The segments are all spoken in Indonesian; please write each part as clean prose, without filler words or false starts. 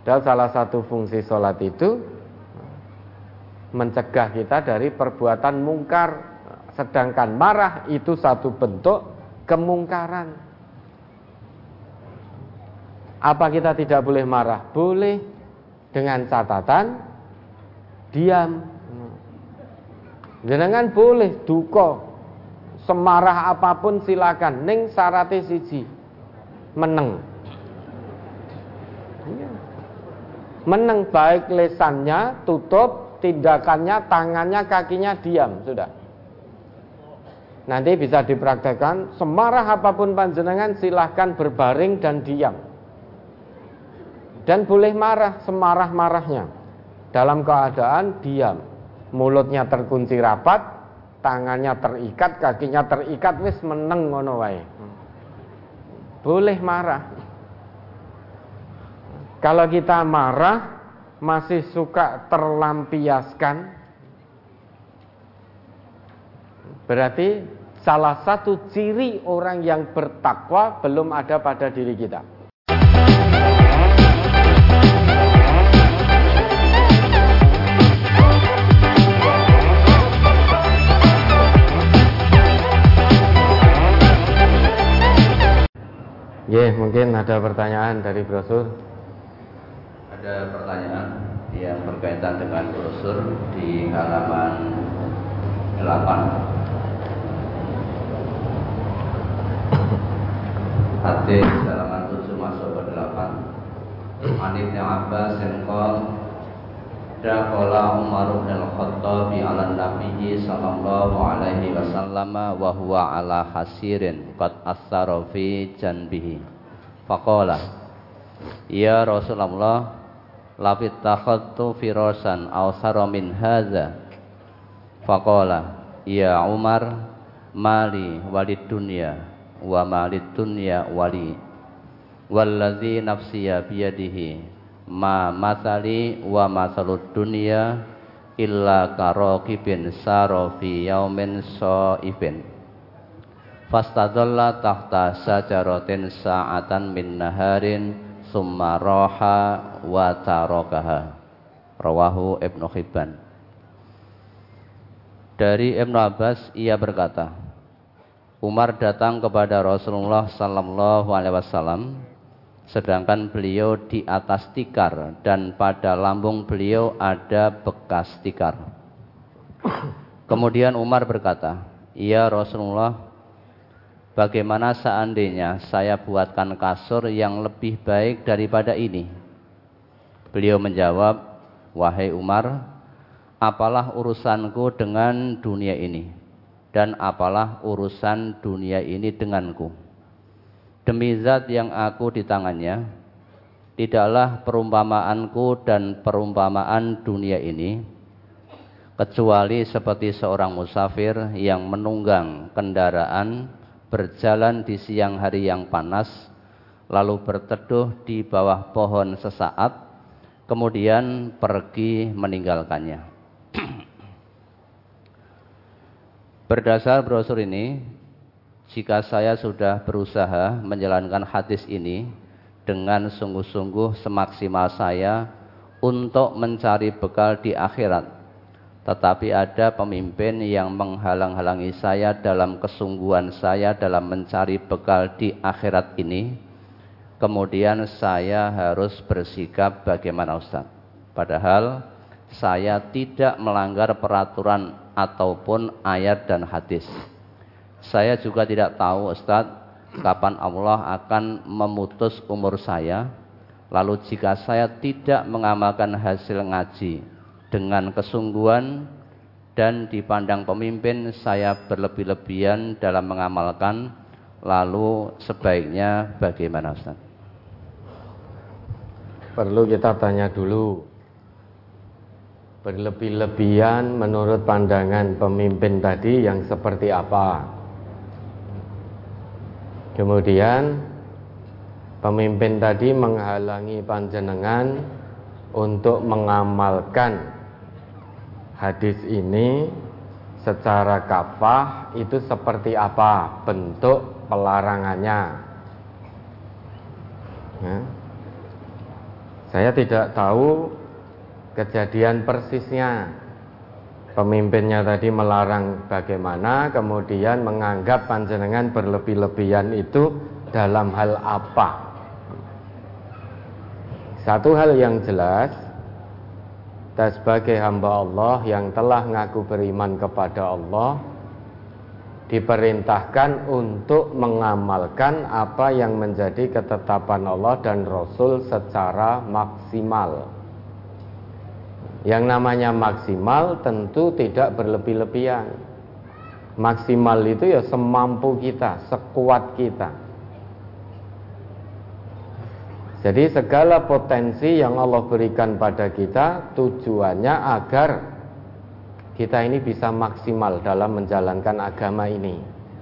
Dan salah satu fungsi sholat itu mencegah kita dari perbuatan mungkar. Sedangkan marah itu satu bentuk kemungkaran. Apa kita tidak boleh marah? Boleh, dengan catatan diam. Jenengan boleh duka, semarah apapun silakan, ning syarate siji, meneng. Meneng, baik lesannya tutup, tindakannya, tangannya, kakinya diam, sudah. Nanti bisa dipraktekkan, semarah apapun panjenengan silahkan berbaring dan diam. Dan boleh marah semarah-marahnya dalam keadaan diam. Mulutnya terkunci rapat, tangannya terikat, kakinya terikat, wis meneng ngono wae. Boleh marah. Kalau kita marah masih suka terlampiaskan, berarti salah satu ciri orang yang bertakwa belum ada pada diri kita. Ya, mungkin ada pertanyaan dari brosur. Ada pertanyaan yang berkaitan dengan brosur di halaman 8. Hadis halaman 7 masuk ke 8. An Ibnu Abbas qol Dakhala Umar bin Al-Khattab ala Nabi sallallahu alaihi wasallam wa huwa ala hasirin qad asara fi janbihi. Faqala ya Rasulullah lafit takhadtu firasan aw sara min hadza. Faqala ya Umar mali walid dunya wa malid dunya wali wallazi nafsiya biyadihi ma masali wa masalud dunya illa karaqibin saro fi yaumin shaifin fastadalla tahta sajaratin sa'atan min naharin summa raha wa tarakaha. Rawahu Ibnu Hibban. Dari Ibnu Abbas ia berkata, Umar datang kepada Rasulullah sallallahu alaihi wasallam sedangkan beliau di atas tikar dan pada lambung beliau ada bekas tikar. Kemudian Umar berkata, "Ya Rasulullah, bagaimana seandainya saya buatkan kasur yang lebih baik daripada ini?" Beliau menjawab, "Wahai Umar, apalah urusanku dengan dunia ini, dan apalah urusan dunia ini denganku? Demi zat yang aku di tangannya, tidaklah perumpamaanku dan perumpamaan dunia ini kecuali seperti seorang musafir yang menunggang kendaraan berjalan di siang hari yang panas, lalu berteduh di bawah pohon sesaat, kemudian pergi meninggalkannya." Berdasar brosur ini, jika saya sudah berusaha menjalankan hadis ini dengan sungguh-sungguh semaksimal saya untuk mencari bekal di akhirat, tetapi ada pemimpin yang menghalang-halangi saya dalam kesungguhan saya dalam mencari bekal di akhirat ini, kemudian saya harus bersikap bagaimana Ustaz? Padahal saya tidak melanggar peraturan ataupun ayat dan hadis. Saya juga tidak tahu Ustaz, kapan Allah akan memutus umur saya. Lalu jika saya tidak mengamalkan hasil ngaji dengan kesungguhan dan dipandang pemimpin saya berlebih-lebihan dalam mengamalkan, lalu sebaiknya bagaimana Ustaz? Perlu kita tanya dulu, berlebih-lebihan menurut pandangan pemimpin tadi yang seperti apa? Kemudian pemimpin tadi menghalangi panjenengan untuk mengamalkan hadis ini secara kafah, itu seperti apa bentuk pelarangannya? Ya. Saya tidak tahu kejadian persisnya. Pemimpinnya tadi melarang bagaimana, kemudian menganggap panjenengan berlebih-lebihan itu dalam hal apa. Satu hal yang jelas, kita sebagai hamba Allah yang telah ngaku beriman kepada Allah, diperintahkan untuk mengamalkan apa yang menjadi ketetapan Allah dan Rasul secara maksimal. Yang namanya maksimal tentu tidak berlebih-lebihan. Maksimal itu ya semampu kita, sekuat kita. Jadi segala potensi yang Allah berikan pada kita tujuannya agar kita ini bisa maksimal dalam menjalankan agama ini.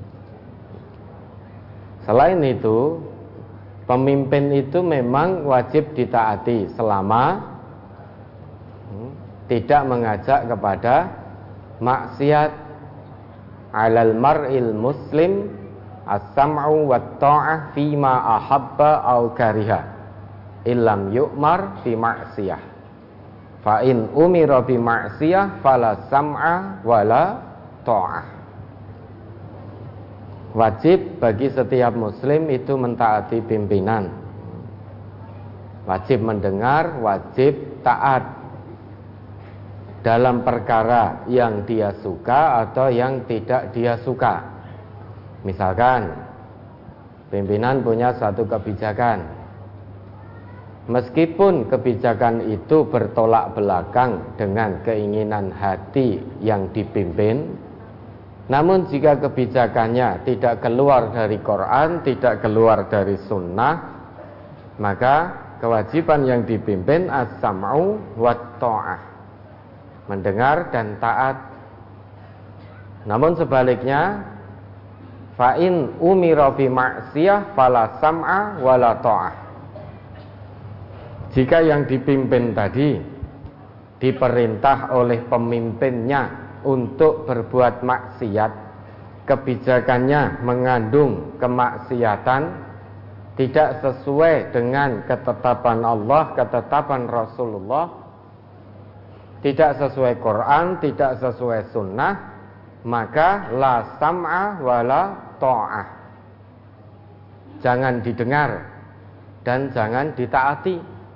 Selain itu, pemimpin itu memang wajib ditaati selama tidak mengajak kepada maksiat. Alal mar'il muslim as-sam'u wat ta'ah fima ahabba aw kariha illam yu'mar bi ma'siyah fa in umira bi ma'siyah fala sam'a wala ta'ah. Wajib bagi setiap muslim itu mentaati pimpinan, wajib mendengar, wajib taat dalam perkara yang dia suka atau yang tidak dia suka. Misalkan pimpinan punya satu kebijakan, meskipun kebijakan itu bertolak belakang dengan keinginan hati yang dipimpin, namun jika kebijakannya tidak keluar dari Quran, tidak keluar dari sunnah, maka kewajiban yang dipimpin as-sam'u wat ta'ah, mendengar dan taat. Namun sebaliknya, fa in umira bi ma'siyah fala sam'a wala ta'ah. Jika yang dipimpin tadi diperintah oleh pemimpinnya untuk berbuat maksiat, kebijakannya mengandung kemaksiatan, tidak sesuai dengan ketetapan Allah, ketetapan Rasulullah, tidak sesuai Quran, tidak sesuai sunnah, maka la sam'a wala ta'ah. Jangan didengar dan jangan ditaati.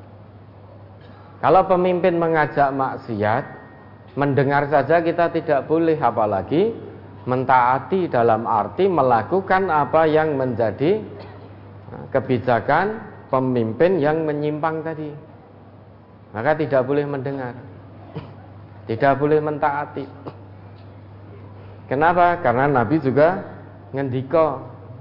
Kalau pemimpin mengajak maksiat, mendengar saja kita tidak boleh, apalagi mentaati dalam arti melakukan apa yang menjadi kebijakan pemimpin yang menyimpang tadi. Maka tidak boleh mendengar, tidak boleh mentaati. Kenapa? Karena Nabi juga ngendika,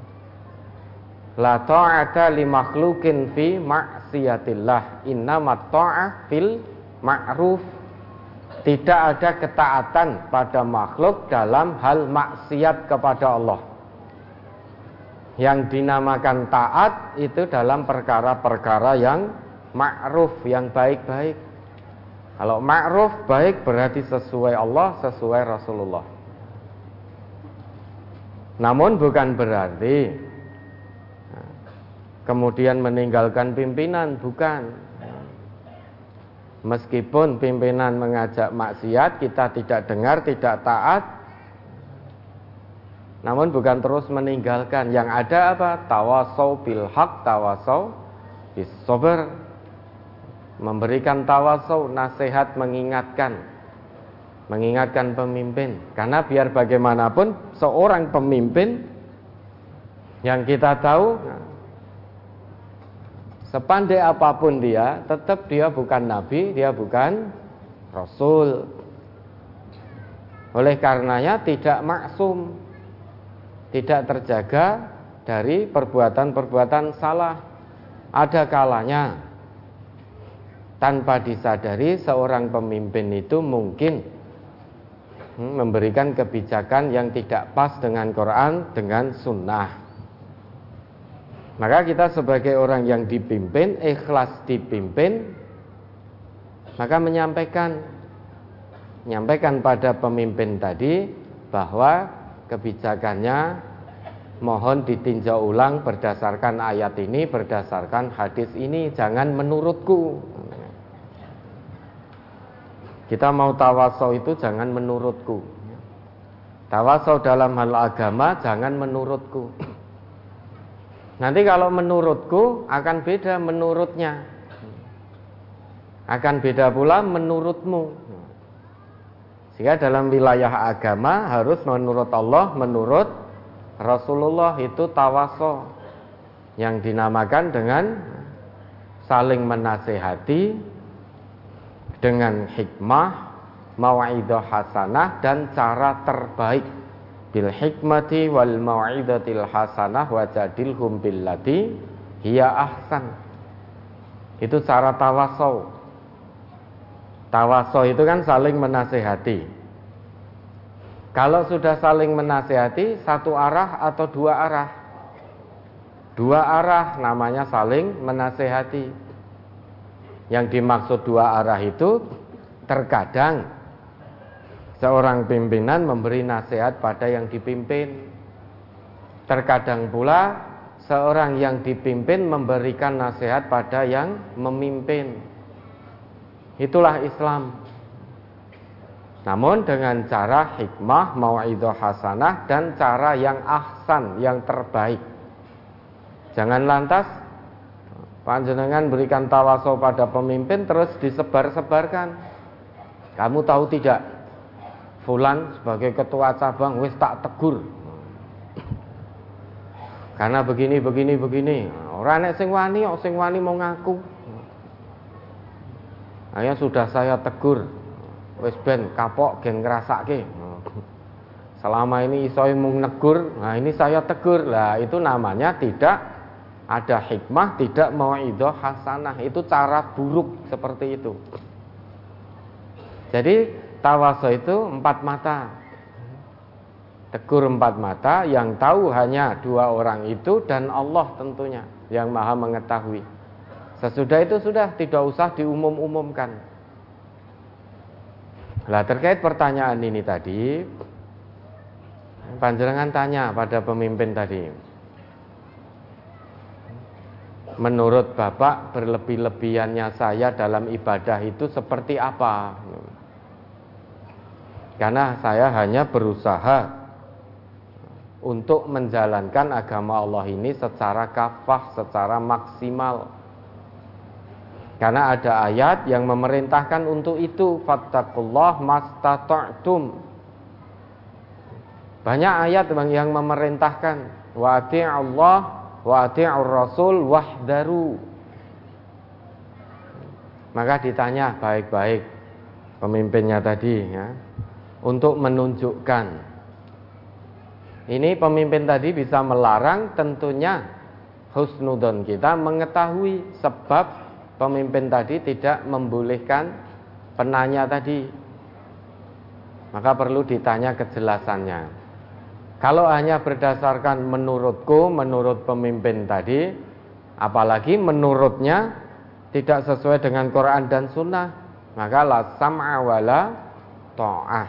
la ta'ata li makhlukin fi ma'siyatillah, innamat ta'ah fil ma'ruf. Tidak ada ketaatan pada makhluk dalam hal maksiat kepada Allah. Yang dinamakan taat itu dalam perkara-perkara yang ma'ruf, yang baik-baik. Kalau ma'ruf baik berarti sesuai Allah, sesuai Rasulullah. Namun bukan berarti kemudian meninggalkan pimpinan, bukan. Meskipun pimpinan mengajak maksiat, kita tidak dengar, tidak taat, namun bukan terus meninggalkan. Yang ada apa? Tawasau bil haq, tawasau bis sabr. Memberikan tawasau, nasihat, mengingatkan pemimpin. Karena biar bagaimanapun seorang pemimpin yang kita tahu, sepandai apapun dia, tetap dia bukan nabi, dia bukan rasul. Oleh karenanya tidak maksum, tidak terjaga dari perbuatan-perbuatan salah. Ada kalanya tanpa disadari seorang pemimpin itu mungkin memberikan kebijakan yang tidak pas dengan Quran, dengan sunnah. Maka kita sebagai orang yang dipimpin, ikhlas dipimpin, maka menyampaikan pada pemimpin tadi bahwa kebijakannya mohon ditinjau ulang berdasarkan ayat ini, berdasarkan hadis ini, jangan menurutku. Kita mau tawasau itu jangan menurutku. Tawasau dalam hal agama jangan menurutku. Nanti kalau menurutku akan beda menurutnya. Akan beda pula menurutmu. Sehingga dalam wilayah agama harus menurut Allah, menurut Rasulullah, itu tawasau yang dinamakan dengan saling menasehati dengan hikmah, mau'idhah hasanah, dan cara terbaik. Bil hikmati wal mau'idatil hasanah wajadilhum billati hiya ahsan. Itu cara tawasau. Tawasau itu kan saling menasehati. Kalau sudah saling menasehati, satu arah atau dua arah? Dua arah namanya saling menasehati. Yang dimaksud dua arah itu terkadang seorang pimpinan memberi nasihat pada yang dipimpin. Terkadang pula seorang yang dipimpin memberikan nasihat pada yang memimpin. Itulah Islam. Namun dengan cara hikmah, mau'idhah hasanah, dan cara yang ahsan, yang terbaik. Jangan lantas panjenengan berikan tawasau pada pemimpin terus disebar-sebarkan. Kamu tahu tidak, fulan sebagai ketua cabang wis tak tegur karena begini. Ora nek sing wani mau ngaku. Ayo sudah saya tegur. Wis ben kapok gen ngrasake. Selama ini iso mung negur, nah ini saya tegur. Lah itu namanya tidak ada hikmah, tidak mau'idhah hasanah. Itu cara buruk seperti itu. Jadi tawasau itu empat mata. Tegur empat mata, yang tahu hanya dua orang itu dan Allah tentunya yang maha mengetahui. Sesudah itu sudah tidak usah diumum-umumkan. Lah terkait pertanyaan ini tadi, panjenengan tanya pada pemimpin tadi, menurut Bapak berlebih-lebihannya saya dalam ibadah itu seperti apa? Karena saya hanya berusaha untuk menjalankan agama Allah ini secara kafah, secara maksimal. Karena ada ayat yang memerintahkan untuk itu, fattaqullah mastata'tum. Banyak ayat yang memerintahkan, wa ati'allah wa ati'ur rasul wahdaru. Maka ditanya baik-baik pemimpinnya tadi ya, untuk menunjukkan ini pemimpin tadi bisa melarang, tentunya husnudon kita mengetahui sebab pemimpin tadi tidak membolehkan penanya tadi. Maka perlu ditanya kejelasannya. Kalau hanya berdasarkan menurutku, menurut pemimpin tadi, apalagi menurutnya tidak sesuai dengan Quran dan Sunnah, maka la sam'a wala ta'ah.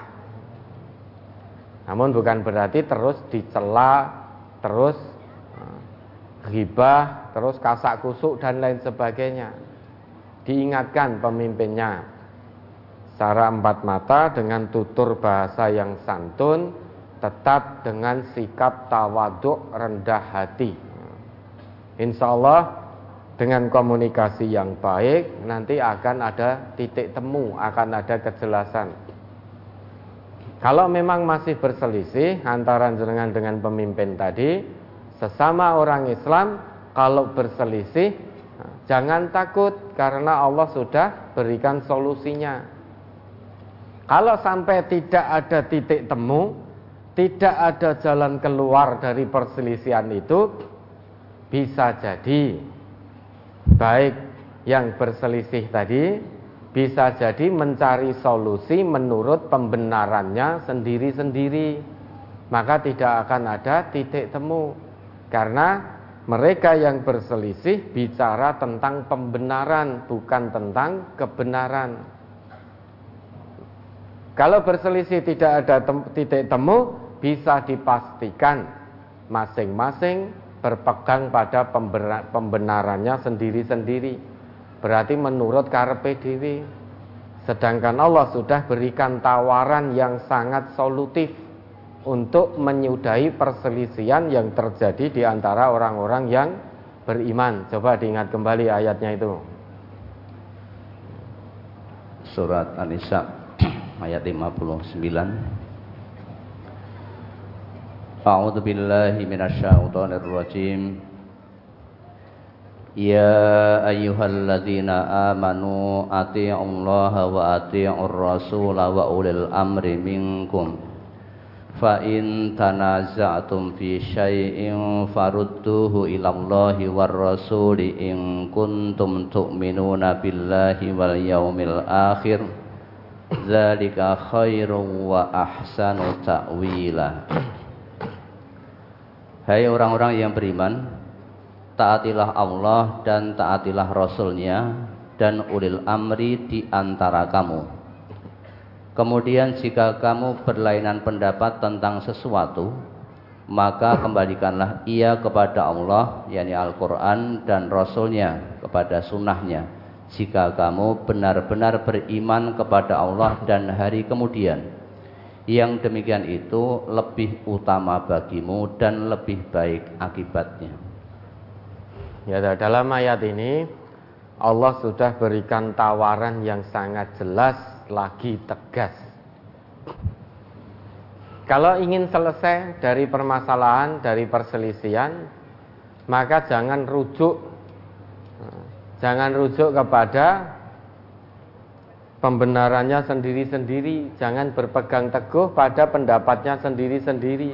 Namun bukan berarti terus dicela, terus ghibah, terus kasak kusuk dan lain sebagainya. Diingatkan pemimpinnya secara empat mata dengan tutur bahasa yang santun, tetap dengan sikap tawaduk, rendah hati. Insya Allah dengan komunikasi yang baik nanti akan ada titik temu, akan ada kejelasan. Kalau memang masih berselisih antara jenengan dengan pemimpin tadi, sesama orang Islam, kalau berselisih jangan takut, karena Allah sudah berikan solusinya. Kalau sampai tidak ada titik temu, tidak ada jalan keluar dari perselisihan itu, bisa jadi baik yang berselisih tadi bisa jadi mencari solusi menurut pembenarannya sendiri-sendiri. Maka tidak akan ada titik temu, karena mereka yang berselisih bicara tentang pembenaran, bukan tentang kebenaran. Kalau berselisih tidak ada titik temu, bisa dipastikan masing-masing berpegang pada pembenarannya sendiri-sendiri. Berarti menurut karepe dhewe. Sedangkan Allah sudah berikan tawaran yang sangat solutif untuk menyudahi perselisihan yang terjadi di antara orang-orang yang beriman. Coba diingat kembali ayatnya itu. Surat An-Nisa ayat 59. A'udzu billahi minasyaitonir rajim. Ya ayyuhalladzina amanu atti'ullaha wa atti'ur rasula wa ulil amri minkum. Fa in tanaza'tum fi syai'in farudduhu ilallahi war rasuli in kuntum tu'minuna billahi wal yaumil akhir. Dzalika khairun wa ahsanu ta'wila. Hai orang-orang yang beriman, taatilah Allah dan taatilah Rasul-Nya dan ulil amri di antara kamu. Kemudian jika kamu berlainan pendapat tentang sesuatu, maka kembalikanlah ia kepada Allah, yakni Al-Quran, dan Rasul-Nya, kepada sunnahnya. Jika kamu benar-benar beriman kepada Allah dan hari kemudian, yang demikian itu lebih utama bagimu dan lebih baik akibatnya. Ya, dalam ayat ini Allah sudah berikan tawaran yang sangat jelas lagi tegas. Kalau ingin selesai dari permasalahan, dari perselisihan, maka jangan rujuk kepada pembenarannya sendiri-sendiri, jangan berpegang teguh pada pendapatnya sendiri-sendiri.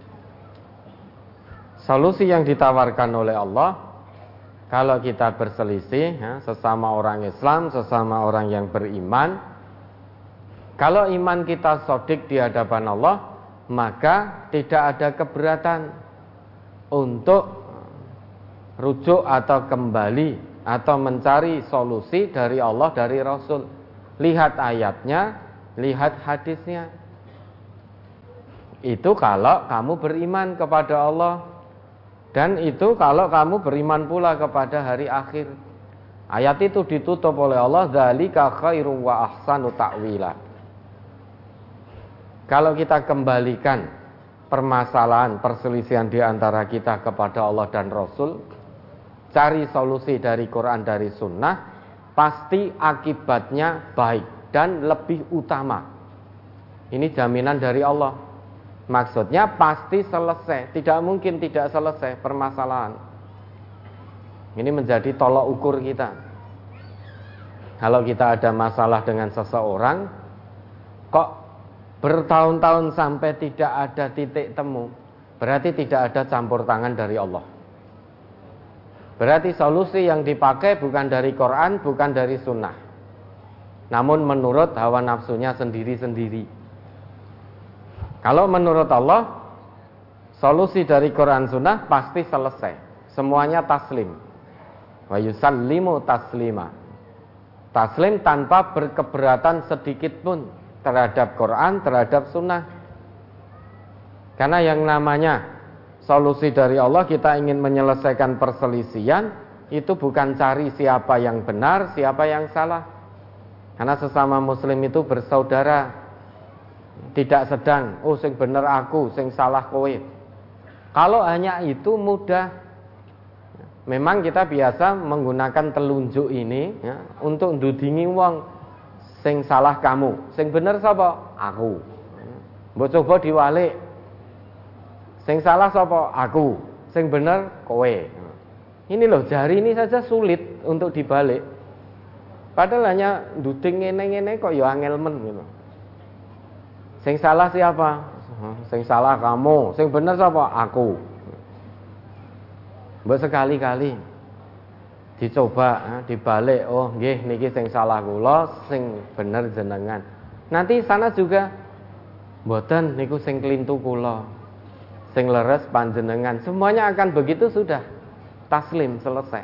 Solusi yang ditawarkan oleh Allah, kalau kita berselisih, sesama orang Islam, sesama orang yang beriman, kalau iman kita shadiq di hadapan Allah, maka tidak ada keberatan untuk rujuk atau kembali atau mencari solusi dari Allah, dari Rasul. Lihat ayatnya, lihat hadisnya. Itu kalau kamu beriman kepada Allah, dan itu kalau kamu beriman pula kepada hari akhir. Ayat itu ditutup oleh Allah, dzalika khairum wa ahsanu ta'wila. Kalau kita kembalikan permasalahan perselisihan di antara kita kepada Allah dan Rasul, cari solusi dari Quran, dari Sunnah, pasti akibatnya baik dan lebih utama. Ini jaminan dari Allah. Maksudnya pasti selesai, tidak mungkin tidak selesai permasalahan. Ini menjadi tolok ukur kita. Kalau kita ada masalah dengan seseorang, kok bertahun-tahun sampai tidak ada titik temu, berarti tidak ada campur tangan dari Allah. Berarti solusi yang dipakai bukan dari Quran, bukan dari Sunnah, namun menurut hawa nafsunya sendiri-sendiri. Kalau menurut Allah, solusi dari Quran Sunnah pasti selesai, semuanya taslim. Wa yusallimu taslima. Taslim tanpa berkeberatan sedikit pun terhadap Quran, terhadap Sunnah. Karena yang namanya solusi dari Allah, kita ingin menyelesaikan perselisihan, itu bukan cari siapa yang benar, siapa yang salah. Karena sesama muslim itu bersaudara, tidak sedang, oh sing bener aku, sing salah kowe. Kalau hanya itu mudah. Memang kita biasa menggunakan telunjuk ini ya, untuk ndudingi wong. Sing salah kamu, sing bener sapa? Aku. Mbok coba diwalik. Sing salah sapa? Aku. Sing bener kowe. Ini loh, jari ini saja sulit untuk dibalik. Padahal hanya nduding ngene-ngene kok ya angel men gitu. Sing salah siapa? Sing salah kamu. Sing bener sapa? Aku. Mbok sekali-kali dicoba dibalik, oh nggih niki sing salah kula, sing bener jenengan. Nanti sana juga mboten niku sing klintu kula, sing leres panjenengan. Semuanya akan begitu, sudah taslim, selesai.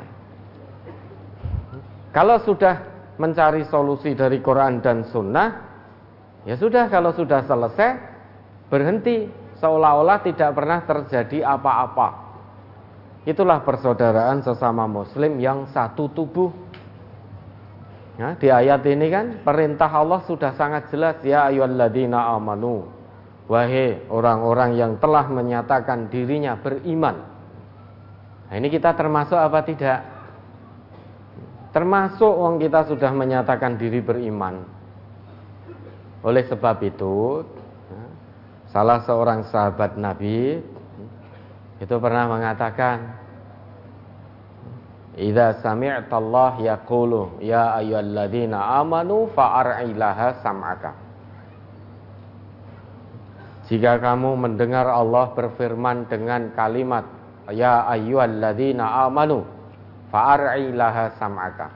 Kalau sudah mencari solusi dari Quran dan Sunnah, ya sudah, kalau sudah selesai berhenti, seolah-olah tidak pernah terjadi apa-apa. Itulah persaudaraan sesama muslim yang satu tubuh. Nah, di ayat ini kan perintah Allah sudah sangat jelas, ya ayyuhalladzina amanu, wahai orang-orang yang telah menyatakan dirinya beriman. Nah, ini kita termasuk apa tidak? Termasuk orang kita sudah menyatakan diri beriman. Oleh sebab itu, salah seorang sahabat Nabi itu pernah mengatakan, idza sami'tallah yaqulu ya ayyuhalladzina amanu fa'ar'ilaha sam'aka. Jika kamu mendengar Allah berfirman dengan kalimat ya ayyuhalladzina amanu fa'ar'ilaha sam'aka,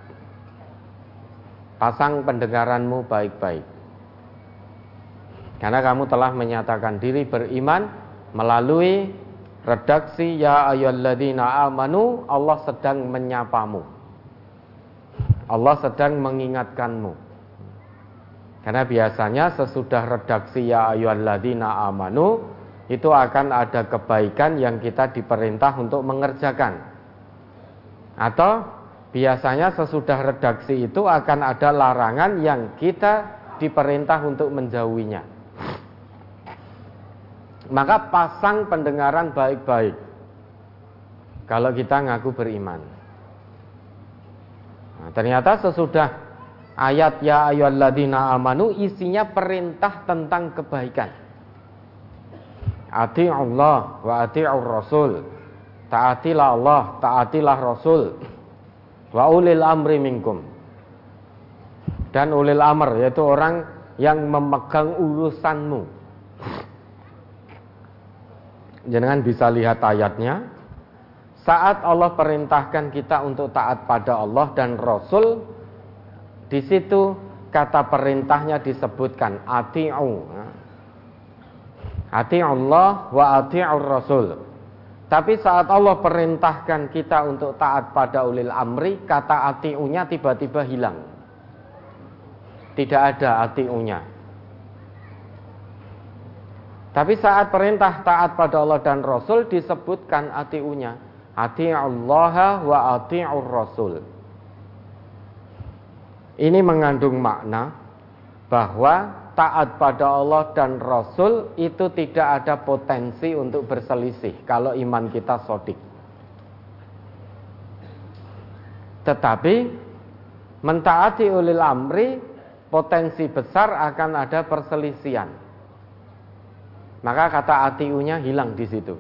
pasang pendengaranmu baik-baik, karena kamu telah menyatakan diri beriman melalui redaksi ya ayyuhalladzina amanu. Allah sedang menyapamu, Allah sedang mengingatkanmu. Karena biasanya sesudah redaksi ya ayyuhalladzina amanu itu akan ada kebaikan yang kita diperintah untuk mengerjakan, atau biasanya sesudah redaksi itu akan ada larangan yang kita diperintah untuk menjauhinya. Maka pasang pendengaran baik-baik kalau kita ngaku beriman. Nah, ternyata sesudah ayat ya ayyuhalladzina amanu isinya perintah tentang kebaikan. Ati'ullah wa ati'ur rasul. Taatilah Allah, taatilah Rasul. Wa ulil amri minkum. Dan ulil amr yaitu orang yang memegang urusanmu. Jangan bisa lihat ayatnya. Saat Allah perintahkan kita untuk taat pada Allah dan Rasul, di situ kata perintahnya disebutkan ati'u. Ati'ullah wa ati'ur Rasul. Tapi saat Allah perintahkan kita untuk taat pada ulil amri, kata ati'unya tiba-tiba hilang. Tidak ada ati'unya. Tapi saat perintah taat pada Allah dan Rasul disebutkan ati'unya. Ati'ullaha wa ati'ur Rasul. Ini mengandung makna bahwa taat pada Allah dan Rasul itu tidak ada potensi untuk berselisih kalau iman kita shadiq. Tetapi mentaati ulil amri potensi besar akan ada perselisihan. Maka kata ati'unya hilang di situ.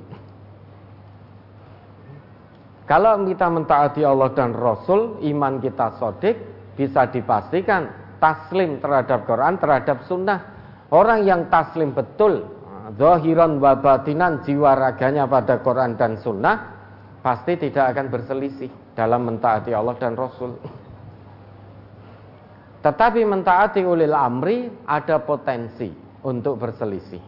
Kalau kita mentaati Allah dan Rasul, iman kita shadiq, bisa dipastikan taslim terhadap Quran, terhadap sunnah. Orang yang taslim betul, zahiran wa batinan, jiwa raganya pada Quran dan sunnah, pasti tidak akan berselisih dalam mentaati Allah dan Rasul. Tetapi mentaati ulil amri ada potensi untuk berselisih.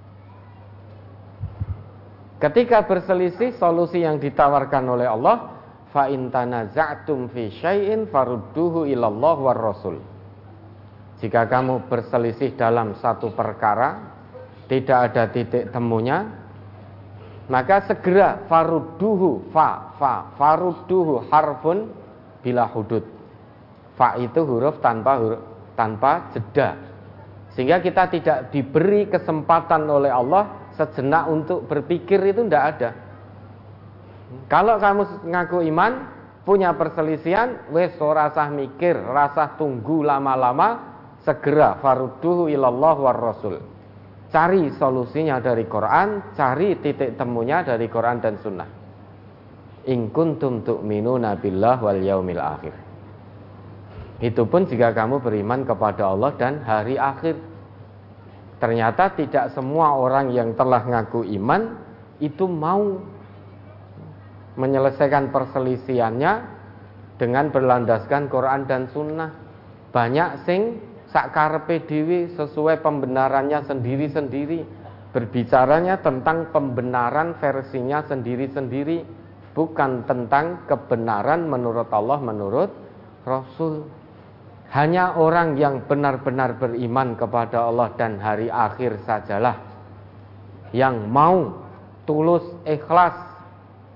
Ketika berselisih, solusi yang ditawarkan oleh Allah, fa in tanaza'tum fi syai'in farudduhu ilallah war rasul. Jika kamu berselisih dalam satu perkara, tidak ada titik temunya, maka segera farudduhu, farudduhu harfun bila hudud. Fa itu huruf tanpa jeda. Sehingga kita tidak diberi kesempatan oleh Allah sejenak untuk berpikir, itu tidak ada. Kalau kamu ngaku iman, punya perselisihan, wes rasah mikir, rasah tunggu lama-lama, segera farudduhu ilallah war rasul. Cari solusinya dari Quran, cari titik temunya dari Quran dan sunnah. In kuntum tu'minuna billah wal yaumil akhir. Itu pun jika kamu beriman kepada Allah dan hari akhir. Ternyata tidak semua orang yang telah ngaku iman itu mau menyelesaikan perselisihannya dengan berlandaskan Quran dan sunnah. Banyak sing sakarepe dhewe sesuai pembenarannya sendiri-sendiri, berbicaranya tentang pembenaran versinya sendiri-sendiri, bukan tentang kebenaran menurut Allah, menurut Rasul. Hanya orang yang benar-benar beriman kepada Allah dan hari akhir sajalah yang mau tulus ikhlas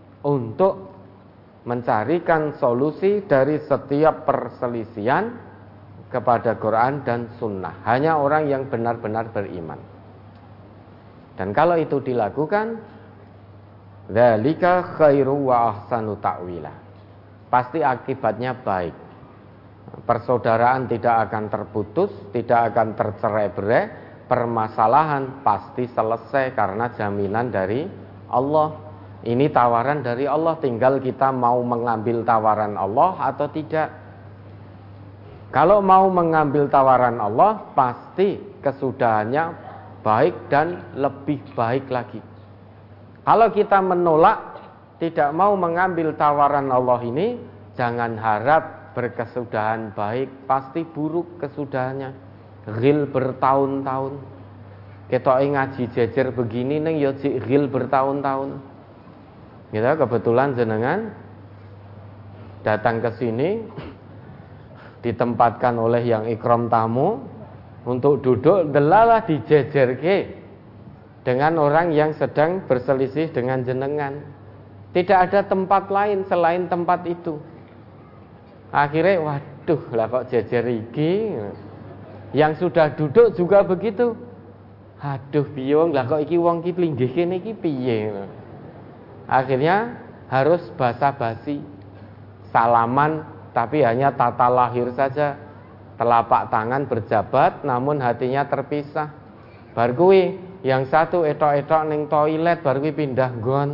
untuk mencarikan solusi dari setiap perselisihan kepada Quran dan Sunnah. Hanya orang yang benar-benar beriman. Dan kalau itu dilakukan, dzalika khairu wa ahsanu ta'wila. Pasti akibatnya baik. Persaudaraan tidak akan terputus, tidak akan tercerai-berai, permasalahan pasti selesai karena jaminan dari Allah. Ini tawaran dari Allah, tinggal kita mau mengambil tawaran Allah atau tidak. Kalau mau mengambil tawaran Allah, pasti kesudahannya baik dan lebih baik lagi. Kalau kita menolak, tidak mau mengambil tawaran Allah ini, jangan harap berkesudahan baik, pasti buruk kesudahannya. Ghil bertahun-tahun. Kita ngaji jejer begini nih ya ghil bertahun-tahun. Kita kebetulan jenengan datang ke sini, ditempatkan oleh yang ikram tamu untuk duduk, delalah dijejerke dengan orang yang sedang berselisih dengan jenengan. Tidak ada tempat lain selain tempat itu. Akhirnya waduh lah kok jejer iki. Yang sudah duduk juga begitu. Aduh biung lah kok iki wong iki linggih kene iki piye. Akhirnya harus basa-basi, salaman tapi hanya tata lahir saja. Telapak tangan berjabat namun hatinya terpisah. Bar kuwi yang satu etok-etok ning toilet, bar kuwi pindah nggon.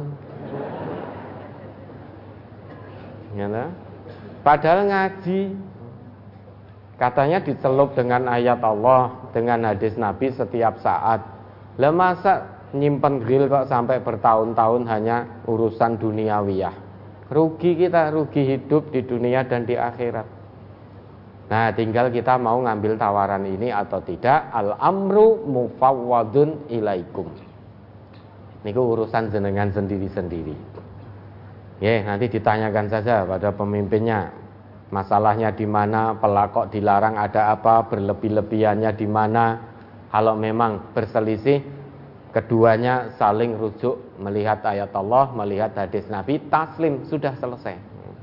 Ya nah? Padahal ngaji, katanya dicelup dengan ayat Allah, dengan hadis Nabi setiap saat. Lah masa nyimpen grill kok sampai bertahun-tahun hanya urusan duniawiyah. Rugi kita, rugi hidup di dunia dan di akhirat. Nah, tinggal kita mau ngambil tawaran ini atau tidak. Al-amru mufawwadun ilaikum. Niku urusan jenengan sendiri-sendiri. Ya, nanti ditanyakan saja pada pemimpinnya. Masalahnya di mana, pelakok dilarang ada apa, berlebih-lebihannya di mana. Kalau memang berselisih, keduanya saling rujuk melihat ayat Allah, melihat hadis Nabi, taslim, sudah selesai.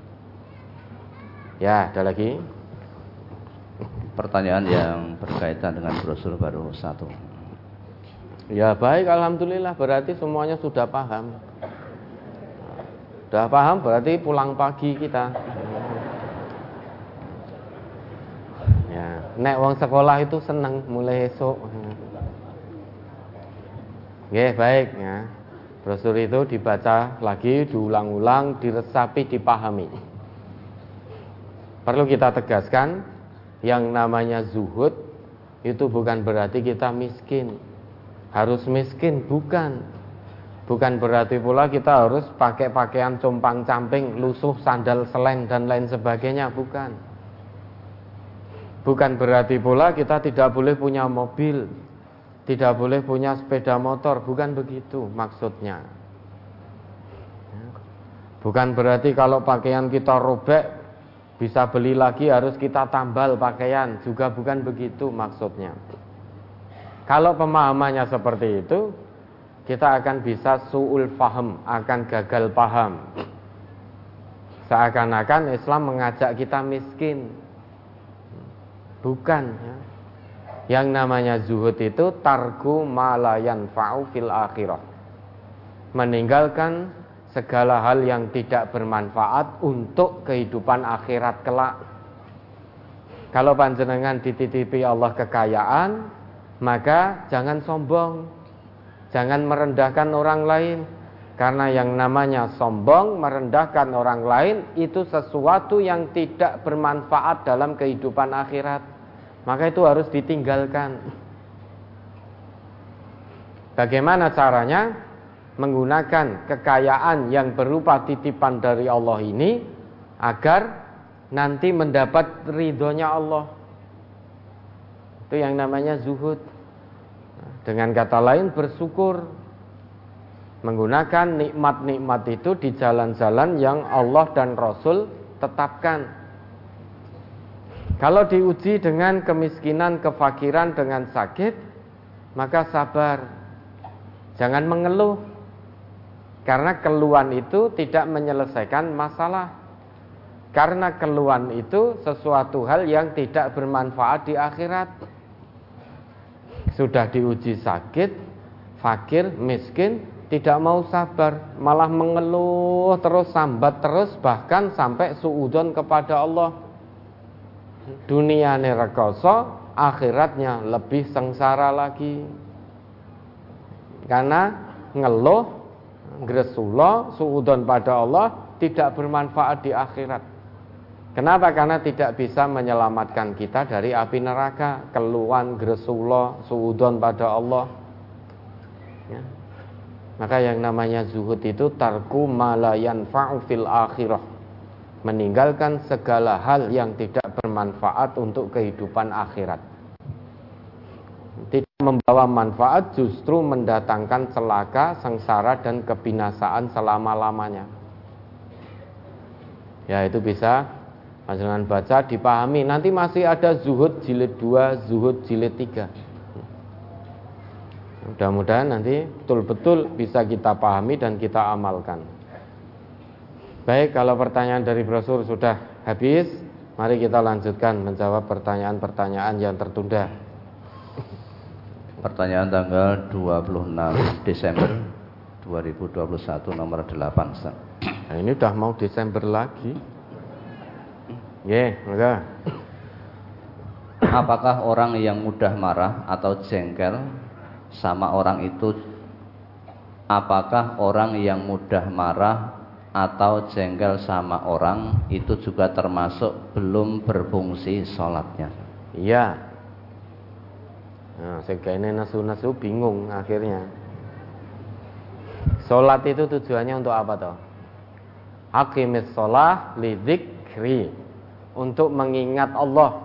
Ya, ada lagi? Pertanyaan yang berkaitan dengan brosur baru satu. Ya baik, alhamdulillah, berarti semuanya sudah paham. Sudah paham berarti pulang pagi kita. Ya, nek wong sekolah itu seneng mulai esok. Oke, baik ya. Brosur itu dibaca lagi, diulang-ulang, diresapi, dipahami. Perlu kita tegaskan, yang namanya zuhud itu bukan berarti kita miskin. Harus miskin, bukan. Bukan berarti pula kita harus pakai pakaian compang-camping, lusuh, sandal selen dan lain sebagainya, bukan. Bukan berarti pula kita tidak boleh punya mobil, tidak boleh punya sepeda motor, bukan begitu maksudnya. Bukan berarti kalau pakaian kita robek bisa beli lagi harus kita tambal pakaian, juga bukan begitu maksudnya. Kalau pemahamannya seperti itu, kita akan bisa su'ul faham, akan gagal paham. Seakan-akan Islam mengajak kita miskin. Bukan ya. Yang namanya zuhud itu tarku ma la yanfa'u fil akhirah. Meninggalkan segala hal yang tidak bermanfaat untuk kehidupan akhirat kelak. Kalau panjenengan dititipi Allah kekayaan, maka jangan sombong. Jangan merendahkan orang lain. Karena yang namanya sombong, merendahkan orang lain, itu sesuatu yang tidak bermanfaat dalam kehidupan akhirat. Maka itu harus ditinggalkan. Bagaimana caranya? Menggunakan kekayaan yang berupa titipan dari Allah ini, agar nanti mendapat ridhonya Allah. Itu yang namanya zuhud. Dengan kata lain bersyukur, menggunakan nikmat-nikmat itu di jalan-jalan yang Allah dan Rasul tetapkan. Kalau diuji dengan kemiskinan, kefakiran, dengan sakit, maka sabar. Jangan mengeluh. Karena keluhan itu tidak menyelesaikan masalah. Karena keluhan itu sesuatu hal yang tidak bermanfaat di akhirat. Sudah diuji sakit, fakir, miskin, tidak mau sabar, malah mengeluh terus, sambat terus, bahkan sampai suudzon kepada Allah. Duniane rekoso, akhiratnya lebih sengsara lagi. Karena ngeluh, gresulo, suudzon pada Allah tidak bermanfaat di akhirat. Kenapa? Karena tidak bisa menyelamatkan kita dari api neraka. Keluhan, gresulo, suudzon pada Allah ya. Maka yang namanya zuhud itu tarku ma la yanfa'u fil akhirah, meninggalkan segala hal yang tidak bermanfaat untuk kehidupan akhirat. Tidak membawa manfaat, justru mendatangkan celaka, sengsara, dan kebinasaan selama-lamanya. Ya, itu bisa panjenengan baca, dipahami. Nanti masih ada zuhud jilid 2, zuhud jilid 3. Mudah-mudahan nanti betul-betul bisa kita pahami dan kita amalkan. Baik, kalau pertanyaan dari brosur sudah habis, mari kita lanjutkan menjawab pertanyaan-pertanyaan yang tertunda. Pertanyaan tanggal 26 Desember 2021 nomor 8. Nah, ini udah mau Desember lagi. Enggak. Apakah orang yang mudah marah atau jengkel sama orang itu? Apakah orang yang mudah marah atau jengkel sama orang itu juga termasuk belum berfungsi sholatnya? Iya. Nah, sehingga ini nasu-nasu bingung akhirnya. Sholat itu tujuannya untuk apa toh? Aqimis sholah lidzikri, untuk mengingat Allah.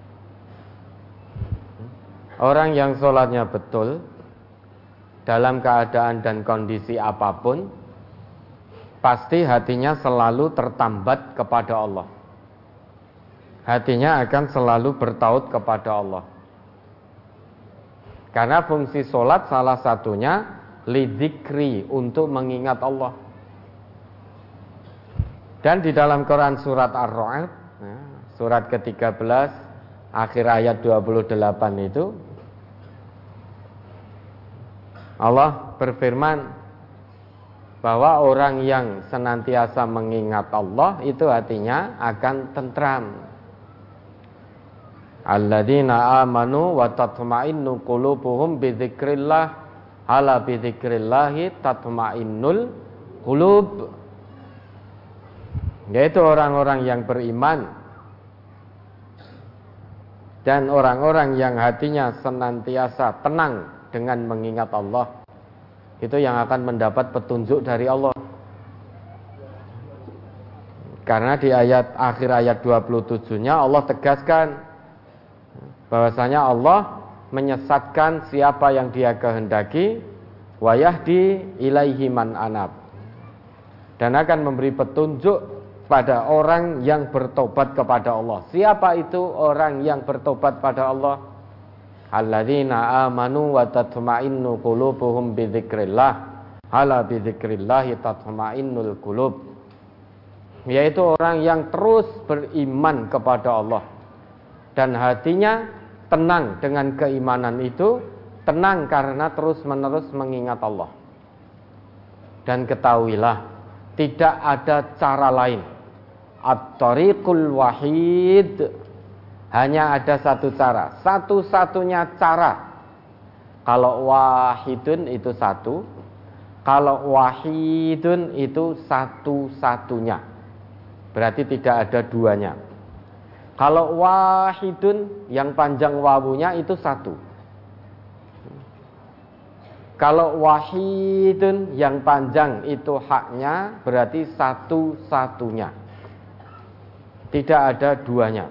Orang yang sholatnya betul dalam keadaan dan kondisi apapun, pasti hatinya selalu tertambat kepada Allah. Hatinya akan selalu bertaut kepada Allah. Karena fungsi sholat salah satunya lidzikri, untuk mengingat Allah. Dan di dalam Quran surat Ar-Ra'd, surat ke-13 akhir ayat 28 itu, Allah berfirman bahwa orang yang senantiasa mengingat Allah itu hatinya akan tentram. Alladzina amanu wa tatma'innu qulubuhum bidzikrillah, ala bidzikrillahi tatma'innul qulub. Yaitu orang-orang yang beriman dan orang-orang yang hatinya senantiasa tenang dengan mengingat Allah, itu yang akan mendapat petunjuk dari Allah. Karena di akhir ayat 27-nya Allah tegaskan bahwasanya Allah menyesatkan siapa yang Dia kehendaki, wa yahdi ilaihi man anab, dan akan memberi petunjuk pada orang yang bertobat kepada Allah. Siapa itu orang yang bertobat pada Allah? Alladzina amanu wa tatma'innu qulubuhum bidzikrillah, ala bidzikrillahi tatma'innul qulub. Yaitu orang yang terus beriman kepada Allah dan hatinya tenang dengan keimanan itu, tenang karena terus-menerus mengingat Allah. Dan ketahuilah, tidak ada cara lain. At-tariqul wahid, hanya ada satu cara, satu-satunya cara. Kalau wahidun itu satu, kalau wahidun itu satu-satunya, berarti tidak ada duanya. Kalau wahidun yang panjang wawunya itu satu. Kalau wahidun yang panjang itu haknya, berarti satu-satunya, tidak ada duanya.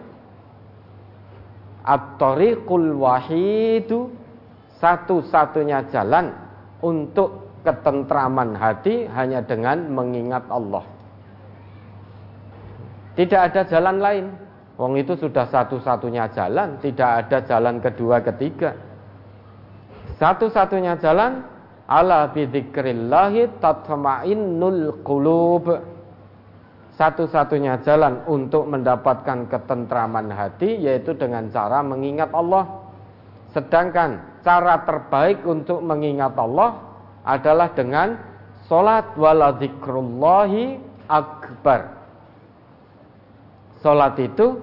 At-tariqul wahidu, satu-satunya jalan untuk ketentraman hati hanya dengan mengingat Allah. Tidak ada jalan lain. Wong itu sudah satu-satunya jalan, tidak ada jalan kedua, ketiga. Satu-satunya jalan, ala bidzikrillahi tatma'innul qulub. satu-satunya jalan untuk mendapatkan ketentraman hati yaitu dengan cara mengingat Allah. Sedangkan cara terbaik untuk mengingat Allah adalah dengan sholat, wala dzikrullahi akbar. Sholat itu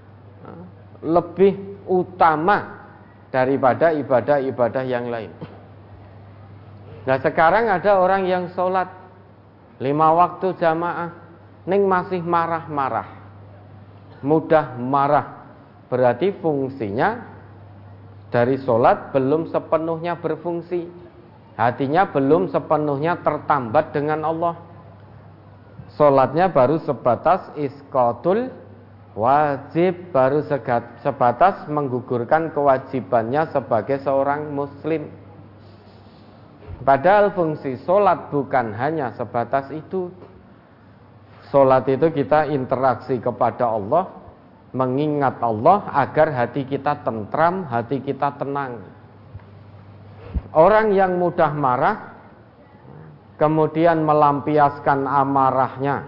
lebih utama daripada ibadah-ibadah yang lain. Nah sekarang ada orang yang sholat 5 waktu jamaah, ning masih marah-marah, mudah marah. Berarti fungsinya dari sholat belum sepenuhnya berfungsi. Hatinya belum sepenuhnya tertambat dengan Allah. Sholatnya baru sebatas isqatul wajib, baru sebatas menggugurkan kewajibannya sebagai seorang muslim. Padahal fungsi sholat bukan hanya sebatas itu. Sholat itu kita interaksi kepada Allah, mengingat Allah agar hati kita tentram, hati kita tenang. Orang yang mudah marah kemudian melampiaskan amarahnya,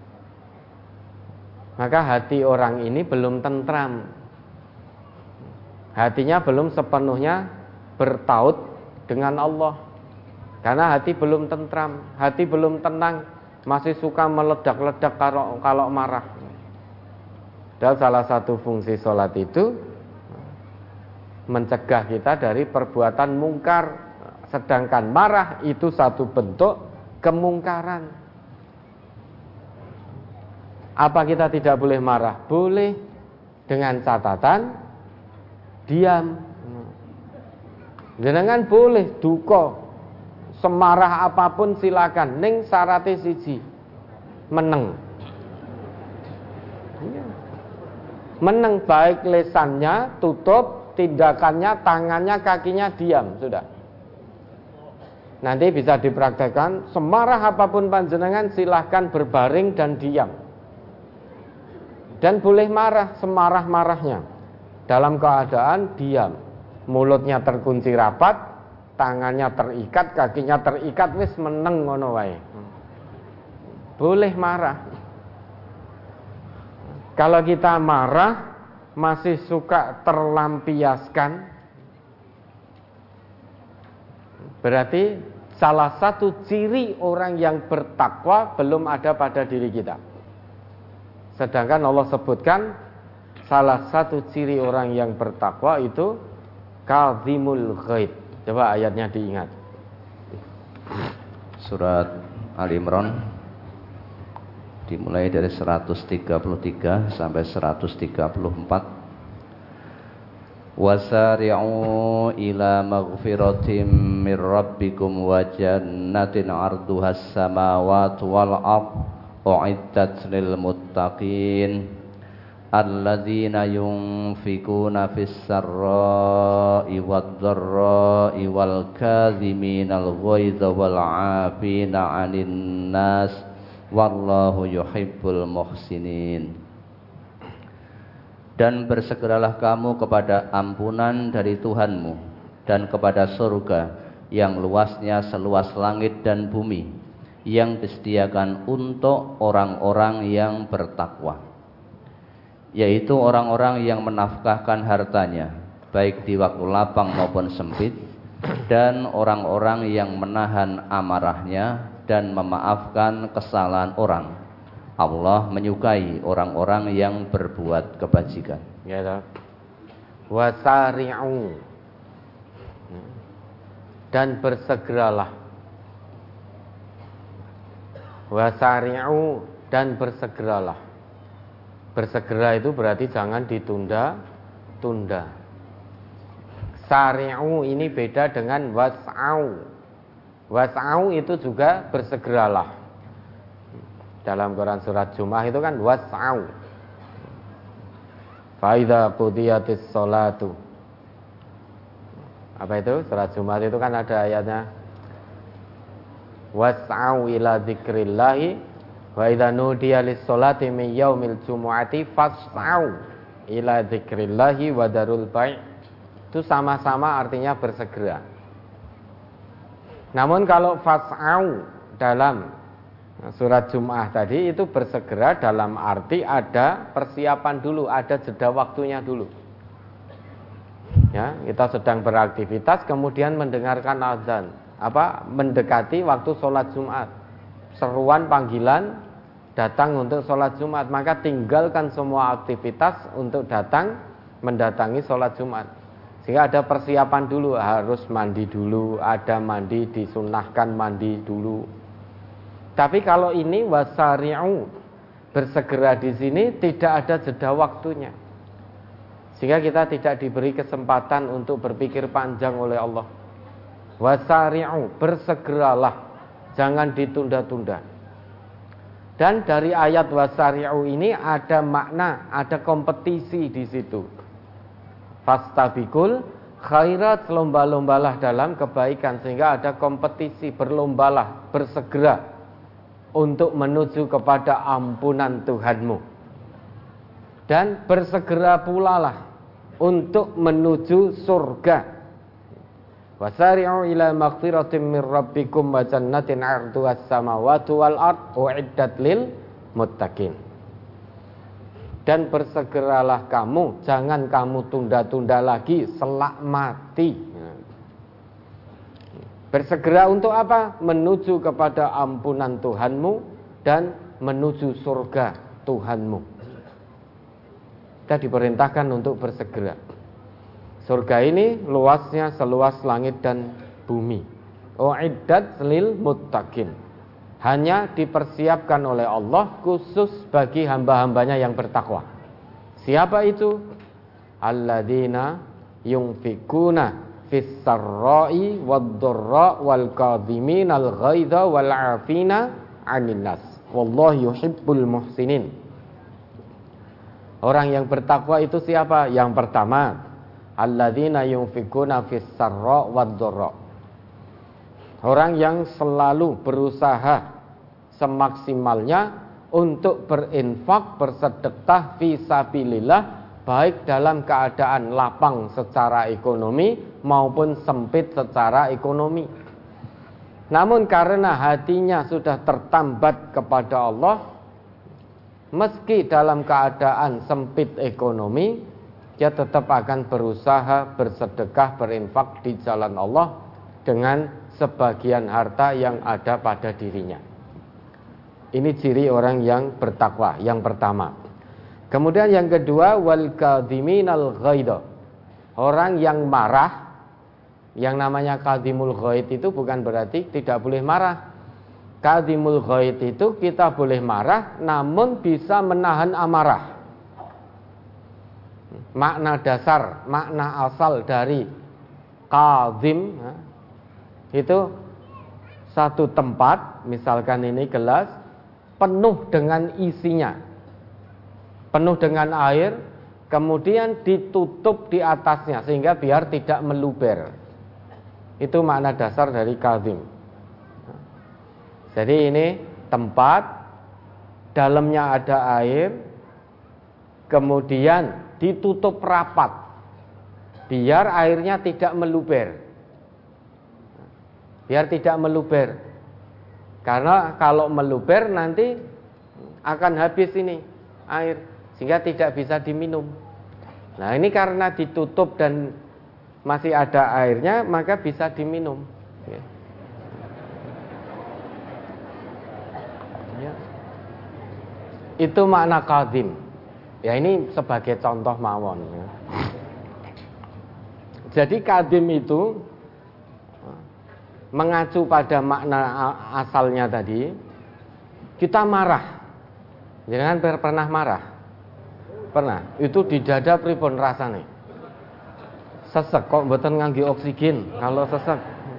maka hati orang ini belum tentram. Hatinya belum sepenuhnya bertaut dengan Allah. Karena hati belum tentram, hati belum tenang, masih suka meledak-ledak kalau marah. Dan salah satu fungsi sholat itu mencegah kita dari perbuatan mungkar. Sedangkan marah itu satu bentuk kemungkaran. Apa kita tidak boleh marah? Boleh, dengan catatan diam. Jenengan boleh duka, semarah apapun silakan, ning syarate siji, meneng. Meneng, baik lesannya tutup, tindakannya, tangannya, kakinya diam, sudah. Nanti bisa dipraktekkan, semarah apapun panjenengan silahkan berbaring dan diam. Dan boleh marah semarah-marahnya, dalam keadaan diam. Mulutnya terkunci rapat, tangannya terikat, kakinya terikat, wis meneng ngono wae. Boleh marah. Kalau kita marah masih suka terlampiaskan, berarti salah satu ciri orang yang bertakwa belum ada pada diri kita. Sedangkan Allah sebutkan salah satu ciri orang yang bertakwa itu kazimul ghaib. Coba ayatnya diingat. Surat Ali Imran dimulai dari 133 sampai 134. Wasari'u ila maghfiratin mir rabbikum wa jannatin 'arduhas samawati wal ardh u'iddat lil muttaqin alladzina yunfikuna fis sarra'i wad dharra'i wal kadhiminal ghaidha wal 'afina 'anil nas wallahu yuhibbul muhsinin. Dan bersegeralah kamu kepada ampunan dari Tuhanmu dan kepada surga yang luasnya seluas langit dan bumi, yang disediakan untuk orang-orang yang bertakwa, yaitu orang-orang yang menafkahkan hartanya baik di waktu lapang maupun sempit, dan orang-orang yang menahan amarahnya dan memaafkan kesalahan orang. Allah menyukai orang-orang yang berbuat kebajikan. Ya, wasari'u, dan bersegeralah. Wasari'u, dan bersegeralah. Bersegera itu berarti jangan ditunda-tunda. Sari'u ini beda dengan was'au. Was'au itu juga bersegeralah. Dalam Quran surat Jumu'ah itu kan was'au. Fa idza qudiyatis sholatu. Apa itu? Surat Jumu'ah itu kan ada ayatnya. Was'au ila dzikrillahi wa idza nudiya lis sholati min yaumil jumu'ati fas'au ila dzikrillahi wa darul bai'. Itu sama-sama artinya bersegera. Namun kalau fas'au dalam Surat Jum'ah tadi itu bersegera dalam arti ada persiapan dulu, ada jeda waktunya dulu. Ya, kita sedang beraktivitas kemudian mendengarkan azan, mendekati waktu sholat Jumat, seruan panggilan datang untuk sholat Jumat, maka tinggalkan semua aktivitas untuk datang mendatangi sholat Jumat. Sehingga ada persiapan dulu, harus mandi dulu, ada mandi disunahkan mandi dulu. Tapi kalau ini wasari'u, bersegera di sini tidak ada jeda waktunya. Sehingga kita tidak diberi kesempatan untuk berpikir panjang oleh Allah. Wasari'u, bersegeralah, jangan ditunda-tunda. Dan dari ayat wasari'u ini ada makna, ada kompetisi di situ. Fastabikul khairat, lomba-lombalah dalam kebaikan, sehingga ada kompetisi, berlombalah, bersegera untuk menuju kepada ampunan Tuhanmu. Dan bersegera pula lah untuk menuju surga. Wasari'u ila maghfiratin min rabbikum wa jannatin 'arduhas samawati wal ard u'iddat lil muttaqin. Dan bersegeralah kamu, jangan kamu tunda-tunda lagi, selak mati. Bersegera untuk apa? Menuju kepada ampunan Tuhanmu dan menuju surga Tuhanmu. Kita diperintahkan untuk bersegera. Surga ini luasnya seluas langit dan bumi. U'iddat lil muttaqin. Hanya dipersiapkan oleh Allah khusus bagi hamba-hambanya yang bertakwa. Siapa itu? Alladzina yunfikuna fis sarra'i wad-dharra wal kadhiminal ghaidha wal 'afina 'anil nas. Wallahu yuhibbul muhsinin. Orang yang bertakwa itu siapa? Yang pertama, alladzina yunfikuna fis sarra' wad-dharra. Orang yang selalu berusaha semaksimalnya untuk berinfak, bersedekah fi sabilillah, baik dalam keadaan lapang secara ekonomi maupun sempit secara ekonomi. Namun karena hatinya sudah tertambat kepada Allah, meski dalam keadaan sempit ekonomi, dia tetap akan berusaha bersedekah, berinfak di jalan Allah dengan sebagian harta yang ada pada dirinya. Ini ciri orang yang bertakwa, yang pertama. Kemudian yang kedua, wal kadhiminal ghaidha. Orang yang marah, yang namanya kadhimul ghaid itu bukan berarti tidak boleh marah. Kadhimul ghaid itu kita boleh marah namun bisa menahan amarah. Makna dasar, makna asal dari kadhim itu satu tempat, misalkan ini gelas penuh dengan isinya, penuh dengan air, kemudian ditutup di atasnya sehingga biar tidak meluber. Itu makna dasar dari kadhim. Jadi ini tempat, dalamnya ada air, kemudian ditutup rapat biar airnya tidak meluber. Biar tidak meluber. Karena kalau meluber nanti akan habis ini air, sehingga tidak bisa diminum. Nah, ini karena ditutup dan masih ada airnya, maka bisa diminum. Ya. Itu makna kadhim. Ya, ini sebagai contoh mawon. Ya. Jadi kadhim itu mengacu pada makna asalnya tadi. Kita marah. Jangan pernah marah. Pernah. Itu di dada pripun rasane? Sesek kok mboten ngangge oksigen kalau sesek.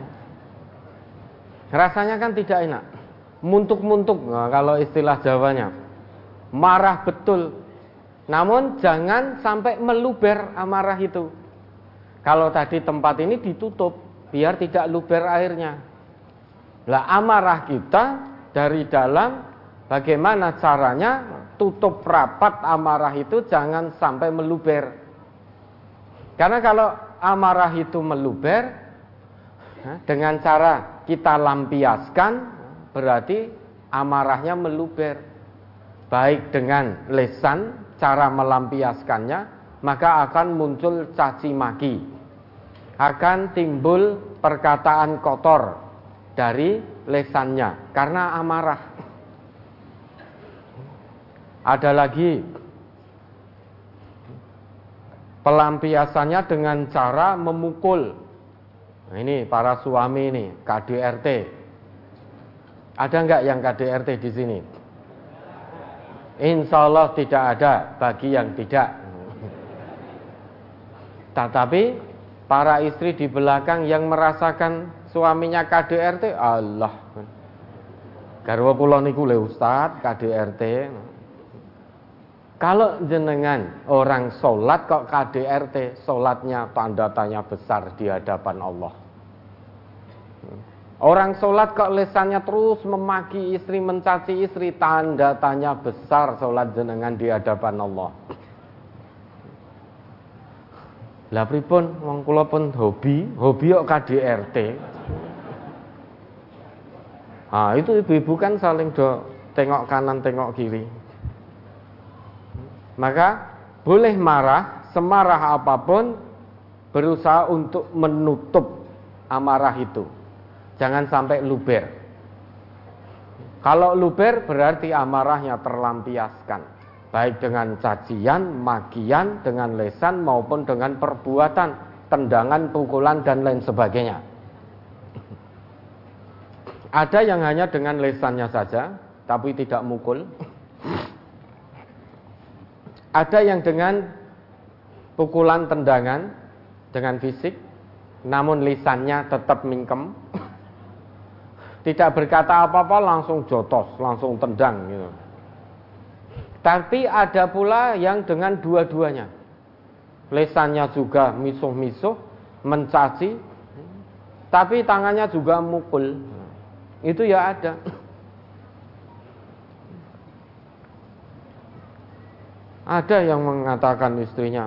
Rasanya kan tidak enak. Muntuk-muntuk, nah, kalau istilah Jawanya. Marah betul. Namun jangan sampai meluber amarah itu. Kalau tadi tempat ini ditutup biar tidak luber airnya. Lah amarah kita dari dalam, bagaimana caranya tutup rapat amarah itu jangan sampai meluber. Karena kalau amarah itu meluber, dengan cara kita lampiaskan, berarti amarahnya meluber. Baik dengan lisan, cara melampiaskannya, maka akan muncul caci maki. Akan timbul perkataan kotor dari lisannya karena amarah. Ada lagi pelampiasannya dengan cara memukul. Nah, ini para suami ini, KDRT. Ada enggak yang KDRT di sini? Insya Allah tidak ada bagi yang tidak. Tetapi para istri di belakang yang merasakan suaminya KDRT, Allah. Garwa kula niku le Ustaz KDRT. Kalau jenengan orang sholat kok KDRT, sholatnya tanda tanya besar di hadapan Allah. Orang sholat kok lisannya terus memaki istri, mencaci istri, tanda tanya besar sholat jenengan di hadapan Allah. Lah pripun wong kula pun hobi kok KDRT. Ah, itu ibu-ibu kan saling do tengok kanan tengok kiri. Maka boleh marah, semarah apapun, berusaha untuk menutup amarah itu. Jangan sampai luber. Kalau luber berarti amarahnya terlampiaskan, baik dengan cacian, makian, dengan lisan maupun dengan perbuatan, tendangan, pukulan dan lain sebagainya. Ada yang hanya dengan lisannya saja, tapi tidak mukul. Ada yang dengan pukulan, tendangan, dengan fisik, namun lisannya tetap mingkem. Tidak berkata apa-apa, langsung jotos, langsung tendang gitu. Tapi ada pula yang dengan dua-duanya. Lisannya juga misuh-misuh, mencaci, tapi tangannya juga mukul. Itu ya ada. Ada yang mengatakan istrinya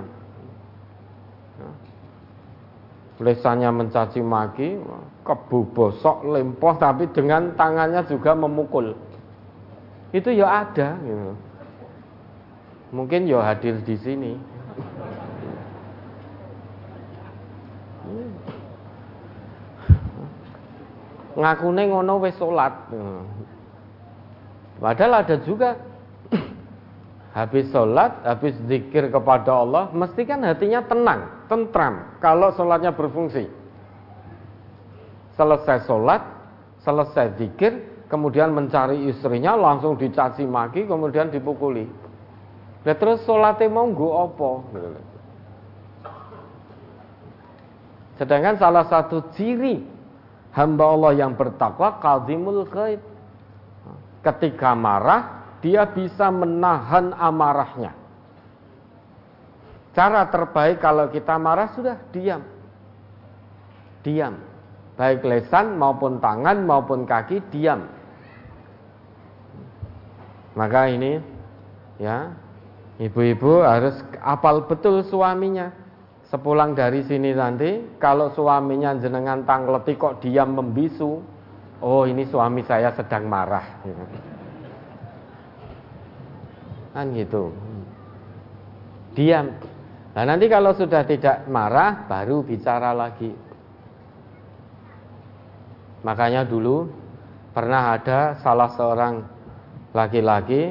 lisannya mencaci maki, kebobosok, lempoh, tapi dengan tangannya juga memukul. Itu ya ada gitu. Mungkin ya hadir di sini. Ngakune ngono wis salat. Padahal ada juga habis sholat, habis zikir kepada Allah, mesti kan hatinya tenang, tentram kalau sholatnya berfungsi. Selesai sholat, selesai zikir, kemudian mencari istrinya, langsung dicaci maki, kemudian dipukuli. Nah, terus sholatnya mau nggo apa? Sedangkan salah satu ciri hamba Allah yang bertakwa, qadhimul ghaid. Ketika marah, dia bisa menahan amarahnya. Cara terbaik kalau kita marah sudah diam. Diam. Baik lisan maupun tangan maupun kaki diam. Maka ini ya, ibu-ibu harus apal betul suaminya. Sepulang dari sini nanti, kalau suaminya jenengan tangleti kok diam membisu, oh ini suami saya sedang marah. Kan gitu. Diam. Nah nanti kalau sudah tidak marah, baru bicara lagi. Makanya dulu pernah ada salah seorang laki-laki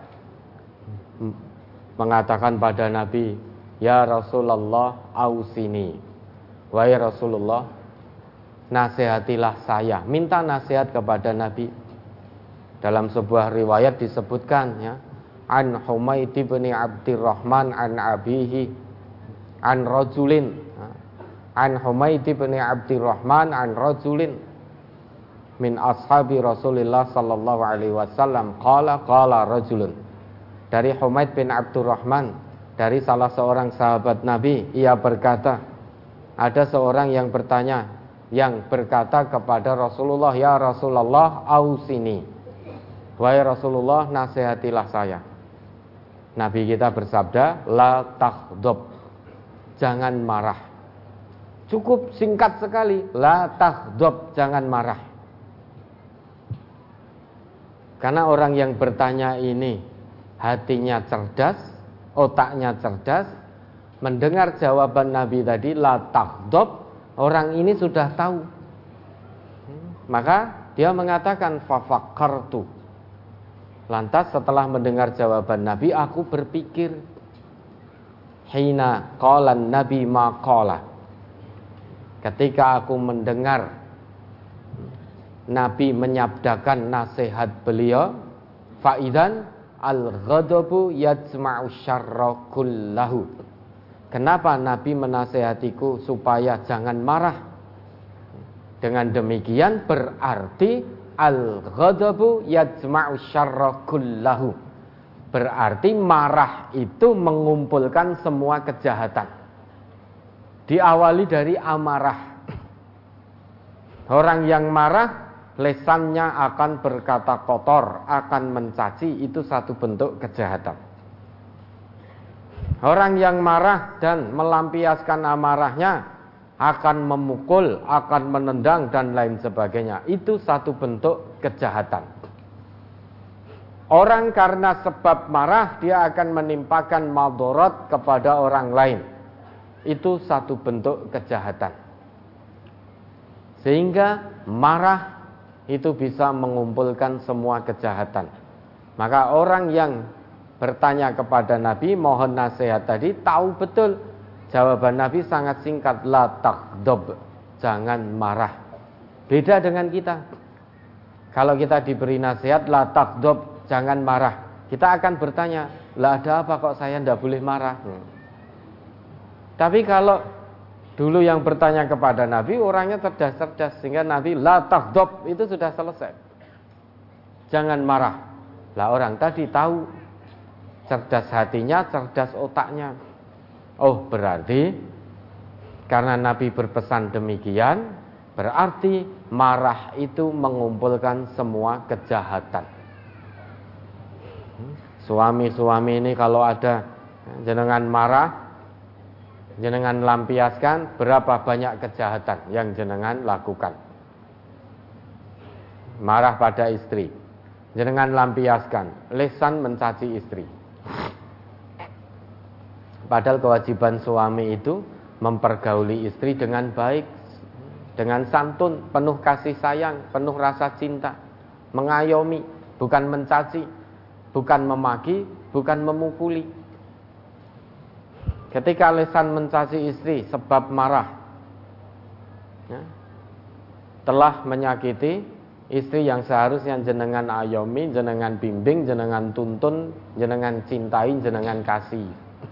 mengatakan pada Nabi, ya Rasulullah ausini. Wahai Rasulullah, nasihatilah saya. Minta nasihat kepada Nabi. Dalam sebuah riwayat disebutkan ya, an Humaid bin Abdurrahman an abihi an rajulin, an Humaid bin Abdurrahman an rajulin min ashabi Rasulillah sallallahu alaihi wasallam qala rajulun. Dari Humaid bin Abdurrahman, dari salah seorang sahabat Nabi, ia berkata, ada seorang yang berkata kepada Rasulullah, ya Rasulullah ausini. Wahai Rasulullah, nasihatilah saya. Nabi kita bersabda, la takhdab, jangan marah. Cukup singkat sekali, la takhdab, jangan marah. Karena orang yang bertanya ini hatinya cerdas, otaknya cerdas, mendengar jawaban Nabi tadi la taghdab, orang ini sudah tahu. Maka dia mengatakan fafakkartu. Lantas setelah mendengar jawaban Nabi, aku berpikir. Hina qalan Nabi ma qala. Ketika aku mendengar Nabi menyabdakan nasihat beliau, faidan al-ghadabu yajma'u syarra kullahu. Kenapa Nabi menasehatiku supaya jangan marah? Dengan demikian berarti al-ghadabu yajma'u syarra kullahu. Berarti marah itu mengumpulkan semua kejahatan. Diawali dari amarah. Orang yang marah, lesannya akan berkata kotor, akan mencaci, itu satu bentuk kejahatan. Orang yang marah dan melampiaskan amarahnya akan memukul, akan menendang dan lain sebagainya. Itu satu bentuk kejahatan. Orang karena sebab marah dia akan menimpakan madharat kepada orang lain. Itu satu bentuk kejahatan. Sehingga marah itu bisa mengumpulkan semua kejahatan. Maka orang yang bertanya kepada Nabi mohon nasihat tadi tahu betul jawaban Nabi sangat singkat, la taghdab, jangan marah. Beda dengan kita. Kalau kita diberi nasihat la taghdab, jangan marah, kita akan bertanya, lah ada apa kok saya tidak boleh marah? Tapi kalau dulu yang bertanya kepada Nabi orangnya cerdas-cerdas, sehingga Nabi la taghdab itu sudah selesai, jangan marah. Lah orang tadi tahu, cerdas hatinya, cerdas otaknya. Oh berarti karena Nabi berpesan demikian, berarti marah itu mengumpulkan semua kejahatan. Suami-suami ini kalau ada jenengan marah, jenengan lampiaskan, berapa banyak kejahatan yang jenengan lakukan. Marah pada istri, jenengan lampiaskan, lisan mencaci istri. Padahal kewajiban suami itu mempergauli istri dengan baik, dengan santun, penuh kasih sayang, penuh rasa cinta, mengayomi, bukan mencaci, bukan memaki, bukan memukuli. Ketika lisan mencaci istri sebab marah, ya, telah menyakiti istri yang seharusnya jenengan ayomi, jenengan bimbing, jenengan tuntun, jenengan cintai, jenengan kasih.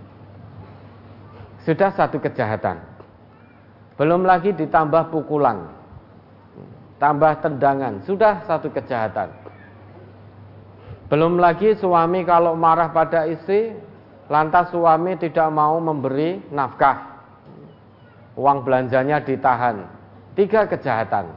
Sudah satu kejahatan. Belum lagi ditambah pukulan, tambah tendangan, sudah satu kejahatan. Belum lagi suami kalau marah pada istri, lantas suami tidak mau memberi nafkah, uang belanjanya ditahan. 3 kejahatan.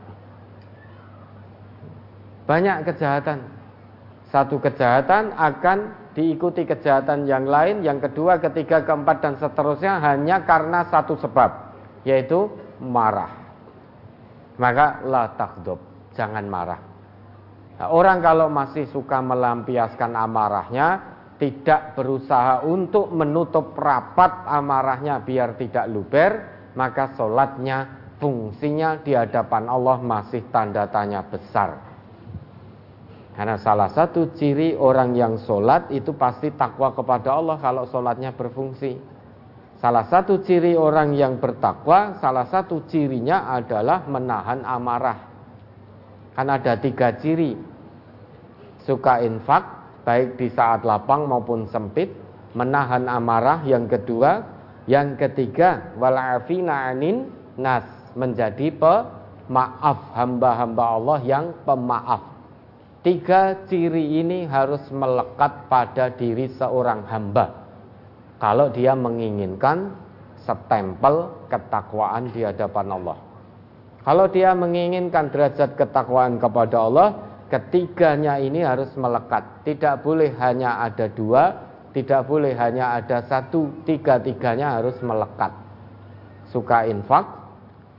Banyak kejahatan. Satu kejahatan akan diikuti kejahatan yang lain, yang kedua, ketiga, keempat, dan seterusnya hanya karena satu sebab, yaitu marah. Maka la taghdab, jangan marah. Nah, orang kalau masih suka melampiaskan amarahnya, tidak berusaha untuk menutup rapat amarahnya biar tidak luber, maka sholatnya, fungsinya di hadapan Allah masih tanda tanya besar. Karena salah satu ciri orang yang sholat itu pasti takwa kepada Allah kalau sholatnya berfungsi. Salah satu ciri orang yang bertakwa, salah satu cirinya adalah menahan amarah. Kan ada 3 ciri. Suka infak, baik di saat lapang maupun sempit. Menahan amarah yang kedua. Yang ketiga, wal'afina anin nas, menjadi pemaaf, hamba-hamba Allah yang pemaaf. 3 ciri ini harus melekat pada diri seorang hamba kalau dia menginginkan stempel ketakwaan di hadapan Allah. Kalau dia menginginkan derajat ketakwaan kepada Allah, ketiganya ini harus melekat. Tidak boleh hanya ada 2, tidak boleh hanya ada 1, 3-tiganya harus melekat. Suka infak,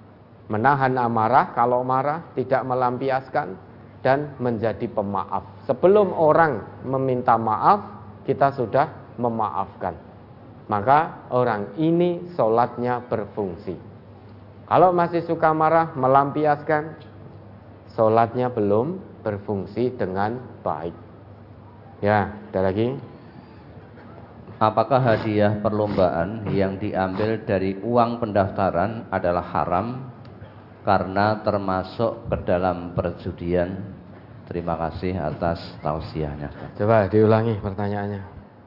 menahan amarah kalau marah, tidak melampiaskan, dan menjadi pemaaf. Sebelum orang meminta maaf, kita sudah memaafkan. Maka orang ini sholatnya berfungsi. Kalau masih suka marah, melampiaskan, sholatnya belum berfungsi dengan baik. Ya, ada lagi. Apakah hadiah perlombaan yang diambil dari uang pendaftaran adalah haram karena termasuk ke dalam perjudian? Terima kasih atas tausiahnya. Coba diulangi pertanyaannya.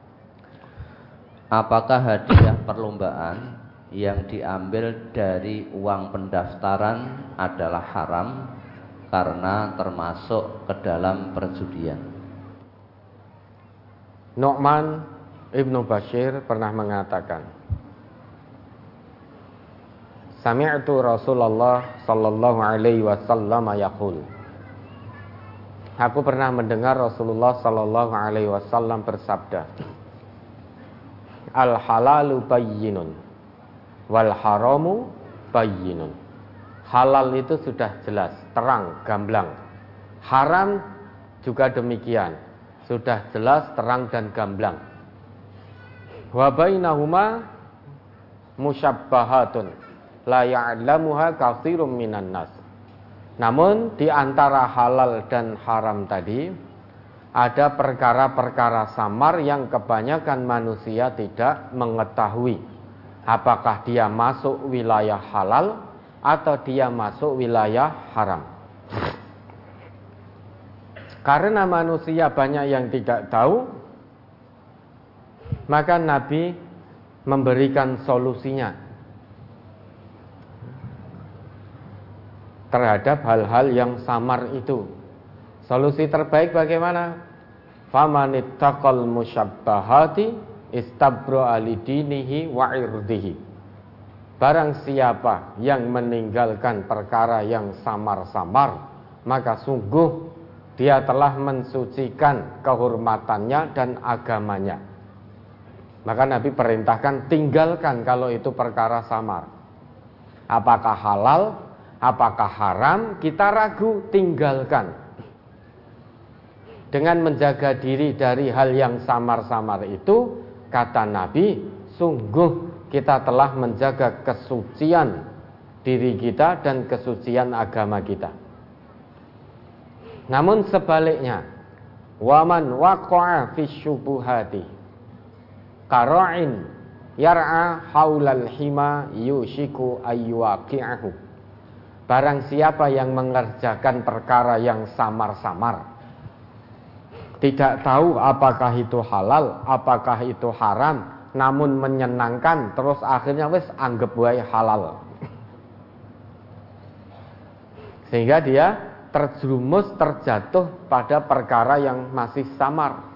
Apakah hadiah perlombaan yang diambil dari uang pendaftaran adalah haram karena termasuk ke dalam perjudian? Nu'man Ibnu Bashir pernah mengatakan, Sami'tu Rasulullah sallallahu alaihi wasallam yaqul. Aku pernah mendengar Rasulullah sallallahu alaihi wasallam bersabda, Al halalu bayyinun wal haramu bayyinun. Halal itu sudah jelas, terang, gamblang. Haram juga demikian, sudah jelas, terang dan gamblang. Wa bainahuma musyabbahatun la ya'lamuha katsirun minan nas. Namun di antara halal dan haram tadi ada perkara-perkara samar yang kebanyakan manusia tidak mengetahui apakah dia masuk wilayah halal atau dia masuk wilayah haram. Karena manusia banyak yang tidak tahu, maka Nabi memberikan solusinya terhadap hal-hal yang samar itu. Solusi terbaik bagaimana? Famanittaqal musyabbahati istabra alidinihi wa irdihi. Barang siapa yang meninggalkan perkara yang samar-samar, maka sungguh dia telah mensucikan kehormatannya dan agamanya. Maka Nabi perintahkan tinggalkan kalau itu perkara samar. Apakah halal, apakah haram, kita ragu, tinggalkan. Dengan menjaga diri dari hal yang samar-samar itu, kata Nabi, sungguh kita telah menjaga kesucian diri kita dan kesucian agama kita. Namun sebaliknya, waman waqa'a fi syubuhati qara'in yar'a haulal hima yushiku ayyuqi'ahu. Barang siapa yang mengerjakan perkara yang samar-samar, tidak tahu apakah itu halal, apakah itu haram, namun menyenangkan, terus akhirnya wis anggap wae halal, sehingga dia terjerumus, terjatuh pada perkara yang masih samar.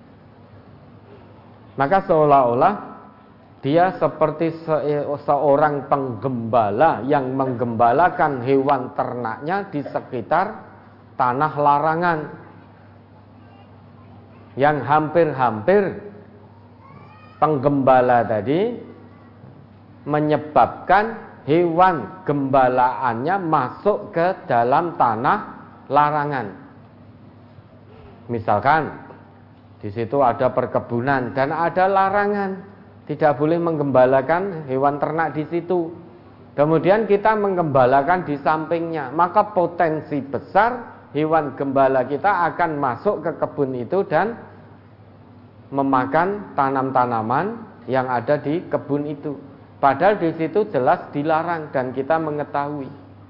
Maka seolah-olah dia seperti seorang penggembala yang menggembalakan hewan ternaknya di sekitar tanah larangan, yang hampir-hampir penggembala tadi menyebabkan hewan gembalaannya masuk ke dalam tanah larangan. Misalkan di situ ada perkebunan dan ada larangan, tidak boleh menggembalakan hewan ternak di situ. Kemudian kita menggembalakan di sampingnya, maka potensi besar hewan gembala kita akan masuk ke kebun itu dan memakan tanam-tanaman yang ada di kebun itu. Padahal di situ jelas dilarang dan kita mengetahui.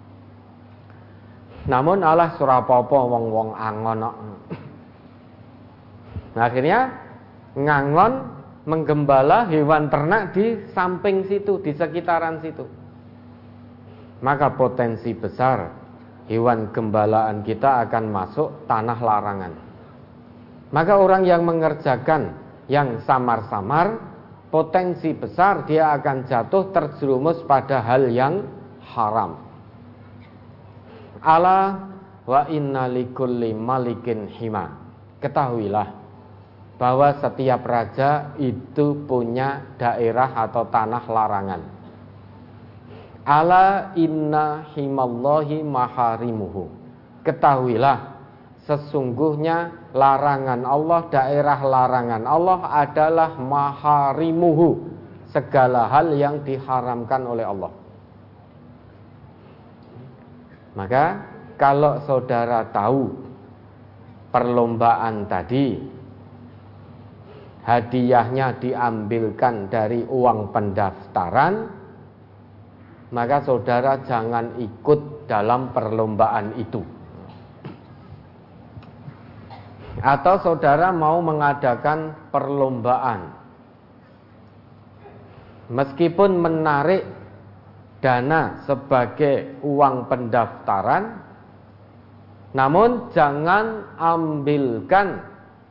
Namun alah surapopo wong-wong angon. Akhirnya ngangon menggembala hewan ternak di samping situ, di sekitaran situ. Maka potensi besar hewan gembalaan kita akan masuk tanah larangan. Maka orang yang mengerjakan yang samar-samar, potensi besar dia akan jatuh terjerumus pada hal yang haram. Ala wa inna likulli malikin hima. Ketahuilah bahwa setiap raja itu punya daerah atau tanah larangan. Ala inna himallahi maharimuhu. Ketahuilah sesungguhnya larangan Allah, daerah larangan Allah adalah maharimuhu, segala hal yang diharamkan oleh Allah. Maka kalau saudara tahu perlombaan tadi hadiahnya diambilkan dari uang pendaftaran, maka saudara jangan ikut dalam perlombaan itu. Atau saudara mau mengadakan perlombaan, meskipun menarik dana sebagai uang pendaftaran, namun jangan ambilkan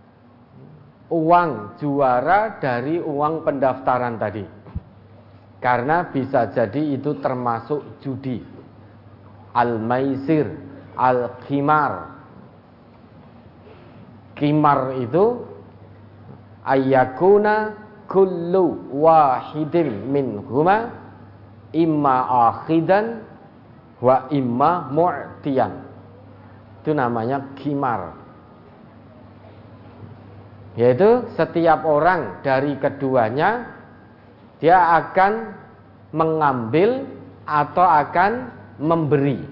uang juara dari uang pendaftaran tadi, karena bisa jadi itu termasuk judi, al-maisir, al-qimar. Qimar itu ayyakuna kullu wahidin minhuma imma akhidan wa imma mu'tiyan. Itu namanya qimar. Yaitu setiap orang dari keduanya dia akan mengambil atau akan memberi.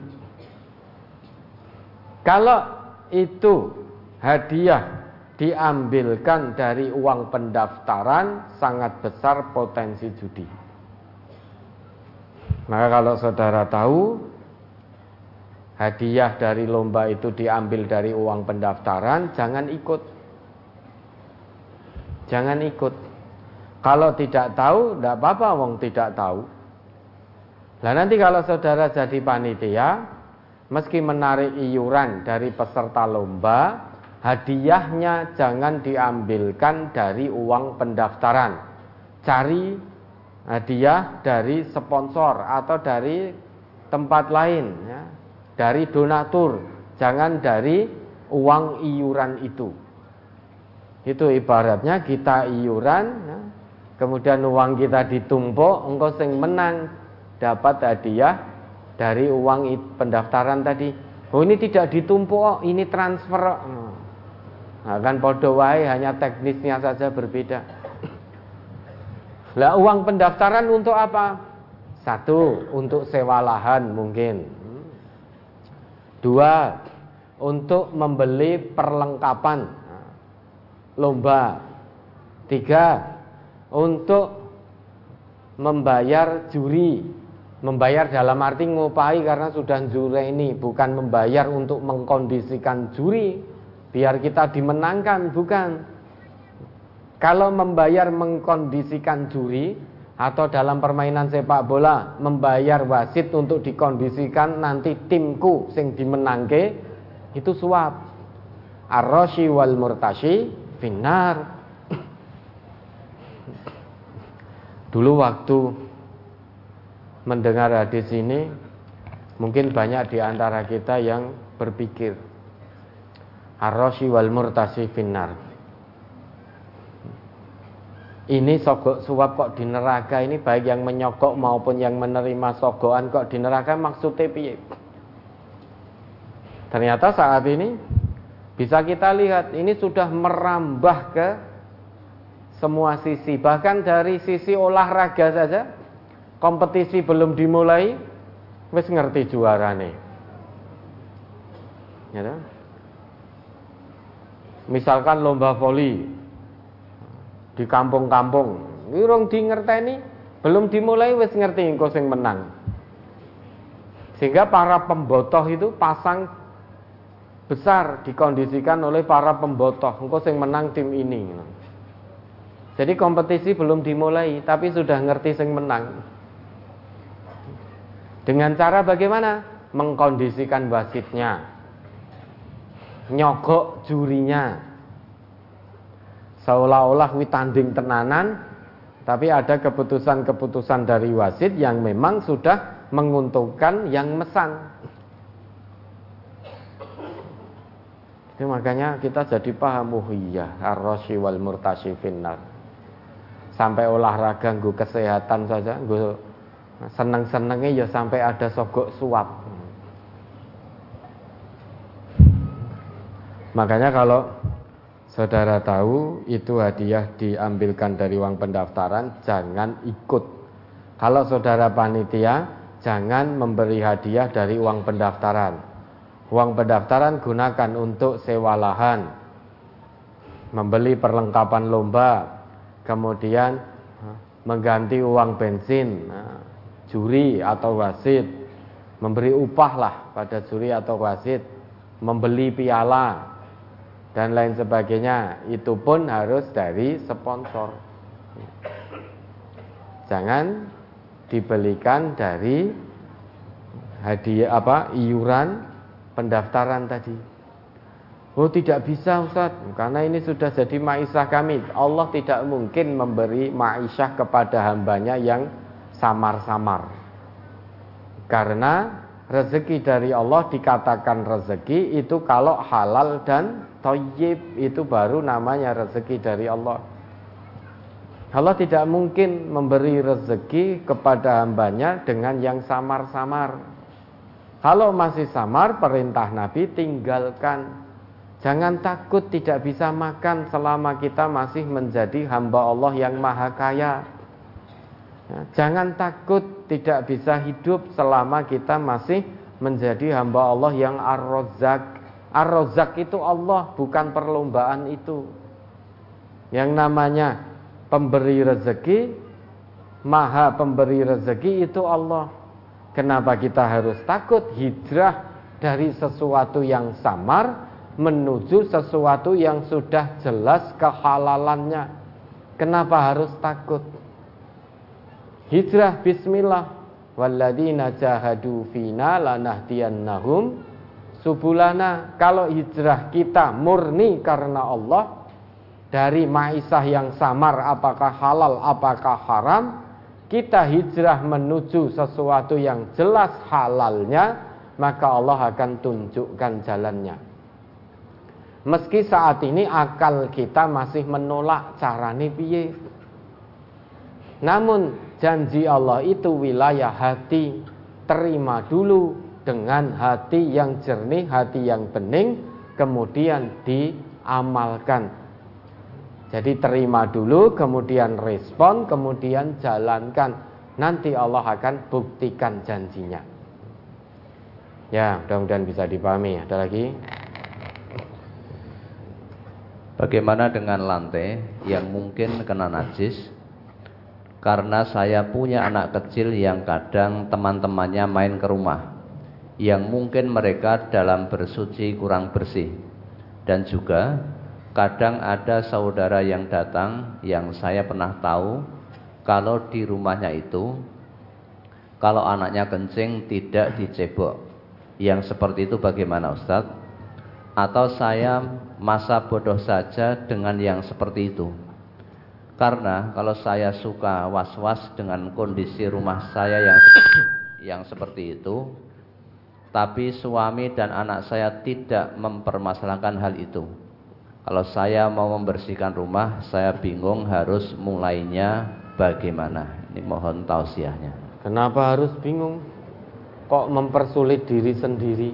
Kalau itu hadiah diambilkan dari uang pendaftaran, sangat besar potensi judi. Maka kalau saudara tahu hadiah dari lomba itu diambil dari uang pendaftaran, jangan ikut. Jangan ikut. Kalau tidak tahu, tidak apa-apa, wong tidak tahu. Nah nanti kalau saudara jadi panitia, meski menarik iuran dari peserta lomba, hadiahnya jangan diambilkan dari uang pendaftaran. Cari hadiah dari sponsor atau dari tempat lain, ya, dari donatur, jangan dari uang iuran itu. Itu ibaratnya kita iuran, ya, kemudian uang kita ditumpuk, engkau sing menang dapat hadiah dari uang pendaftaran tadi. Oh ini tidak ditumpuk, ini transfer. Nah, kan podo wae, hanya teknisnya saja berbeda. Lah uang pendaftaran untuk apa? Satu, untuk sewa lahan mungkin. Dua, untuk membeli perlengkapan lomba. Tiga, untuk membayar juri. Membayar dalam arti ngupahi karena sudah juri ini, bukan membayar untuk mengkondisikan juri biar kita dimenangkan, bukan. Kalau membayar mengkondisikan juri, atau dalam permainan sepak bola membayar wasit untuk dikondisikan nanti timku sing dimenangke, itu suap. Ar-rashi wal murtashi finnar. Dulu waktu mendengar hadis ini, mungkin banyak di antara kita yang berpikir ar-rashi wal murtashi finnar. Ini sogok suap kok di neraka, ini baik yang menyogok maupun yang menerima sogokan kok di neraka, maksudnya piye? Ternyata saat ini bisa kita lihat ini sudah merambah ke semua sisi, bahkan dari sisi olahraga saja. Kompetisi belum dimulai wis ngerti juarane. Ya, misalkan lomba voli di kampung-kampung, urung di ngerteni, belum dimulai wis ngerti engko sing menang. Sehingga para pembotoh itu pasang besar dikondisikan oleh para pembotoh, engko sing menang tim ini. Jadi kompetisi belum dimulai tapi sudah ngerti sing menang. Dengan cara bagaimana? Mengkondisikan wasitnya, nyogok jurinya, seolah-olah witanding tenanan, tapi ada keputusan-keputusan dari wasit yang memang sudah menguntungkan yang mesan. Itu makanya kita jadi paham, oh iya, ar-rashi wal murtashi finnar. Sampai olahraga nggo kesehatan saja, nggo seneng-senengnya ya sampai ada sogok suap. Makanya kalau saudara tahu itu hadiah diambilkan dari uang pendaftaran, jangan ikut. Kalau saudara panitia, jangan memberi hadiah dari uang pendaftaran. Uang pendaftaran gunakan untuk sewa lahan, membeli perlengkapan lomba, kemudian mengganti uang bensin, juri atau wasit, memberi upah lah pada juri atau wasit, membeli piala dan lain sebagainya. Itu pun harus dari sponsor. Jangan dibelikan dari hadiah iuran pendaftaran tadi. Oh, tidak bisa Ustaz, karena ini sudah jadi ma'isyah kami. Allah tidak mungkin memberi ma'isyah kepada hambanya yang samar-samar. Karena rezeki dari Allah dikatakan rezeki itu kalau halal dan thayyib, itu baru namanya rezeki dari Allah. Allah tidak mungkin memberi rezeki kepada hambanya dengan yang samar-samar. Kalau masih samar, perintah Nabi tinggalkan. Jangan takut tidak bisa makan selama kita masih menjadi hamba Allah yang maha kaya. Jangan takut tidak bisa hidup selama kita masih menjadi hamba Allah yang Ar-Razzaq. Ar-Razzaq itu Allah, bukan perlombaan itu. Yang namanya pemberi rezeki, maha pemberi rezeki itu Allah. Kenapa kita harus takut hijrah dari sesuatu yang samar menuju sesuatu yang sudah jelas kehalalannya? Kenapa harus takut? Hijrah bismillah. Walladzina jahadu fina lanahdiyannahum subulana. Kalau hijrah kita murni karena Allah, dari maisah yang samar, apakah halal, apakah haram, kita hijrah menuju sesuatu yang jelas halalnya, maka Allah akan tunjukkan jalannya. Meski saat ini akal kita masih menolak carane piye. Namun janji Allah itu wilayah hati. Terima dulu dengan hati yang jernih, hati yang bening, kemudian diamalkan. Jadi terima dulu, kemudian respon, kemudian jalankan. Nanti Allah akan buktikan janjinya. Ya, mudah-mudahan bisa dipahami. Ada lagi? Bagaimana dengan lantai yang mungkin kena najis? Karena saya punya anak kecil yang kadang teman-temannya main ke rumah, yang mungkin mereka dalam bersuci kurang bersih. Dan juga kadang ada saudara yang datang yang saya pernah tahu kalau di rumahnya itu, kalau anaknya kencing tidak dicebok. Yang seperti itu bagaimana Ustadz? Atau saya masa bodoh saja dengan yang seperti itu? Karena kalau saya suka was-was dengan kondisi rumah saya yang seperti itu, tapi suami dan anak saya tidak mempermasalahkan hal itu. Kalau saya mau membersihkan rumah, saya bingung harus mulainya bagaimana. Ini mohon tausiahnya. Kenapa harus bingung? Kok mempersulit diri sendiri?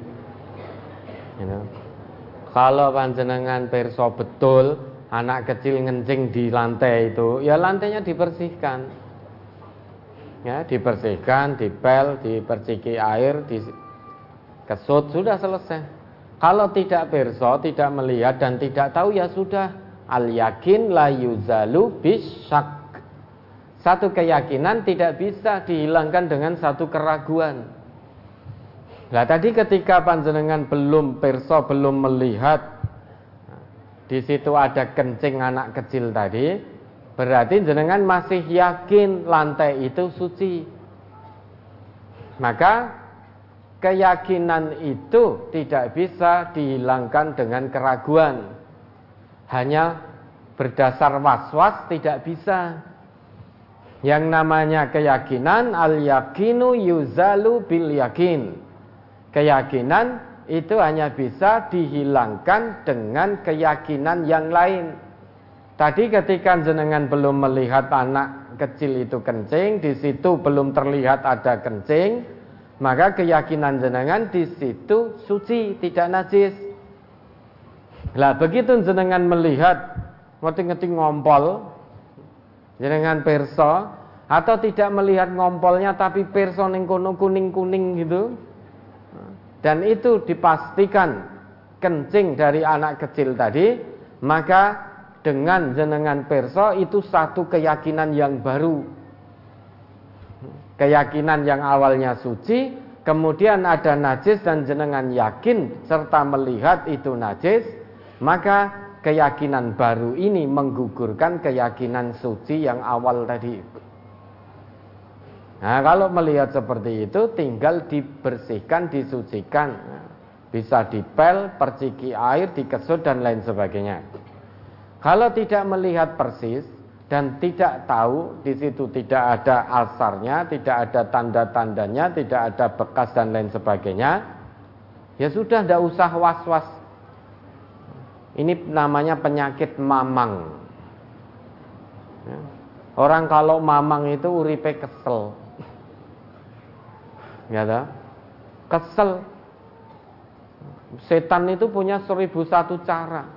Kalau panjenengan pirsa betul anak kecil ngencing di lantai itu, ya lantainya dibersihkan. Ya, dibersihkan, dipel, diperciki air, dikesut, sudah selesai. Kalau tidak pirsa, tidak melihat dan tidak tahu, ya sudah. Al-yakin la yuzalu bisyak. Satu keyakinan tidak bisa dihilangkan dengan satu keraguan. Nah, tadi ketika panjenengan belum pirsa, belum melihat di situ ada kencing anak kecil tadi, berarti jenengan masih yakin lantai itu suci. Maka keyakinan itu tidak bisa dihilangkan dengan keraguan. Hanya berdasar was-was tidak bisa. Yang namanya keyakinan, al-yakinu yuzalu bil yakin. Keyakinan itu hanya bisa dihilangkan dengan keyakinan yang lain. Tadi ketika jenengan belum melihat anak kecil itu kencing, di situ belum terlihat ada kencing, maka keyakinan jenengan di situ suci, tidak najis. Lah begitu jenengan melihat ngeti-ngeti ngompol, jenengan pirsa, atau tidak melihat ngompolnya tapi pirsa ning kono kuning-kuning gitu, dan itu dipastikan kencing dari anak kecil tadi, maka dengan jenengan pirsa itu satu keyakinan yang baru. Keyakinan yang awalnya suci, kemudian ada najis dan jenengan yakin serta melihat itu najis, maka keyakinan baru ini menggugurkan keyakinan suci yang awal tadi. Nah, kalau melihat seperti itu tinggal dibersihkan, disucikan. Bisa dipel, perciki air, dikesut dan lain sebagainya. Kalau tidak melihat persis dan tidak tahu, di situ tidak ada alsarnya, tidak ada tanda-tandanya, tidak ada bekas dan lain sebagainya, ya sudah, tidak usah was-was. Ini namanya penyakit mamang. Orang kalau mamang itu uripe kesel, ya toh? Kesel. Setan itu punya 1001 cara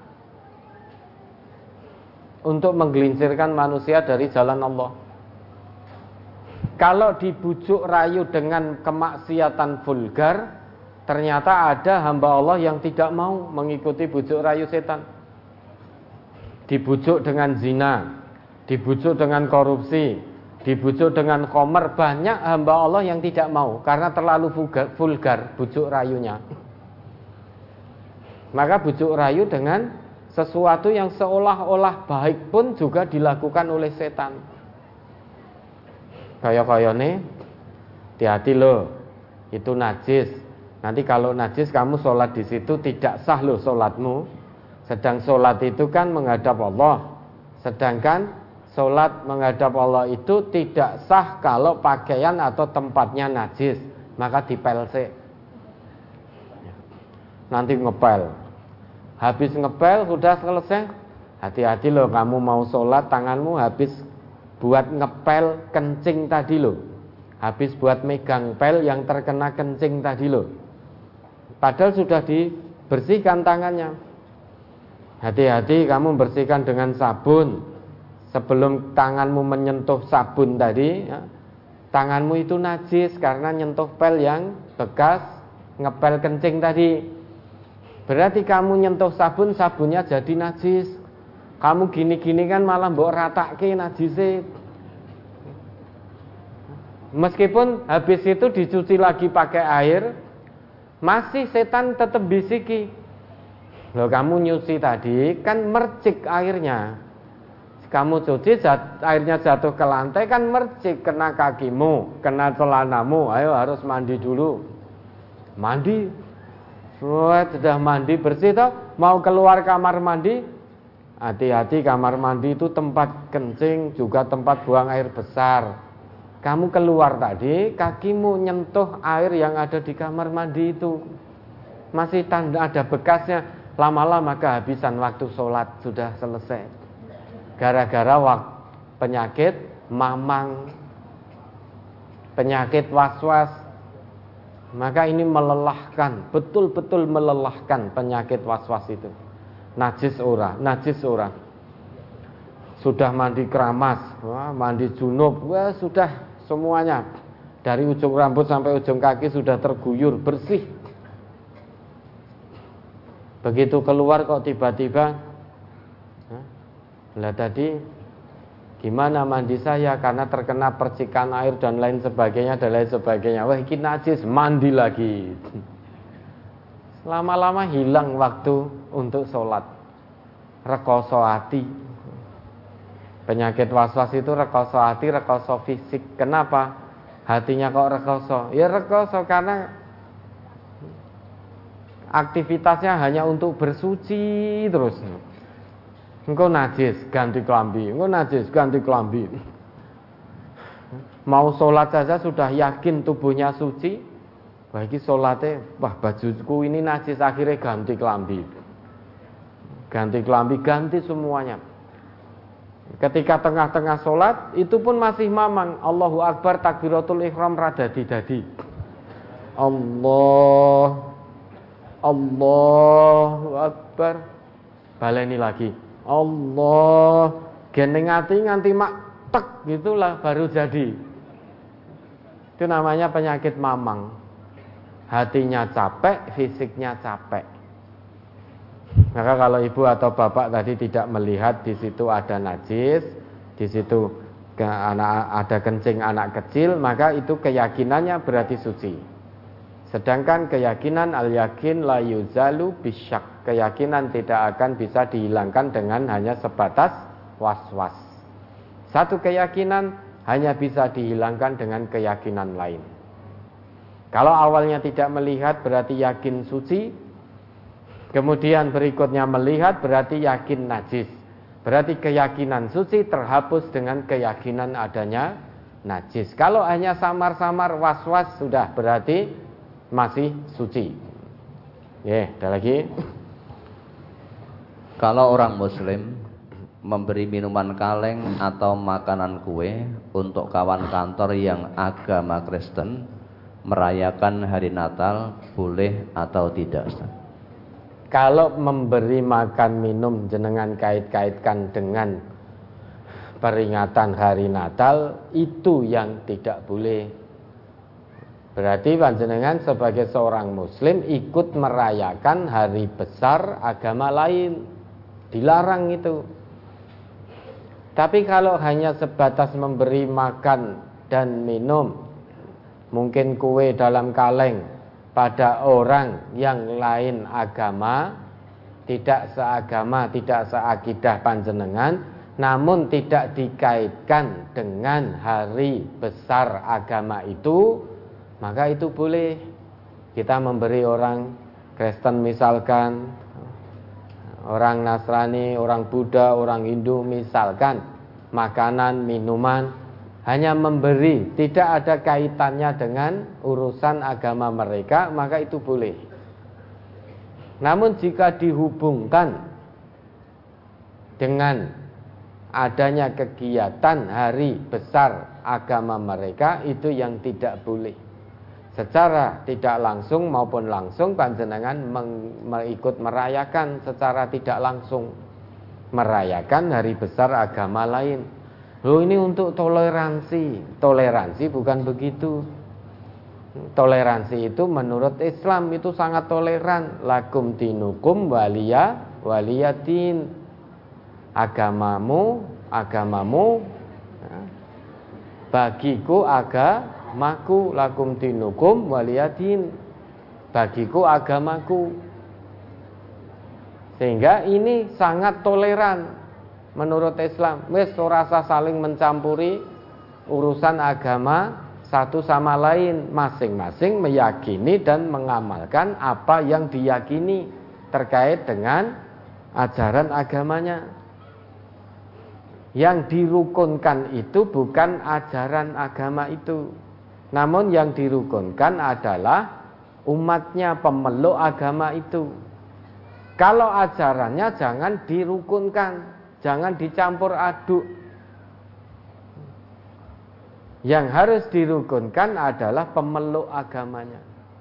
untuk menggelincirkan manusia dari jalan Allah. Kalau dibujuk rayu dengan kemaksiatan vulgar, ternyata ada hamba Allah yang tidak mau mengikuti bujuk rayu setan. Dibujuk dengan zina, dibujuk dengan korupsi, dibujuk dengan khomer, banyak hamba Allah yang tidak mau karena terlalu vulgar bujuk rayunya. Maka bujuk rayu dengan sesuatu yang seolah-olah baik pun juga dilakukan oleh setan. Kaya-kayane, hati-hati loh, itu najis. Nanti kalau najis kamu sholat di situ tidak sah loh sholatmu. Sedang sholat itu kan menghadap Allah. Sedangkan sholat menghadap Allah itu tidak sah kalau pakaian atau tempatnya najis. Maka dipelse. Nanti ngepel. Habis ngepel sudah selesai. Hati-hati loh, kamu mau sholat tanganmu habis buat ngepel kencing tadi loh. Habis buat megang pel yang terkena kencing tadi loh. Padahal sudah dibersihkan tangannya. Hati-hati kamu bersihkan dengan sabun. Sebelum tanganmu menyentuh sabun tadi, ya, tanganmu itu najis karena nyentuh pel yang bekas ngepel kencing tadi. Berarti kamu nyentuh sabun, sabunnya jadi najis. Kamu gini-gini kan malah mbok ratake najise. Meskipun habis itu dicuci lagi pakai air, masih setan tetap bisiki. Loh, kamu nyuci tadi kan mercik airnya. Kamu cuci airnya jatuh ke lantai kan mercik, kena kakimu, kena celanamu. Ayo harus mandi dulu. Mandi. Sudah mandi bersih toh, mau keluar kamar mandi, hati-hati, kamar mandi itu tempat kencing juga tempat buang air besar. Kamu keluar tadi, kakimu nyentuh air yang ada di kamar mandi itu, masih tanda ada bekasnya. Lama-lama kehabisan waktu sholat, sudah selesai. Gara-gara penyakit mamang, penyakit was-was. Maka ini melelahkan, betul-betul melelahkan penyakit was-was itu. Najis ora, najis ora. Sudah mandi keramas, mandi junub, sudah semuanya. Dari ujung rambut sampai ujung kaki sudah terguyur, bersih. Begitu keluar kok tiba-tiba, lah tadi gimana mandi saya karena terkena percikan air dan lain sebagainya dan lain sebagainya. Wah, ini najis, mandi lagi. Lama-lama hilang waktu untuk sholat. Rekoso hati. Penyakit was-was itu rekoso hati, rekoso fisik. Kenapa? Hatinya kok rekoso? Ya rekoso karena aktivitasnya hanya untuk bersuci terus. Engkau najis, ganti kelambi. Engkau najis, ganti kelambi. Mau sholat saja sudah yakin tubuhnya suci. Wah, ini sholatnya, wah bajuku ini najis, akhirnya ganti kelambi. Ganti kelambi, ganti semuanya. Ketika tengah-tengah sholat, itu pun masih mamang. Allahu Akbar, takbiratul ihram radadi-dadi. Allahu Akbar. baleni lagi. Allah, geneng ati nganti mak tek gitulah baru jadi. Itu namanya penyakit mamang. Hatinya capek, fisiknya capek. Maka kalau ibu atau bapak tadi tidak melihat di situ ada najis, di situ ada kencing anak kecil, maka itu keyakinannya berarti suci. Sedangkan keyakinan al-yakin la yuzalu bisyak, keyakinan tidak akan bisa dihilangkan dengan hanya sebatas was-was. Satu keyakinan hanya bisa dihilangkan dengan keyakinan lain. Kalau awalnya tidak melihat berarti yakin suci, kemudian berikutnya melihat berarti yakin najis. Berarti keyakinan suci terhapus dengan keyakinan adanya najis. Kalau hanya samar-samar was-was sudah berarti masih suci. Ada lagi. Kalau orang muslim memberi minuman kaleng atau makanan kue untuk kawan kantor yang agama Kristen merayakan hari Natal, boleh atau tidak, Ustaz? Kalau memberi makan minum jenengan kait-kaitkan dengan peringatan hari Natal, itu yang tidak boleh. Berarti panjenengan sebagai seorang muslim ikut merayakan hari besar agama lain. Dilarang itu. Tapi kalau hanya sebatas memberi makan dan minum, mungkin kue dalam kaleng pada orang yang lain agama, tidak seagama, tidak seakidah panjenengan, namun tidak dikaitkan dengan hari besar agama itu, maka itu boleh. Kita memberi orang Kristen misalkan, orang Nasrani, orang Buddha, orang Hindu misalkan, makanan, minuman, hanya memberi, tidak ada kaitannya dengan urusan agama mereka, maka itu boleh. Namun jika dihubungkan dengan adanya kegiatan hari besar agama mereka, itu yang tidak boleh. Secara tidak langsung maupun langsung panjenengan ikut merayakan secara tidak langsung, merayakan hari besar agama lain. Loh, ini untuk toleransi. Toleransi bukan begitu. Toleransi itu menurut Islam itu sangat toleran. Lakum dinukum waliyadin. Agamamu, bagiku agamaku. Lakum dinukum waliyadin. Bagiku agamaku. Sehingga ini sangat toleran menurut Islam. Wis ora usah saling mencampuri urusan agama satu sama lain, masing-masing meyakini dan mengamalkan apa yang diyakini terkait dengan ajaran agamanya. Yang dirukunkan itu bukan ajaran agama itu, namun yang dirukunkan adalah umatnya, pemeluk agama itu. Kalau ajarannya jangan dirukunkan, jangan dicampur aduk. Yang harus dirukunkan adalah pemeluk agamanya,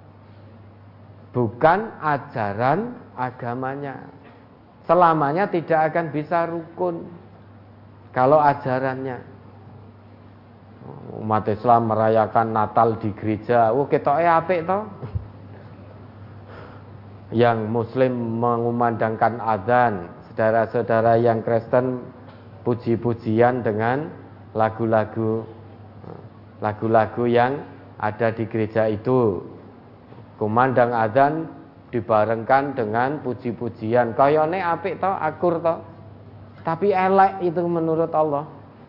bukan ajaran agamanya. Selamanya tidak akan bisa rukun kalau ajarannya. Umat Islam merayakan Natal di gereja, ketoke apik to. Yang Muslim mengumandangkan azan, saudara-saudara yang Kristen puji-pujian dengan lagu-lagu yang ada di gereja itu. Kumandang azan dibarengkan dengan puji-pujian. Kayane apik to, akur to. Tapi elek itu menurut Allah.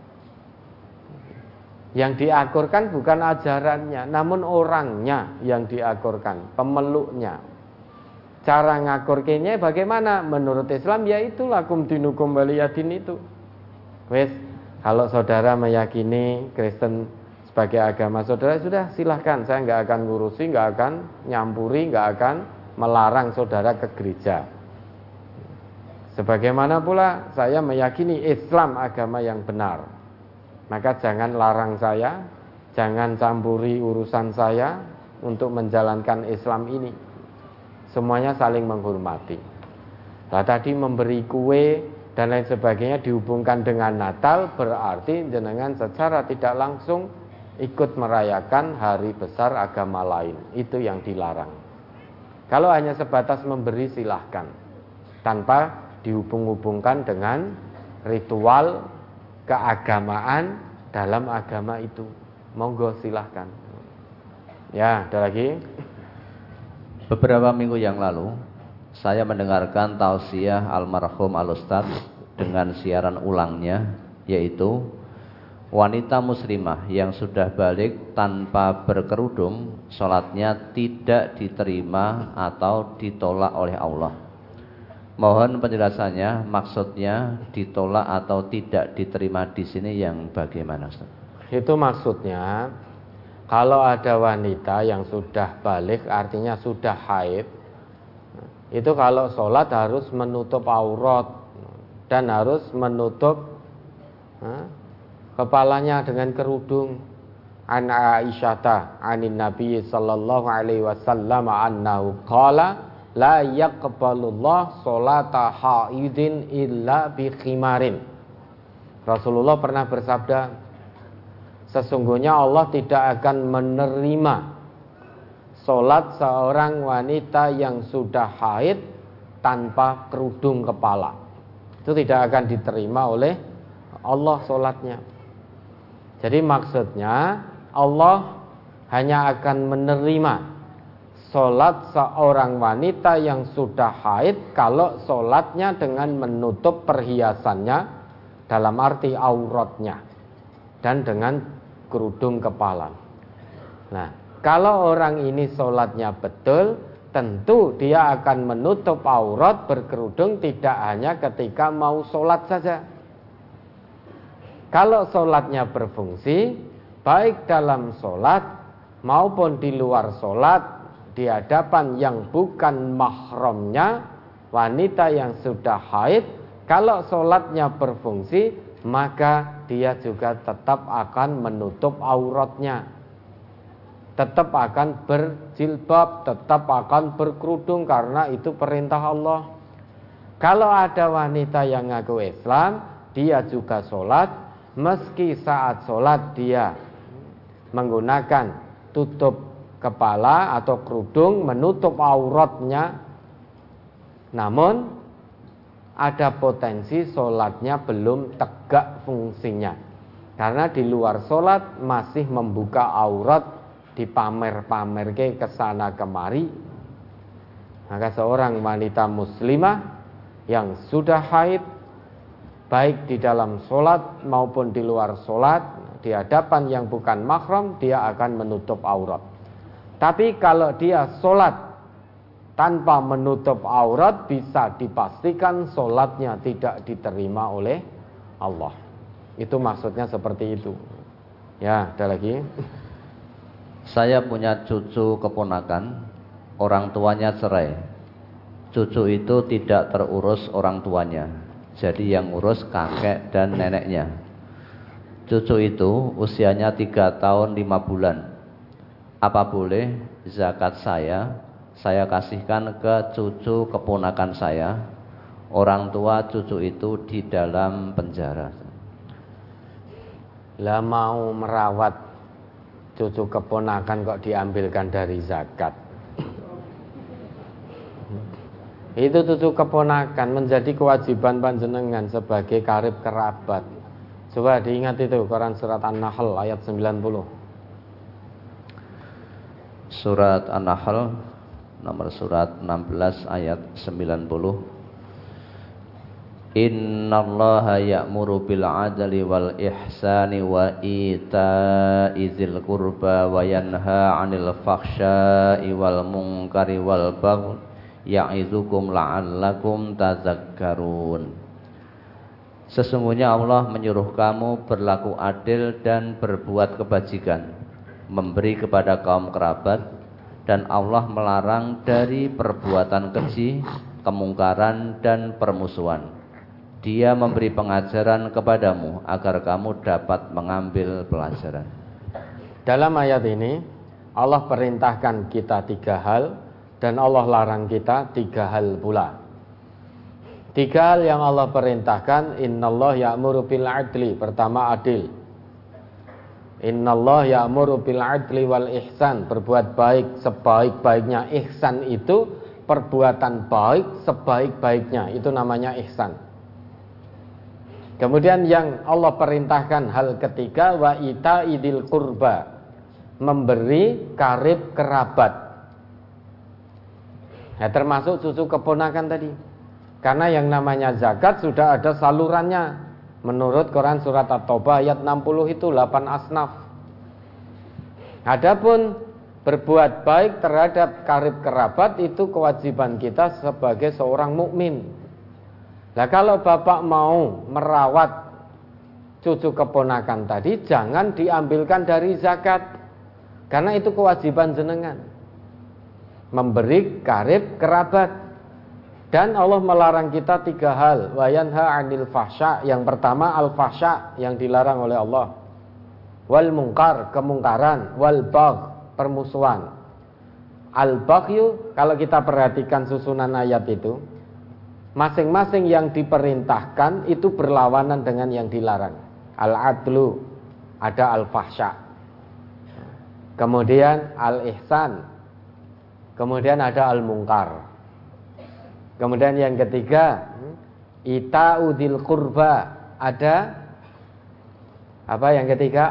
Yang diakurkan bukan ajarannya, namun orangnya yang diakurkan, pemeluknya. Cara ngakurkinnya bagaimana? Menurut Islam yaitu lakum dinukum waliyadin itu. Wes, kalau saudara meyakini Kristen sebagai agama saudara, sudah silahkan, saya nggak akan ngurusi, nggak akan nyampuri, nggak akan melarang saudara ke gereja. Sebagaimana pula saya meyakini Islam agama yang benar, maka jangan larang saya, jangan campuri urusan saya untuk menjalankan Islam ini. Semuanya saling menghormati. Nah, tadi memberi kue dan lain sebagainya dihubungkan dengan Natal, berarti jenengan secara tidak langsung ikut merayakan hari besar agama lain. Itu yang dilarang. Kalau hanya sebatas memberi silahkan, tanpa dihubung-hubungkan dengan ritual keagamaan dalam agama itu. Monggo silahkan. Ya, ada lagi. Beberapa minggu yang lalu saya mendengarkan tausiah almarhum Al-Ustaz dengan siaran ulangnya, yaitu wanita muslimah yang sudah balik tanpa berkerudung, sholatnya tidak diterima atau ditolak oleh Allah. Mohon penjelasannya, maksudnya ditolak atau tidak diterima di sini yang bagaimana, Ustaz? Itu maksudnya kalau ada wanita yang sudah balik, artinya sudah haid, itu kalau sholat harus menutup aurat dan harus menutup kepalanya dengan kerudung. An Aisyata anin Nabi sallallahu alaihi wasallam annahu qala la yaqbalullah sholata haidin illa bi khimarin. Rasulullah pernah bersabda, sesungguhnya Allah tidak akan menerima sholat seorang wanita yang sudah haid tanpa kerudung kepala. Itu tidak akan diterima oleh Allah sholatnya. Jadi maksudnya Allah hanya akan menerima sholat seorang wanita yang sudah haid kalau sholatnya dengan menutup perhiasannya, dalam arti auratnya, dan dengan kerudung kepala. Nah, kalau orang ini sholatnya betul, tentu dia akan menutup aurat berkerudung tidak hanya ketika mau sholat saja. Kalau sholatnya berfungsi, baik dalam sholat maupun di luar sholat, di hadapan yang bukan mahramnya, wanita yang sudah haid, kalau sholatnya berfungsi, maka dia juga tetap akan menutup auratnya, tetap akan berjilbab, tetap akan berkerudung, karena itu perintah Allah. Kalau ada wanita yang ngaku Islam, dia juga sholat, meski saat sholat dia menggunakan tutup kepala atau kerudung, menutup auratnya, namun ada potensi sholatnya belum tegak fungsinya, karena di luar sholat masih membuka aurat, dipamer-pamer ke kesana kemari. Maka seorang wanita muslimah yang sudah haid, baik di dalam sholat maupun di luar sholat, di hadapan yang bukan mahram, dia akan menutup aurat. Tapi kalau dia sholat tanpa menutup aurat, bisa dipastikan sholatnya tidak diterima oleh Allah. Itu maksudnya seperti itu. Ya, ada lagi. Saya punya cucu keponakan, orang tuanya cerai. Cucu itu tidak terurus orang tuanya, jadi yang ngurus kakek dan neneknya. Cucu itu usianya 3 tahun 5 bulan. Apa boleh zakat saya kasihkan ke cucu keponakan saya? Orang tua cucu itu di dalam penjara. Lah mau merawat cucu keponakan kok diambilkan dari zakat? Itu cucu keponakan menjadi kewajiban panjenengan sebagai karib kerabat. Coba diingat itu, Quran surat An-Nahl ayat 90. Surat An-Nahl nomor surat 16 ayat 90. Innallaha ya'muru bil 'adli wal ihsani wa ita'i dzil qurba wa yanha 'anil fakhsya'i wal munkari wal baghi ya'idzukum la'allakum tadzakkarun. Sesungguhnya Allah menyuruh kamu berlaku adil dan berbuat kebajikan, memberi kepada kaum kerabat, dan Allah melarang dari perbuatan keji, kemungkaran, dan permusuhan. Dia memberi pengajaran kepadamu agar kamu dapat mengambil pelajaran. Dalam ayat ini Allah perintahkan kita 3 hal, dan Allah larang kita 3 hal pula. Tiga hal yang Allah perintahkan. Innallah ya'muru bil adli. Pertama, adil. Innallah ya'muru bil adli wal ihsan. Berbuat baik sebaik-baiknya. Ihsan itu perbuatan baik sebaik-baiknya. Itu namanya ihsan. Kemudian yang Allah perintahkan hal ketiga, wa ita'idil qurba. Memberi karib kerabat. Ya, termasuk susu keponakan tadi. Karena yang namanya zakat sudah ada salurannya. Menurut Quran surat At-Taubah ayat 60 itu 8 asnaf. Adapun berbuat baik terhadap karib kerabat itu kewajiban kita sebagai seorang mukmin. Nah, kalau bapak mau merawat cucu keponakan tadi, jangan diambilkan dari zakat. Karena itu kewajiban jenengan. Memberi karib kerabat. Dan Allah melarang kita tiga hal. Wa yanha 'anil fahsya. Yang pertama al-fahsya yang dilarang oleh Allah. Wal munkar, kemungkaran. Wal bagh, permusuhan. Al-baghyu, kalau kita perhatikan susunan ayat itu, masing-masing yang diperintahkan itu berlawanan dengan yang dilarang. Al-adlu, ada al-fahsya. Kemudian al-ihsan. Kemudian ada al-munkar. Kemudian yang ketiga, ita'udil qurba, ada apa yang ketiga?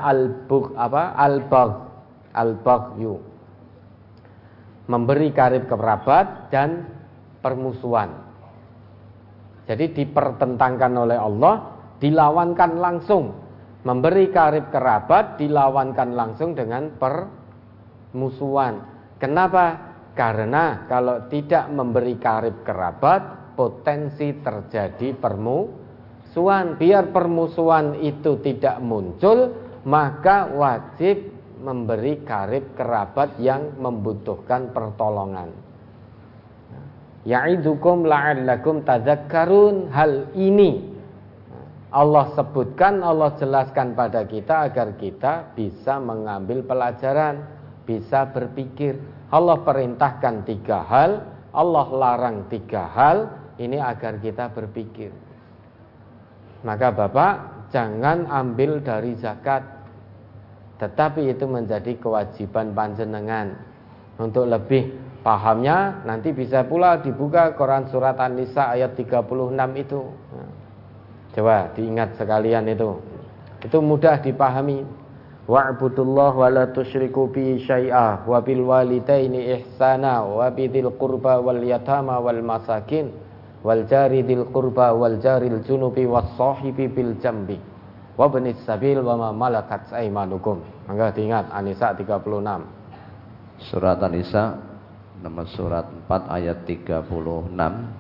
Al-baghyu. Memberi karib kerabat dan permusuhan. Jadi dipertentangkan oleh Allah, dilawankan langsung. Memberi karib kerabat dilawankan langsung dengan permusuhan. Kenapa? Karena kalau tidak memberi karib kerabat, potensi terjadi permusuhan. Biar permusuhan itu tidak muncul, maka wajib memberi karib kerabat yang membutuhkan pertolongan. Ya'idukum la'allakum tadzakkarun. Hal ini Allah sebutkan, Allah jelaskan pada kita agar kita bisa mengambil pelajaran, bisa berpikir. Allah perintahkan tiga hal, Allah larang tiga hal, ini agar kita berpikir. Maka Bapak jangan ambil dari zakat, tetapi itu menjadi kewajiban panjenengan. Untuk lebih pahamnya nanti bisa pula dibuka Quran surat An-Nisa ayat 36 itu. Coba diingat sekalian itu. Itu mudah dipahami. Wa'budullah wa la tusyriku bi syai'a wa bil walidaini ihsana wa bidil qurba wal yatama wal masakin wal jari dil qurba wal jaril junubi was sahibi bil jambi wa ibnis sabil wa ma malakat aymanukum. Maka diingat An-Nisa 36. Surat An-Nisa nomor surat 4 ayat 36.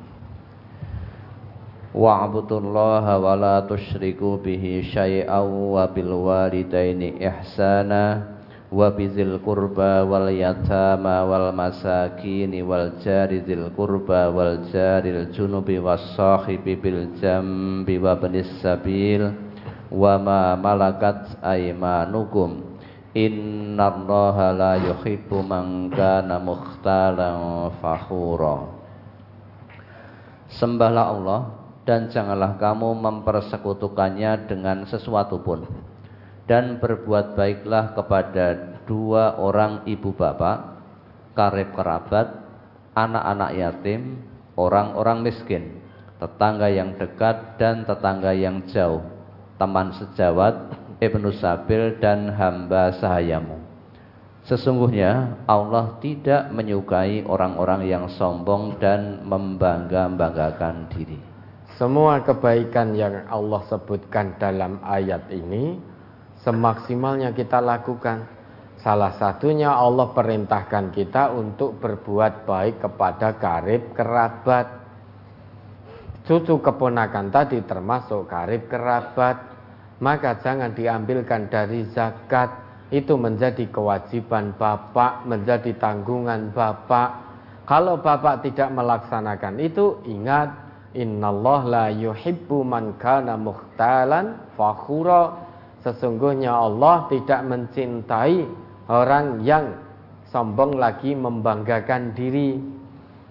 Wa'budullaha wa la tusyriku bihi syai'aw wa bil walidaini ihsana wa bizil qurba wal yatama wal masakini wal jari dzil qurba wal jaril junubi was sahibi bil jambi wa ibnis sabil wa ma malakat aymanukum innallaha la yuhibbu man kana mukhtalan fakhura. Sembahlah Allah dan janganlah kamu mempersekutukannya dengan sesuatu pun. Dan berbuat baiklah kepada dua orang ibu bapak, karib kerabat, anak-anak yatim, orang-orang miskin, tetangga yang dekat dan tetangga yang jauh, teman sejawat, ibnu sabil dan hamba sahayamu. Sesungguhnya Allah tidak menyukai orang-orang yang sombong dan membangga-banggakan diri. Semua kebaikan yang Allah sebutkan dalam ayat ini semaksimalnya kita lakukan. Salah satunya Allah perintahkan kita untuk berbuat baik kepada karib kerabat. Cucu keponakan tadi termasuk karib kerabat. Maka jangan diambilkan dari zakat. Itu menjadi kewajiban bapak, menjadi tanggungan bapak. Kalau bapak tidak melaksanakan itu, ingat, Innallah la yuhibbu man kana mukhtalan fakhura. Sesungguhnya Allah tidak mencintai orang yang sombong lagi membanggakan diri.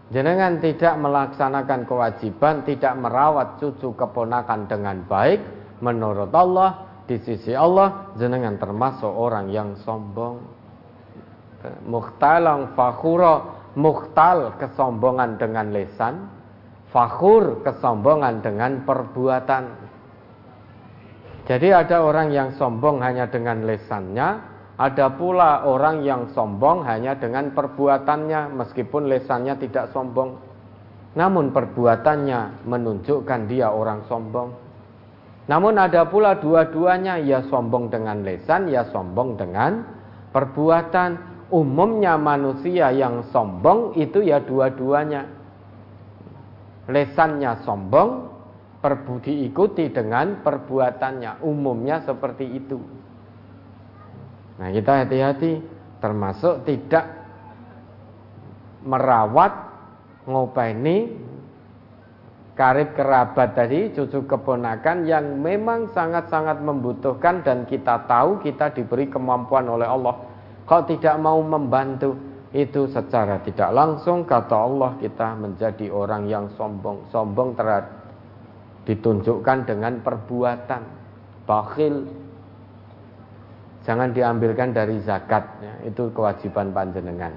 jenengan tidak melaksanakan kewajiban, tidak merawat cucu keponakan dengan baik, menurut Allah, di sisi Allah, jenengan termasuk orang yang sombong. Mukhtalan fakhura, mukhtal kesombongan dengan lisan, fakhur kesombongan dengan perbuatan. Jadi ada orang yang sombong hanya dengan lisannya, ada pula orang yang sombong hanya dengan perbuatannya, meskipun lisannya tidak sombong, namun perbuatannya menunjukkan dia orang sombong. Namun ada pula dua-duanya, ya sombong dengan lisan, ya sombong dengan perbuatan. Umumnya manusia yang sombong itu ya dua-duanya. Lisannya sombong, diikuti dengan perbuatannya. Umumnya seperti itu. Nah, kita hati-hati, termasuk tidak merawat, ngopeni karib kerabat tadi, cucu keponakan yang memang sangat-sangat membutuhkan, dan kita tahu kita diberi kemampuan oleh Allah. Kok tidak mau membantu, itu secara tidak langsung kata Allah kita menjadi orang yang sombong. Sombong ditunjukkan dengan perbuatan, bakhil. Jangan diambilkan dari zakat, ya, itu kewajiban panjenengan.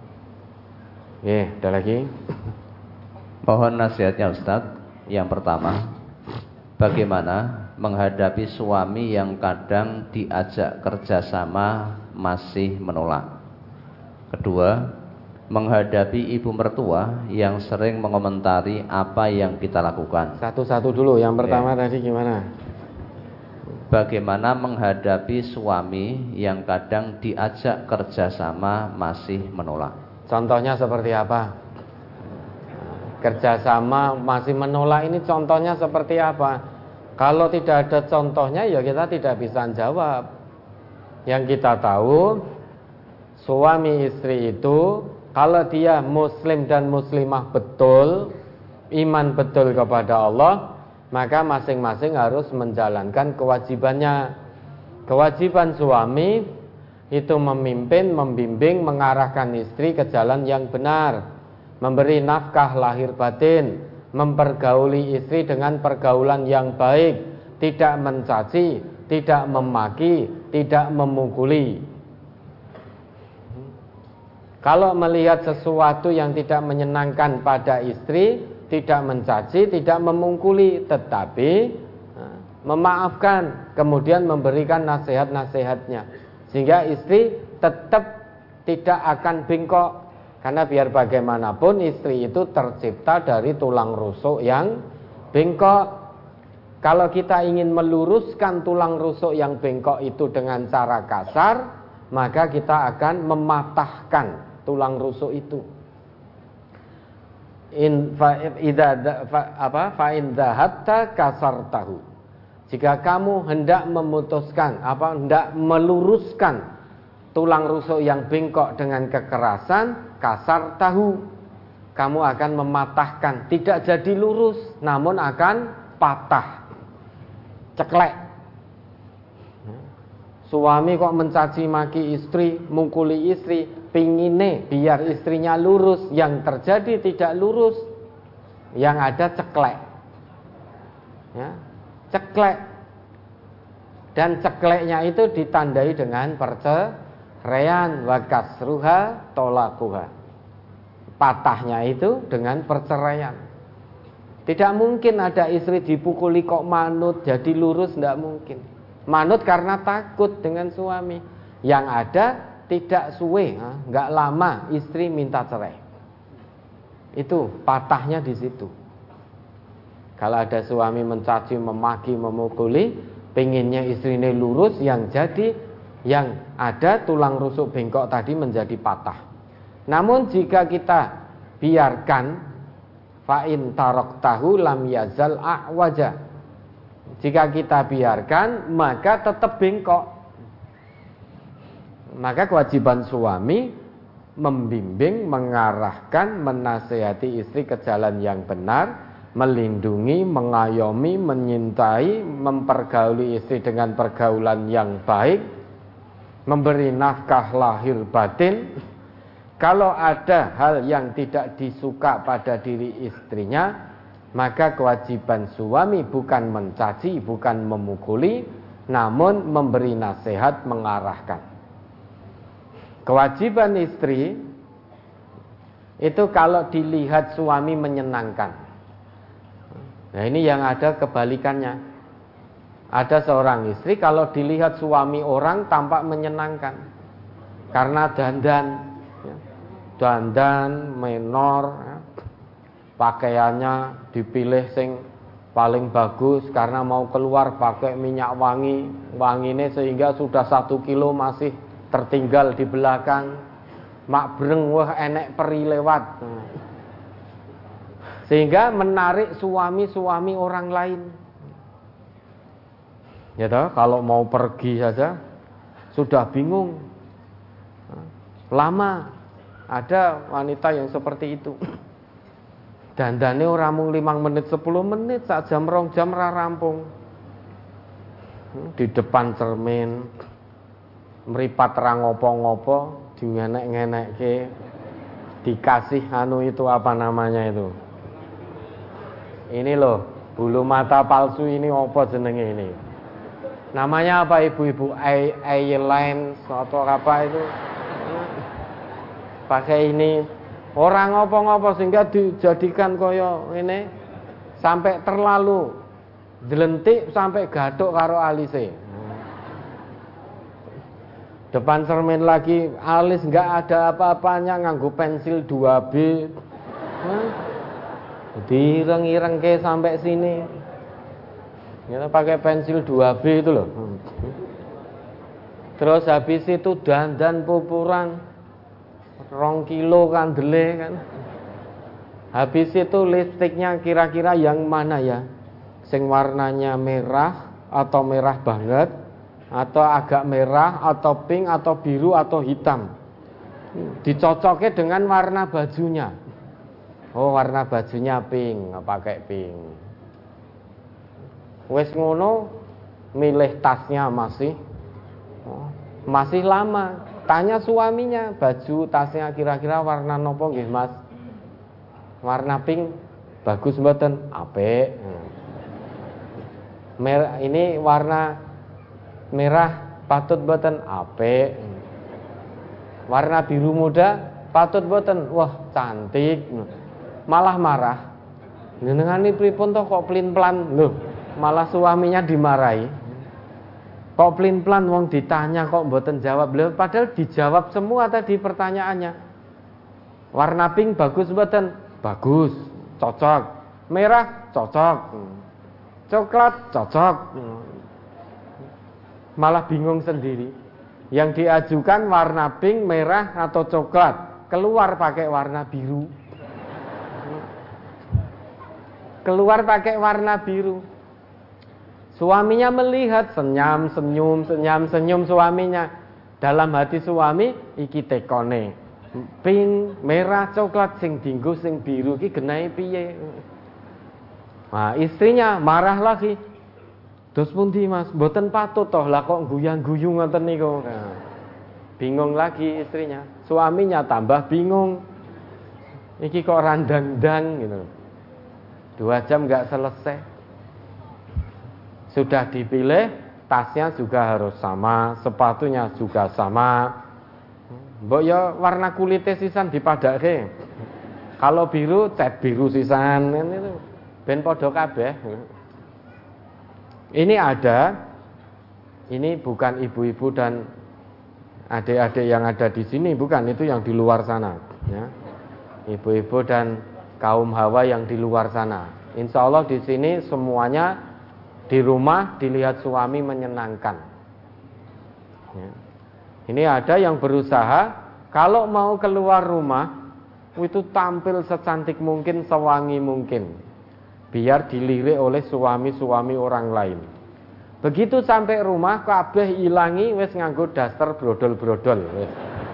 Ada lagi? Mohon nasihatnya Ustadz. Yang pertama, bagaimana menghadapi suami yang kadang diajak kerjasama masih menolak? Kedua, menghadapi ibu mertua yang sering mengomentari apa yang kita lakukan. Satu-satu dulu. Yang pertama tadi gimana? Bagaimana menghadapi suami yang kadang diajak kerjasama masih menolak? Contohnya seperti apa? Kerjasama masih menolak ini contohnya seperti apa? Kalau tidak ada contohnya ya kita tidak bisa jawab. Yang kita tahu, suami istri itu kalau dia muslim dan muslimah betul, iman betul kepada Allah, maka masing-masing harus menjalankan kewajibannya. Kewajiban suami itu memimpin, membimbing, mengarahkan istri ke jalan yang benar, memberi nafkah lahir batin, mempergauli istri dengan pergaulan yang baik, tidak mencaci, tidak memaki, tidak memukuli. Kalau melihat sesuatu yang tidak menyenangkan pada istri, tidak mencaci, tidak memungkuli, tetapi memaafkan, kemudian memberikan nasihat-nasihatnya, sehingga istri tetap tidak akan bengkok. Karena biar bagaimanapun istri itu tercipta dari tulang rusuk yang bengkok. Kalau kita ingin meluruskan tulang rusuk yang bengkok itu dengan cara kasar, maka kita akan mematahkan tulang rusuk itu. Fa'in dhahabta kasartahu. Jika kamu hendak memutuskan, hendak meluruskan tulang rusuk yang bengkok dengan kekerasan, kasar tahu, kamu akan mematahkan. Tidak jadi lurus, namun akan patah, ceklek. Suami kok mencaci maki istri, mukuli istri, pingine biar istrinya lurus, yang terjadi tidak lurus, yang ada ceklek, ya, ceklek. Dan cekleknya itu ditandai dengan perceraian, wa kasruha tolakuha. Patahnya itu dengan perceraian. Tidak mungkin ada istri dipukuli kok manut jadi lurus, tidak mungkin. Manut karena takut dengan suami. Yang ada tidak suwe, nggak lama istri minta cerai. Itu patahnya di situ. Kalau ada suami mencaci, memaki, memukuli, pengennya istrinya lurus, yang jadi yang ada tulang rusuk bengkok tadi menjadi patah. Namun jika kita biarkan, fa'in taraktahu lam yazal a'waja. Jika kita biarkan, maka tetap bengkok. Maka kewajiban suami membimbing, mengarahkan, menasihati istri ke jalan yang benar, melindungi, mengayomi, menyintai, mempergauli istri dengan pergaulan yang baik, memberi nafkah lahir batin, Kalau ada hal yang tidak disuka pada diri istrinya, maka kewajiban suami bukan mencaci, bukan memukuli, namun memberi nasihat, mengarahkan. Kewajiban istri itu kalau dilihat suami menyenangkan. Nah, ini yang ada kebalikannya. Ada seorang istri kalau dilihat suami orang tampak menyenangkan karena dandan menor, pakaiannya dipilih sing paling bagus karena mau keluar pakai minyak wangine sehingga sudah 1 kilo masih tertinggal di belakang. Mak breng, wah enek peri lewat. Sehingga menarik suami-suami orang lain. Ya toh, kalau mau pergi saja sudah bingung. Lama ada wanita yang seperti itu. Dandane ora mung 5 menit 10 menit, sak jam 2 jam ra rampung. Di depan cermin meripat ra ngopo-ngopo, dingenek-ngenekke, dikasih itu apa namanya itu. Ini loh, bulu mata palsu ini apa jenenge ini? Namanya apa ibu-ibu? Eyeliner atau apa itu? Pakai ini orang ngopo-ngopo sehingga dijadikan koyo ini sampai terlalu jelentik sampai gathuk karo alise. Depan cermin lagi alis nggak ada apa-apanya, nganggo pensil 2B. Direng-ireng ke sampai sini. Kita pakai pensil 2B itu loh. Terus habis itu dandan pupuran 2 kilo kandele kan. Habis itu lipstiknya kira-kira yang mana ya? Sing warnanya merah atau merah banget, atau agak merah, atau pink, atau biru, atau hitam. Dicocoknya dengan warna bajunya. Oh, warna bajunya pink, pakai pink. Wes ngono, milih tasnya masih lama. Tanya suaminya, baju tasnya kira-kira warna nopo nggih, Mas? Warna pink, bagus mboten? Apik. Ini warna merah patut boten? Apik. Warna biru muda patut boten? Wah, cantik. Malah marah. Jenengane pripun to kok plin-plan? Loh, malah suaminya dimarahi. Kok plin-plan wong ditanya kok mboten jawab. Lho, padahal dijawab semua tadi pertanyaannya. Warna pink bagus mboten? Bagus, cocok. Merah cocok. Coklat cocok. Malah bingung sendiri. Yang diajukan warna pink, merah, atau coklat, keluar pakai warna biru. Keluar pakai warna biru. Suaminya melihat senyum suaminya. Dalam hati suami iki tekone. Pink, merah, coklat sing dinggo sing biru iki genahe piye? Nah, istrinya marah lagi. Dos pundi Mas, mboten patut toh lah kok guyang-guyu ngoten niku. Nah, bingung lagi istrinya. Suaminya tambah bingung. Iki kok randang-dang gitu. 2 jam enggak selesai. Sudah dipilih, tasnya juga harus sama, sepatunya juga sama. Mbok ya warna kulitnya sisan dipadake. Kalau biru, cat biru sisan itu. Ben padha kabeh. Ini ada, ini bukan ibu-ibu dan adik-adik yang ada di sini, bukan, itu yang di luar sana, ya. Ibu-ibu dan kaum hawa yang di luar sana. Insya Allah di sini semuanya di rumah dilihat suami menyenangkan. Ya. Ini ada yang berusaha kalau mau keluar rumah itu tampil secantik mungkin, sewangi mungkin. Biar dilirik oleh suami-suami orang lain. Begitu sampai rumah kabeh ilangi wis nganggo daster brodol-brodol wis.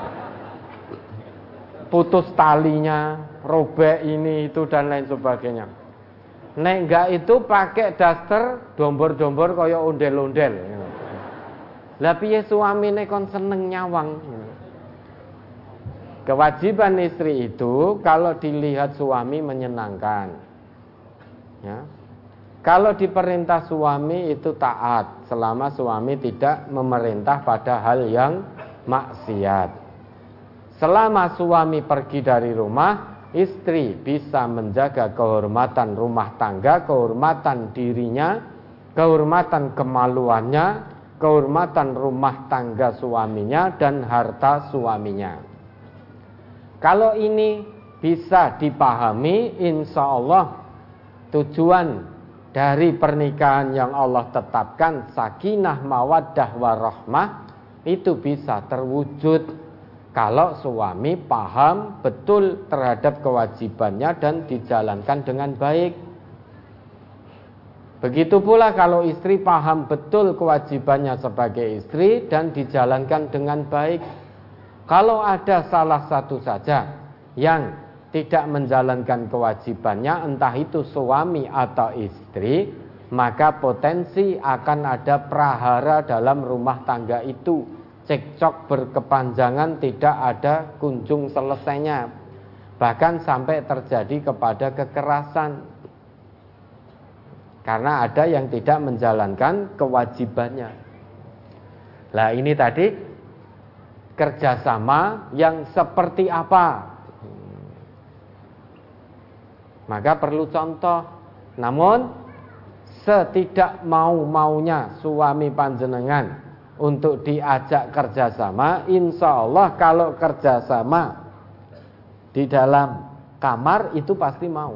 Putus talinya, robek ini itu dan lain sebagainya. Nek enggak itu pakai daster dombor-dombor kaya ondel-ondel. Lah piye suamine kon seneng nyawang. Kewajiban istri itu kalau dilihat suami menyenangkan, ya. Kalau diperintah suami itu taat selama suami tidak memerintah pada hal yang maksiat. Selama suami pergi dari rumah, istri bisa menjaga kehormatan rumah tangga, kehormatan dirinya, kehormatan kemaluannya, kehormatan rumah tangga suaminya dan harta suaminya. Kalau ini bisa dipahami, insya Allah tujuan dari pernikahan yang Allah tetapkan, sakinah, mawaddah, warahmah, itu bisa terwujud kalau suami paham betul terhadap kewajibannya dan dijalankan dengan baik. Begitu pula kalau istri paham betul kewajibannya sebagai istri dan dijalankan dengan baik. Kalau ada salah satu saja yang tidak menjalankan kewajibannya, entah itu suami atau istri, maka potensi akan ada prahara dalam rumah tangga itu. Cekcok berkepanjangan, tidak ada kunjung selesainya, bahkan sampai terjadi kepada kekerasan, karena ada yang tidak menjalankan kewajibannya. Lah ini tadi kerjasama yang seperti apa? Maka perlu contoh. Namun setidak mau-maunya suami panjenengan untuk diajak kerjasama, insya Allah kalau kerjasama di dalam kamar itu pasti mau.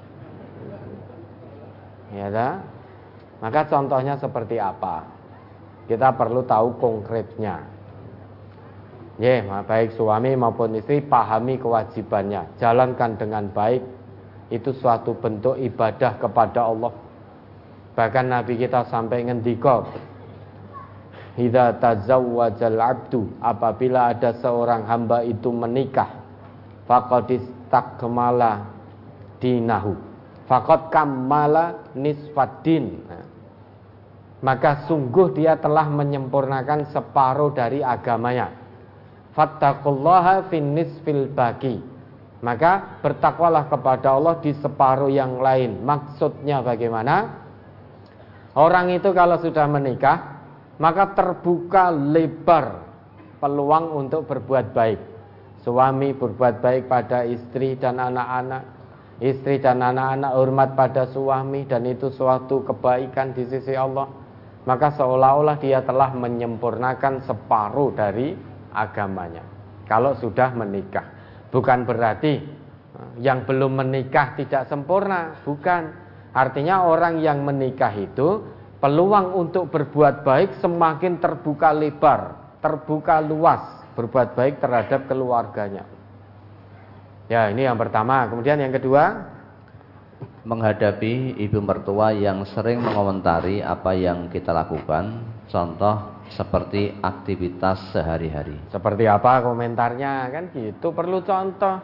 Ya dah? Maka contohnya seperti apa? Kita perlu tahu konkretnya. Ya, baik suami maupun istri pahami kewajibannya, jalankan dengan baik. Itu suatu bentuk ibadah kepada Allah. Bahkan Nabi kita sampai ngendika, idza tazawwajal abdu, apabila ada seorang hamba itu menikah, faqad istakmala dinahu, faqad kammala nisfaddin, maka sungguh dia telah menyempurnakan separuh dari agamanya. Fattaqullaha fin nisfil baqi, maka bertakwalah kepada Allah di separuh yang lain. Maksudnya bagaimana? Orang itu kalau sudah menikah, maka terbuka lebar peluang untuk berbuat baik. Suami berbuat baik pada istri dan anak-anak, istri dan anak-anak hormat pada suami, dan itu suatu kebaikan di sisi Allah. Maka seolah-olah dia telah menyempurnakan separuh dari agamanya kalau sudah menikah. Bukan berarti yang belum menikah tidak sempurna, bukan. Artinya orang yang menikah itu peluang untuk berbuat baik semakin terbuka lebar, terbuka luas, berbuat baik terhadap keluarganya. Ya, ini yang pertama. Kemudian yang kedua, menghadapi ibu mertua yang sering mengomentari apa yang kita lakukan, contoh seperti aktivitas sehari-hari. Seperti apa komentarnya, kan gitu, perlu contoh.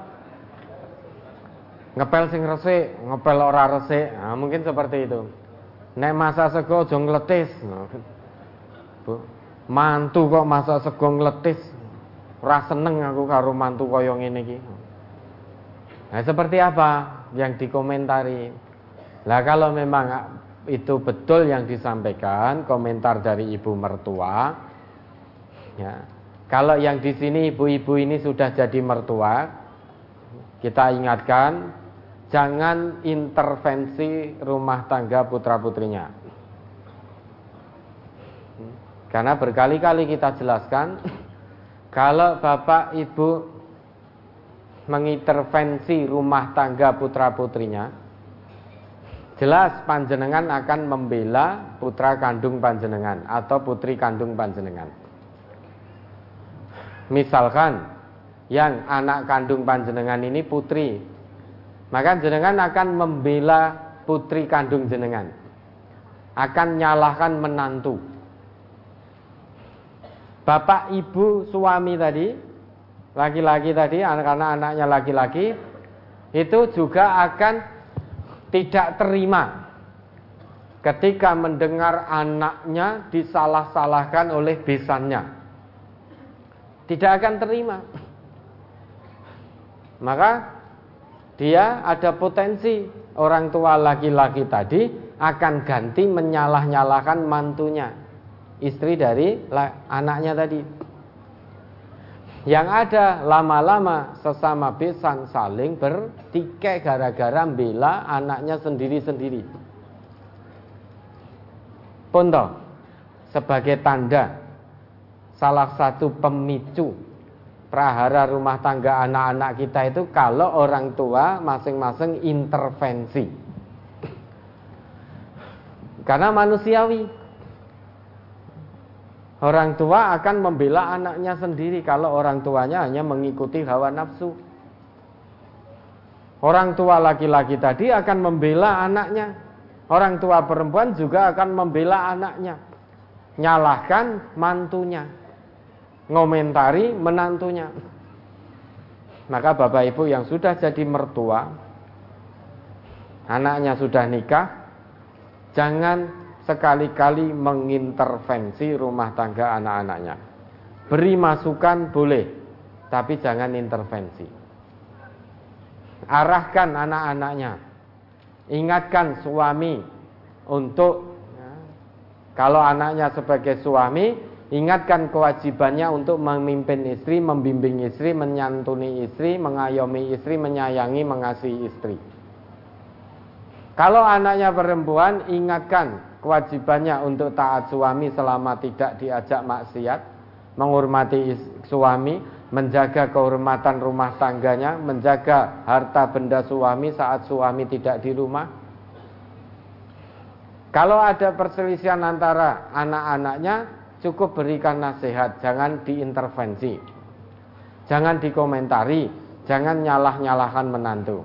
Ngepel sing resik, ngepel ora resik, nah, mungkin seperti itu. Nek masak sego aja ngletis. Bu, mantu kok masak sego ngletis. Ora seneng aku karo mantu kaya ngene iki. Nah, seperti apa yang dikomentari? Lah kalau memang itu betul yang disampaikan, komentar dari ibu mertua, ya. Kalau yang di sini ibu-ibu ini sudah jadi mertua, kita ingatkan jangan intervensi rumah tangga putra-putrinya. Karena berkali-kali kita jelaskan, kalau bapak ibu mengintervensi rumah tangga putra-putrinya, jelas panjenengan akan membela putra kandung panjenengan atau putri kandung panjenengan. Misalkan yang anak kandung panjenengan ini putri, maka jenengan akan membela putri kandung jenengan, akan nyalahkan menantu. Bapak ibu suami tadi, laki-laki tadi, karena anaknya laki-laki, itu juga akan tidak terima ketika mendengar anaknya disalah-salahkan oleh besannya. Tidak akan terima. maka dia ada potensi orang tua laki-laki tadi akan ganti menyalah-nyalahkan mantunya, istri dari anaknya tadi. Yang ada lama-lama sesama besan saling bertikai gara-gara bela anaknya sendiri-sendiri. Ponto sebagai tanda salah satu pemicu prahara rumah tangga anak-anak kita itu kalau orang tua masing-masing intervensi. Karena manusiawi. Orang tua akan membela anaknya sendiri kalau orang tuanya hanya mengikuti hawa nafsu. Orang tua laki-laki tadi akan membela anaknya. Orang tua perempuan juga akan membela anaknya. Nyalahkan mantunya. Ngomentari menantunya. Maka bapak ibu yang sudah jadi mertua, anaknya sudah nikah, jangan sekali-kali mengintervensi rumah tangga anak-anaknya. Beri masukan boleh, tapi jangan intervensi. Arahkan anak-anaknya. Ingatkan suami untuk, kalau anaknya sebagai suami, ingatkan kewajibannya untuk memimpin istri, membimbing istri, menyantuni istri, mengayomi istri, menyayangi, mengasihi istri. Kalau anaknya perempuan, ingatkan kewajibannya untuk taat suami selama tidak diajak maksiat, menghormati suami, menjaga kehormatan rumah tangganya, menjaga harta benda suami saat suami tidak di rumah. Kalau ada perselisihan antara anak-anaknya, cukup berikan nasihat, jangan diintervensi, jangan dikomentari, jangan nyalah-nyalahkan menantu.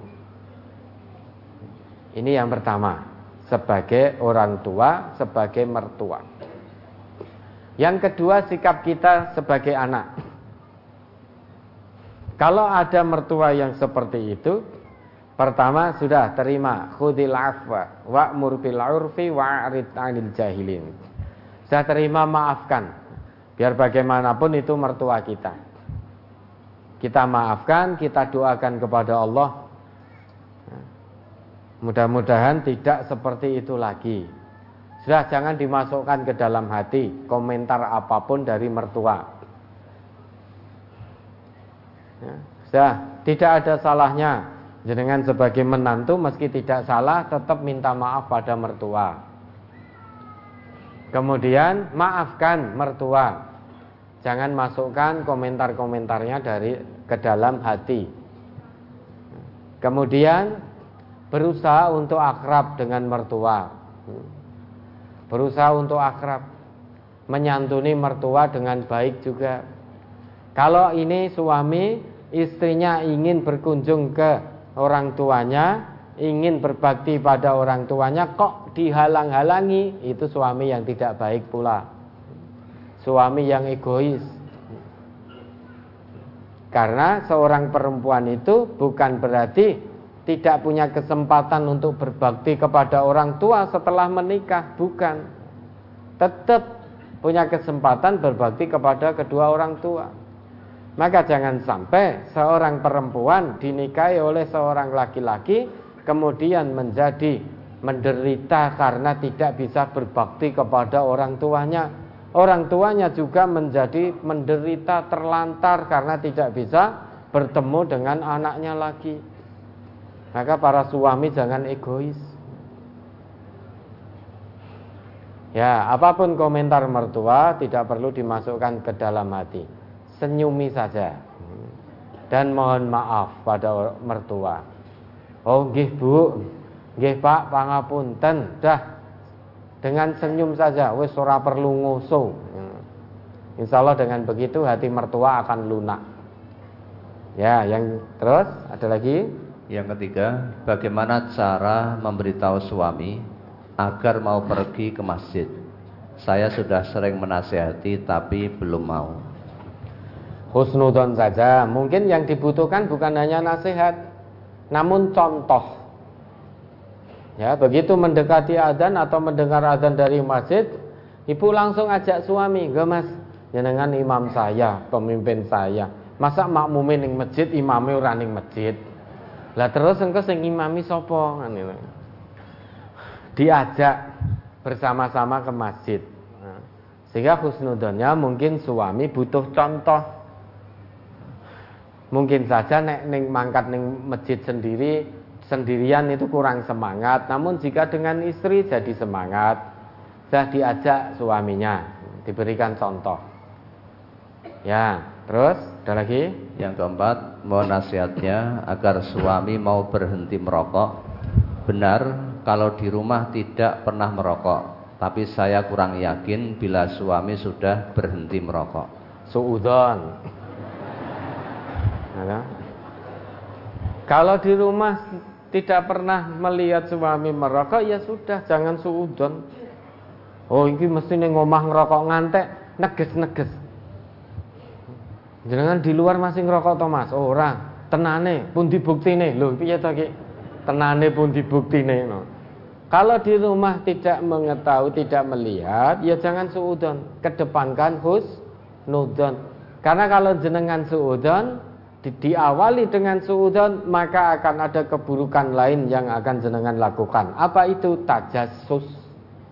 Ini yang pertama, sebagai orang tua, sebagai mertua. Yang kedua, sikap kita sebagai anak. Kalau ada mertua yang seperti itu, pertama sudah terima, khudil afwa wa'mur bil 'urfi wa'rid 'anil jahilin. Sudah terima, maafkan. Biar bagaimanapun itu mertua kita. Kita maafkan, kita doakan kepada Allah. Mudah-mudahan tidak seperti itu lagi. Sudah, jangan dimasukkan ke dalam hati komentar apapun dari mertua. Sudah, tidak ada salahnya jenengan sebagai menantu meski tidak salah tetap minta maaf pada mertua. Kemudian maafkan mertua. Jangan masukkan komentar-komentarnya ke dalam hati. Kemudian berusaha untuk akrab dengan mertua. Berusaha untuk akrab, menyantuni mertua dengan baik juga. Kalau ini suami, istrinya ingin berkunjung ke orang tuanya, ingin berbakti pada orang tuanya, kok dihalang-halangi, itu suami yang tidak baik pula. Suami yang egois. Karena seorang perempuan itu bukan berarti tidak punya kesempatan untuk berbakti kepada orang tua setelah menikah, bukan. Tetap punya kesempatan berbakti kepada kedua orang tua. Maka jangan sampai seorang perempuan dinikahi oleh seorang laki-laki kemudian menjadi menderita karena tidak bisa berbakti kepada orang tuanya. Orang tuanya juga menjadi menderita, terlantar karena tidak bisa bertemu dengan anaknya lagi. Maka para suami jangan egois. Ya, apapun komentar mertua tidak perlu dimasukkan ke dalam hati. Senyumi saja. Dan mohon maaf pada mertua. Oh, nggih Bu, nggih Pak, pangapunten. Dah, dengan senyum saja, wis ora perlu nguso. Insya Allah dengan begitu hati mertua akan lunak. Ya, yang terus ada lagi. Yang ketiga, bagaimana cara memberitahu suami agar mau pergi ke masjid? Saya sudah sering menasihati tapi belum mau. Husnudon saja. Mungkin yang dibutuhkan bukan hanya nasihat, namun contoh. Ya, begitu mendekati adzan atau mendengar adzan dari masjid, ibu langsung ajak suami, "Nggih Mas, jenengan imam saya, pemimpin saya. Masa makmume ning masjid, imame ora ning masjid. Lah terus engko sing imami sapa ngene. Diajak bersama-sama ke masjid. Sehingga husnudzonnya mungkin suami butuh contoh. Mungkin saja nek ning mangkat ning masjid sendirian itu kurang semangat. Namun jika dengan istri jadi semangat. Sudah diajak suaminya, diberikan contoh. Ya, terus ada lagi? Yang keempat, mohon nasihatnya agar suami mau berhenti merokok. Benar kalau di rumah tidak pernah merokok, tapi saya kurang yakin bila suami sudah berhenti merokok. Suudzon. Kalau di rumah tidak pernah melihat suami merokok, ya sudah, jangan suudzon. Oh, ini mesti ning omah ngerokok ngantek, neges-neges. Jenengan di luar masih ngerokok to, Mas? Oh, ora. Tenane pun dibuktine. Lho, piye to iki? Tenane pun dibuktine. No. Kalau di rumah tidak mengetahui, tidak melihat, ya jangan suudzon. Kedepankan husnudzon. Karena kalau jenengan suudzon, diawali dengan suudzon, maka akan ada keburukan lain yang akan jenengan lakukan. Apa itu? Tajassus.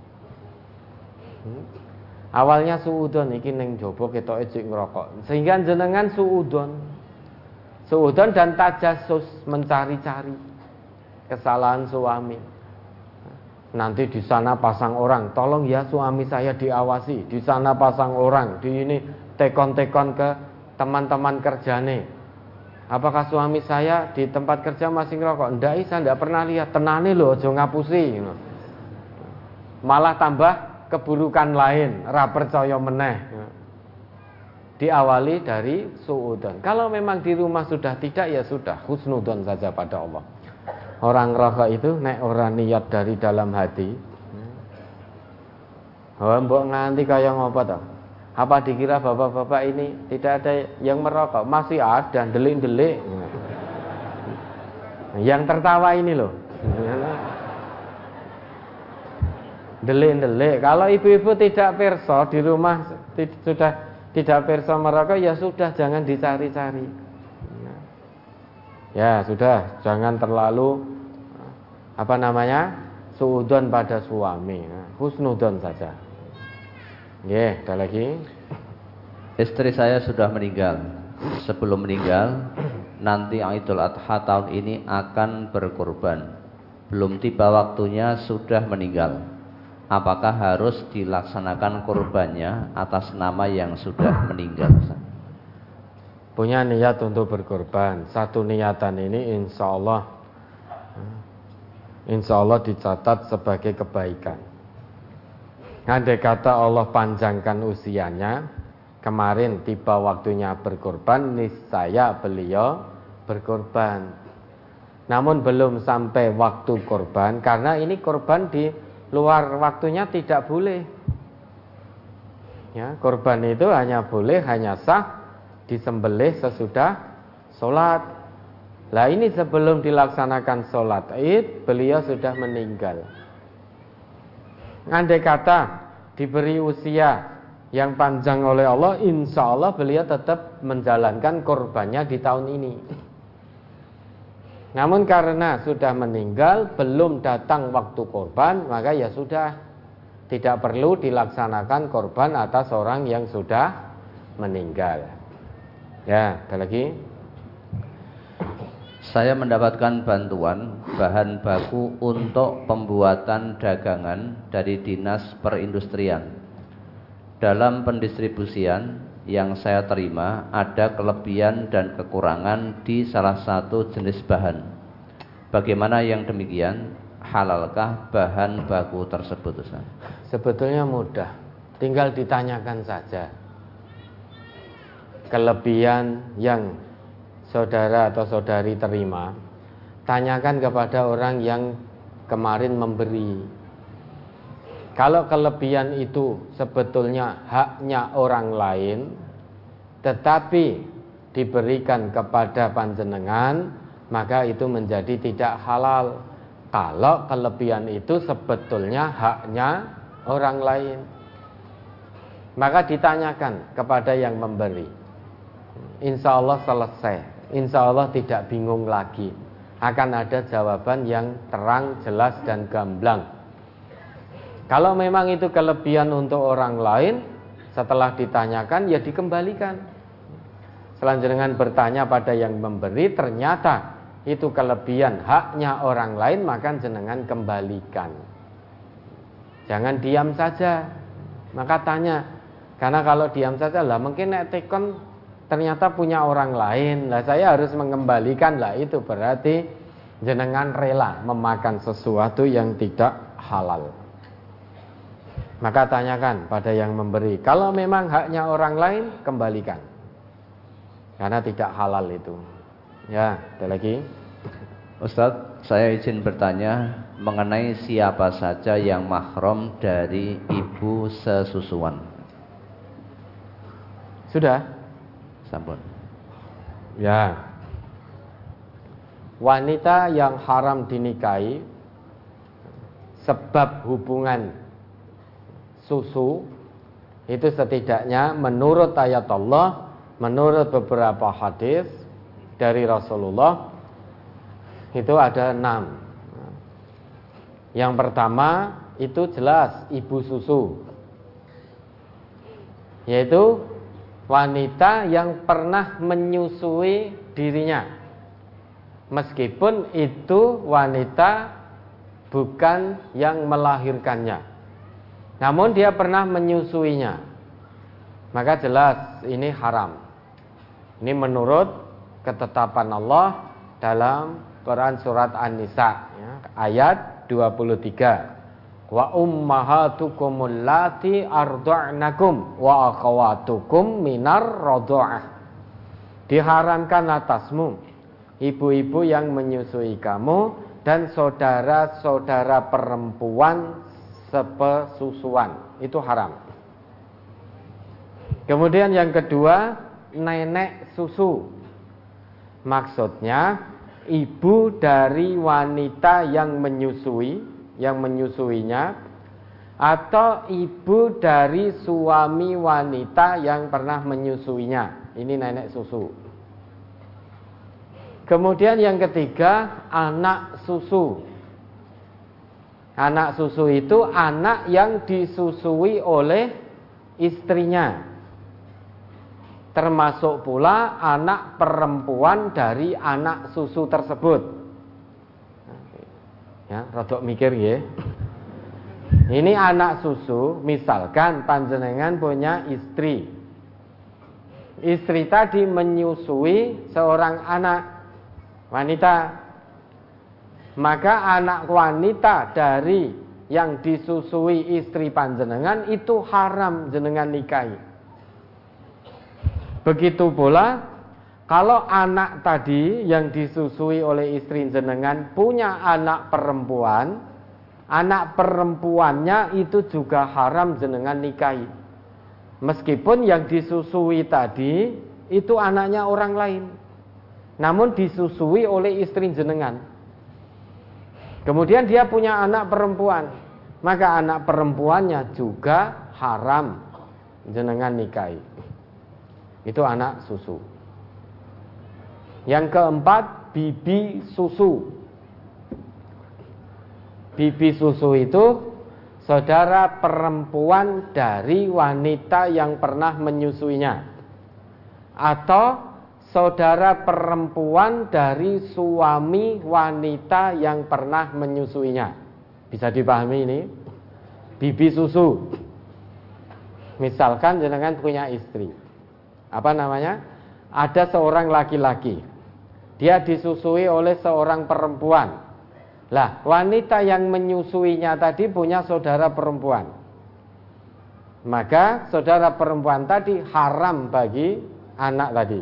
Awalnya suudzon iki ning jaba ketoke jek ngerokok. Sehingga jenengan suudzon dan tajassus, mencari-cari kesalahan suami. Nanti di sana pasang orang, tolong ya suami saya diawasi. Di sana pasang orang, di ini tekon-tekon ke teman-teman kerjane. Apakah suami saya di tempat kerja masih ngerokok? Ndak, saya ndak pernah lihat. Tenane lho, aja ngapusi. Malah tambah keburukan lain, ra percaya meneh. Diawali dari suudzon. Kalau memang di rumah sudah tidak, ya sudah, husnudzon saja pada Allah. Orang rokok itu nek ora niat dari dalam hati. Oh, mbok nganti kaya ngopo to? Apa dikira bapak-bapak ini tidak ada yang merokok? Masih ada, delik-delik. Yang tertawa ini loh. Delik-delik. Kalau ibu-ibu tidak perso di rumah sudah tidak perso merokok, ya sudah, jangan dicari-cari. Ya sudah, jangan terlalu suudzon pada suami. Husnudzon saja. Nggih, ada lagi. Istri saya sudah meninggal. Sebelum meninggal, nanti Idul Adha tahun ini akan berkorban. Belum tiba waktunya sudah meninggal. Apakah harus dilaksanakan kurbannya atas nama yang sudah meninggal? Punya niat untuk berkorban. Satu niatan ini insya Allah dicatat sebagai kebaikan. Andai kata Allah panjangkan usianya, kemarin tiba waktunya berkorban, niscaya beliau berkorban. Namun belum sampai waktu korban, karena ini korban di luar waktunya tidak boleh. Ya, korban itu hanya sah disembelih sesudah sholat. Lah ini sebelum dilaksanakan sholat Id, beliau sudah meninggal. Andai kata diberi usia yang panjang oleh Allah, insya Allah beliau tetap menjalankan korbannya di tahun ini. Namun karena sudah meninggal, belum datang waktu korban, maka ya sudah, tidak perlu dilaksanakan korban atas orang yang sudah meninggal. Ya, ada lagi. Saya mendapatkan bantuan bahan baku untuk pembuatan dagangan dari Dinas Perindustrian. Dalam pendistribusian yang saya terima ada kelebihan dan kekurangan di salah satu jenis bahan. Bagaimana yang demikian? Halalkah bahan baku tersebut, Ustaz? Sebetulnya mudah, tinggal ditanyakan saja. Kelebihan yang saudara atau saudari terima, tanyakan kepada orang yang kemarin memberi. Kalau kelebihan itu sebetulnya haknya orang lain, tetapi diberikan kepada panjenengan, maka itu menjadi tidak halal. Kalau kelebihan itu sebetulnya haknya orang lain, maka ditanyakan kepada yang memberi. insya Allah selesai, insya Allah tidak bingung lagi, akan ada jawaban yang terang, jelas, dan gamblang. Kalau memang itu kelebihan untuk orang lain, setelah ditanyakan ya dikembalikan. Selanjutnya bertanya pada yang memberi, ternyata itu kelebihan haknya orang lain, maka jenengan kembalikan. Jangan diam saja, maka tanya. Karena kalau diam saja lah mungkin nek tekon ternyata punya orang lain, lah saya harus mengembalikan, lah itu berarti jenengan rela memakan sesuatu yang tidak halal. Maka tanyakan pada yang memberi. Kalau memang haknya orang lain, kembalikan. Karena tidak halal itu. Ya, ada lagi. Ustadz, saya izin bertanya mengenai siapa saja yang mahram dari ibu sesusuan. Sudah? Sampun. Ya. Wanita yang haram dinikahi sebab hubungan susu itu setidaknya menurut ayat Allah, menurut beberapa hadis dari Rasulullah itu ada 6. Yang pertama itu jelas ibu susu, yaitu wanita yang pernah menyusui dirinya, meskipun itu wanita bukan yang melahirkannya, namun dia pernah menyusuinya, maka jelas ini haram. Ini menurut ketetapan Allah dalam Quran surat An-Nisa ya, ayat 23. Wa ummahatukumul lati arda'nakum wa akhawatukum minar radha'ah. Diharamkan atasmu ibu-ibu yang menyusui kamu dan saudara-saudara perempuan sepesusuan, itu haram. Kemudian yang kedua, nenek susu. Maksudnya ibu dari wanita yang menyusuinya, atau ibu dari suami wanita yang pernah menyusuinya. Ini nenek susu. Kemudian yang ketiga, anak susu. Anak susu itu anak yang disusui oleh istrinya, termasuk pula anak perempuan dari anak susu tersebut. Ya, rodok mikir ya. Ini anak susu, misalkan panjenengan punya istri. Istri tadi menyusui seorang anak wanita. Maka anak wanita dari yang disusui istri panjenengan itu haram jenengan nikahi. Begitu pula kalau anak tadi yang disusui oleh istri jenengan punya anak perempuan, anak perempuannya itu juga haram jenengan nikahi. Meskipun yang disusui tadi itu anaknya orang lain, namun disusui oleh istri jenengan. Kemudian dia punya anak perempuan, maka anak perempuannya juga haram jenengan nikahi. Itu anak susu. Yang keempat, bibi susu. Bibi susu itu saudara perempuan dari wanita yang pernah menyusuinya, atau saudara perempuan dari suami wanita yang pernah menyusuinya. Bisa dipahami ini? Bibi susu. Misalkan jenengan punya istri. Apa namanya? Ada seorang laki-laki. Dia disusui oleh seorang perempuan. Lah, wanita yang menyusuinya tadi punya saudara perempuan. Maka saudara perempuan tadi haram bagi anak tadi.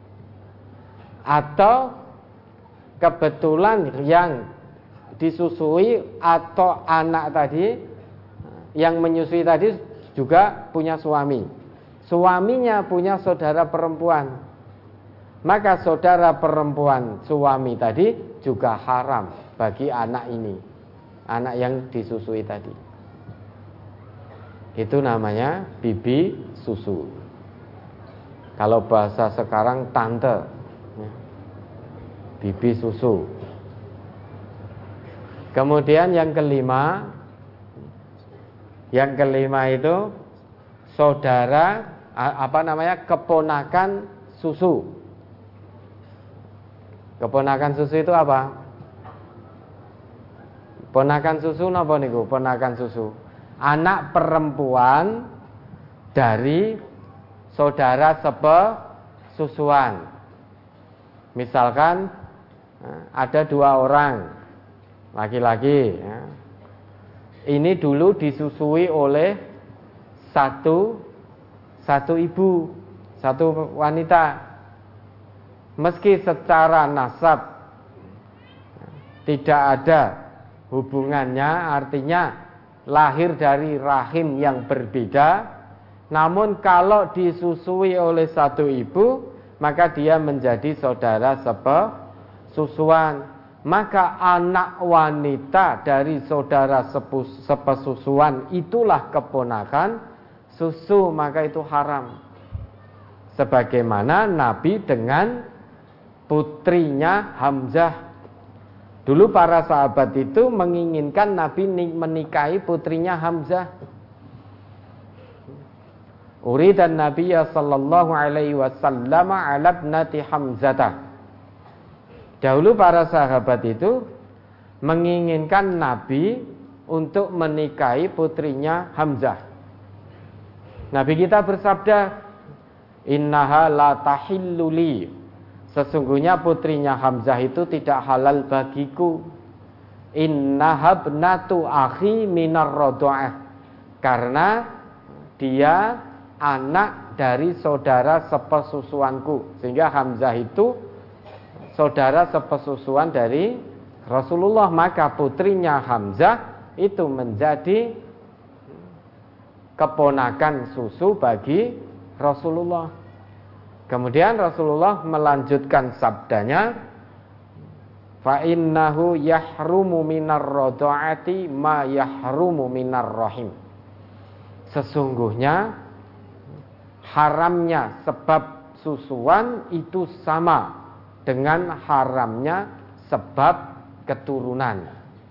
Atau kebetulan yang disusui atau anak tadi yang menyusui tadi juga punya suami. Suaminya punya saudara perempuan. Maka saudara perempuan suami tadi juga haram bagi anak ini, anak yang disusui tadi. Itu namanya bibi susu. Kalau bahasa sekarang tante, ya. Bibi susu. Kemudian yang kelima itu saudara keponakan susu. Keponakan susu itu apa? Ponakan susu napa niku? Ponakan susu. Anak perempuan dari saudara sepesusuan. Misalkan ada 2 orang laki-laki, ya. Ini dulu disusui oleh satu ibu, satu wanita. Meski secara nasab tidak ada hubungannya, artinya lahir dari rahim yang berbeda, namun kalau disusui oleh satu ibu, maka dia menjadi saudara sepesusuan. Maka anak wanita dari saudara sepesusuan itulah keponakan susu, maka itu haram. Sebagaimana Nabi dengan putrinya Hamzah. Dulu para sahabat itu menginginkan Nabi menikahi putrinya Hamzah. Uridan Nabiyya sallallahu alaihi wasallam ala ibnati Hamzah. Dahulu para sahabat itu menginginkan Nabi untuk menikahi putrinya Hamzah. Nabi kita bersabda, "Innaha la tahillu li." Sesungguhnya putrinya Hamzah itu tidak halal bagiku. Innaha ibnatu akhi minar radha'ah. Karena dia anak dari saudara sepesusuanku. Sehingga Hamzah itu saudara sepesusuan dari Rasulullah, maka putrinya Hamzah itu menjadi keponakan susu bagi Rasulullah. Kemudian Rasulullah melanjutkan sabdanya, fa innahu yahrumu minar radha'ati ma yahrumu minar rahim. Sesungguhnya haramnya sebab susuan itu sama dengan haramnya sebab keturunan.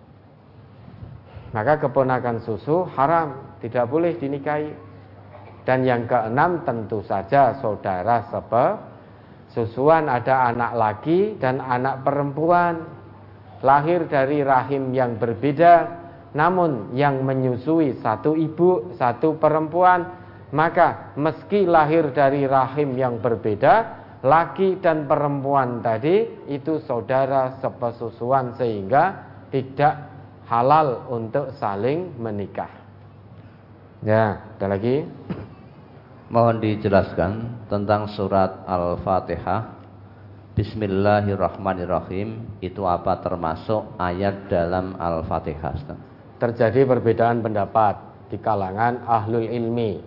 Maka keponakan susu haram, tidak boleh dinikahi. Dan yang keenam tentu saja saudara sepesusuan, ada anak laki dan anak perempuan, lahir dari rahim yang berbeda, namun yang menyusui satu ibu, satu perempuan, maka meski lahir dari rahim yang berbeda, laki dan perempuan tadi itu saudara sepesusuan, sehingga tidak halal untuk saling menikah. Ya, ada lagi? Mohon dijelaskan tentang surat Al-Fatihah. Bismillahirrahmanirrahim itu apa termasuk ayat dalam Al-Fatihah? Terjadi perbedaan pendapat di kalangan ahlul ilmi.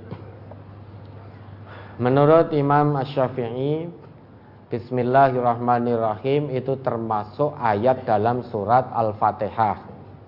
Menurut Imam Asy-Syafi'i, Bismillahirrahmanirrahim itu termasuk ayat dalam surat Al-Fatihah.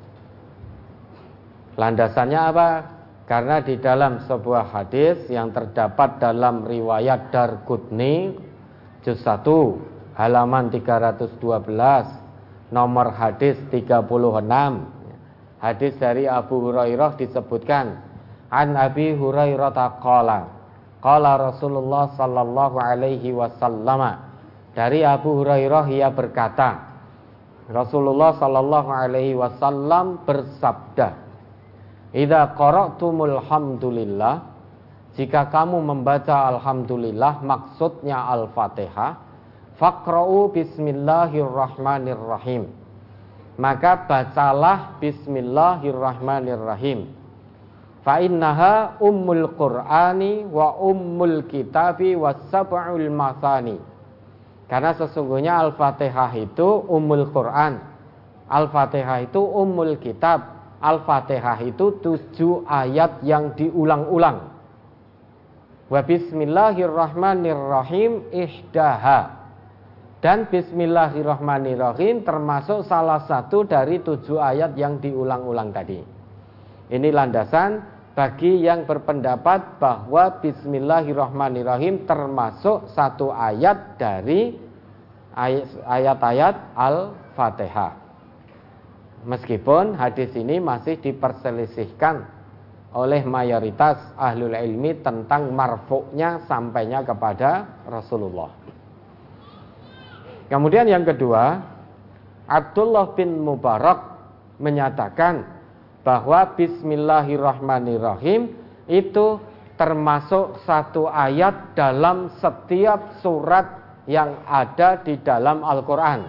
Landasannya apa? Karena di dalam sebuah hadis yang terdapat dalam riwayat Darqutni juz 1 halaman 312, nomor hadis 36, hadis dari Abu Hurairah disebutkan, an Abi Hurairah qala Rasulullah sallallahu alaihi wasallam, dari Abu Hurairah ia berkata, Rasulullah sallallahu alaihi wasallam bersabda, idza qara'tumul hamdulillah, jika kamu membaca alhamdulillah, maksudnya Al-Fatihah, faqra'u bismillahirrahmanirrahim, maka bacalah bismillahirrahmanirrahim. Fa innaha ummul qur'ani wa ummul kitabi was sab'ul masani. Karena sesungguhnya Al-Fatihah itu ummul Qur'an, Al-Fatihah itu ummul kitab, Al-Fatihah itu 7 ayat yang diulang-ulang. Wa bismillahirrahmanirrahim ihdaha. Dan bismillahirrahmanirrahim termasuk salah satu dari 7 ayat yang diulang-ulang tadi. Ini landasan bagi yang berpendapat bahwa Bismillahirrahmanirrahim termasuk satu ayat dari ayat-ayat Al-Fatihah. Meskipun hadis ini masih diperselisihkan oleh mayoritas ahlul ilmi tentang marfu'nya sampainya kepada Rasulullah. Kemudian yang kedua, Abdullah bin Mubarak menyatakan bahwa Bismillahirrahmanirrahim itu termasuk satu ayat dalam setiap surat yang ada di dalam Al-Quran,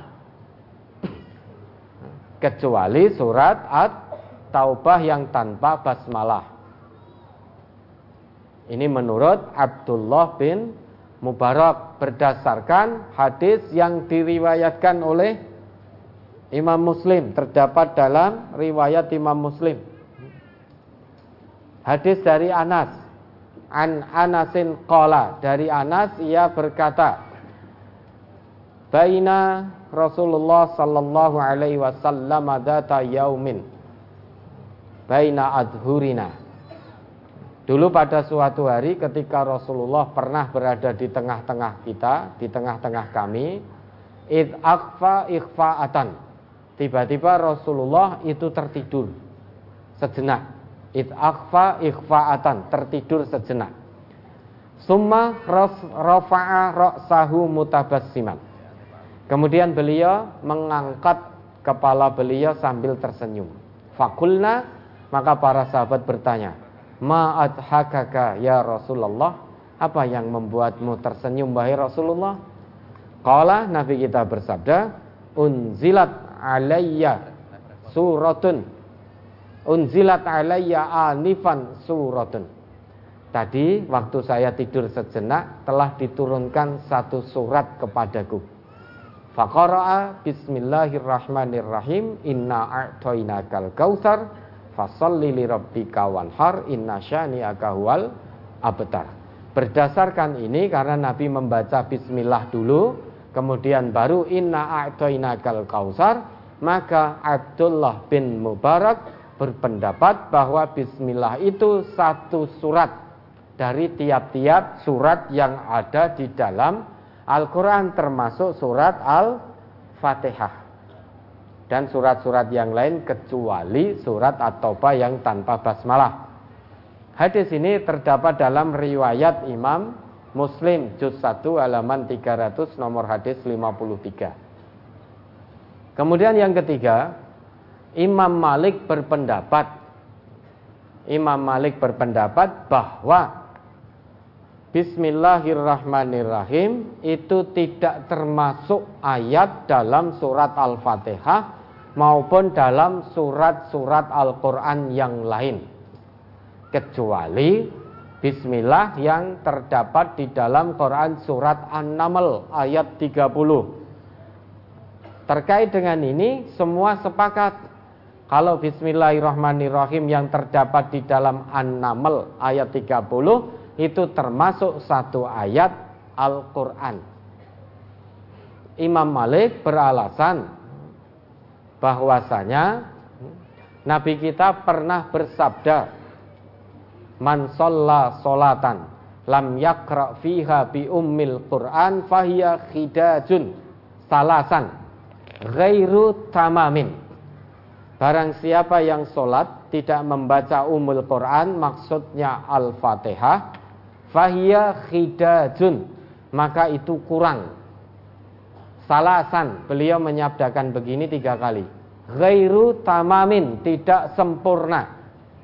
kecuali surat At-Taubah yang tanpa basmalah. Ini menurut Abdullah bin Mubarak berdasarkan hadis yang diriwayatkan oleh Imam Muslim, terdapat dalam riwayat Imam Muslim. Hadis dari Anas, an Anasin qala, dari Anas ia berkata, baina Rasulullah sallallahu alaihi wasallam dzata yaumin baina adhurina. Dulu pada suatu hari ketika Rasulullah pernah berada di tengah-tengah kita, di tengah-tengah kami, id akhfa ikhfa'atan. Tiba-tiba Rasulullah itu tertidur sejenak. Id akhfa ikhfa'atan, tertidur sejenak. Summa rafa'a ra'sahu mutabassiman. Kemudian beliau mengangkat kepala beliau sambil tersenyum. Fakulna, maka para sahabat bertanya, ma adhakaka ya Rasulullah, apa yang membuatmu tersenyum wahai Rasulullah? Qala, Nabi kita bersabda, unzilat alayya suratun, unzilat alayya anifan suratun. Tadi waktu saya tidur sejenak telah diturunkan satu surat kepadaku. Faqara'a bismillahirrahmanirrahim, inna a'tainakal kautsar fasalli li rabbika wanhar, inna syani'aka huwal abtar. Berdasarkan ini, karena Nabi membaca bismillah dulu, kemudian baru inna a'tainakal kautsar, maka Abdullah bin Mubarak berpendapat bahwa bismillah itu satu surat dari tiap-tiap surat yang ada di dalam Al-Quran, termasuk surat Al-Fatihah dan surat-surat yang lain kecuali surat At-Taubah yang tanpa basmalah. Hadis ini terdapat dalam riwayat Imam Muslim juz 1 halaman 300 nomor hadis 53. Kemudian yang ketiga, Imam Malik berpendapat bahwa Bismillahirrahmanirrahim itu tidak termasuk ayat dalam surat Al-Fatihah maupun dalam surat-surat Al-Quran yang lain, kecuali Bismillah yang terdapat di dalam Quran surat An-Naml ayat 30. Terkait dengan ini semua sepakat kalau Bismillahirrahmanirrahim yang terdapat di dalam An-Naml ayat 30 itu termasuk satu ayat Al-Quran. Imam Malik beralasan bahwasanya Nabi kita pernah bersabda, man shalla sholatan lam yaqra fiha bi ummil Quran fahiya khidajun salasan ghairu tamamin. Barang siapa yang sholat tidak membaca ummul Quran, maksudnya Al-Fatihah, fahiya khidajun, maka itu kurang. Salasan, beliau menyabdakan begini 3 kali, ghairu tamamin, tidak sempurna.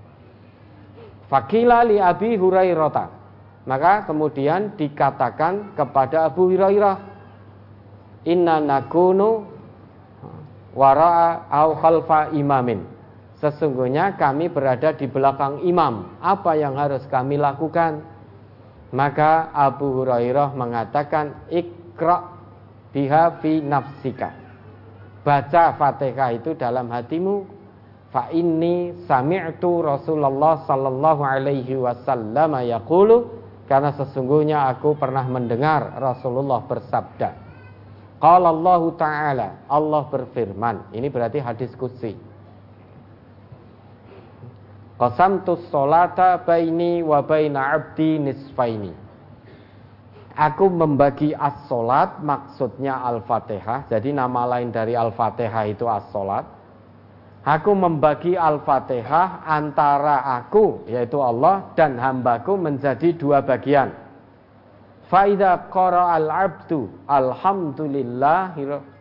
Fakila li Abi Hurairah, maka kemudian dikatakan kepada Abu Hurairah, inna nakunu wara'a au khalfa imamin, sesungguhnya kami berada di belakang imam, apa yang harus kami lakukan? Maka Abu Hurairah mengatakan, Iqra biha fi nafsika, baca Fatihah itu dalam hatimu. Fa inni sami'tu Rasulullah sallallahu alaihi wasallam yaqulu, karena sesungguhnya aku pernah mendengar Rasulullah bersabda. Qala Allah Ta'ala, Allah berfirman. Ini berarti hadis qudsi. Qasamtus sholata baini wa baina 'abdi nisfaini. Aku membagi as-sholat, maksudnya Al-Fatihah. Jadi nama lain dari Al-Fatihah itu as-sholat. Aku membagi Al-Fatihah antara aku, yaitu Allah, dan hambaku menjadi dua bagian. Fa'idha qara'al abdu alhamdulillah.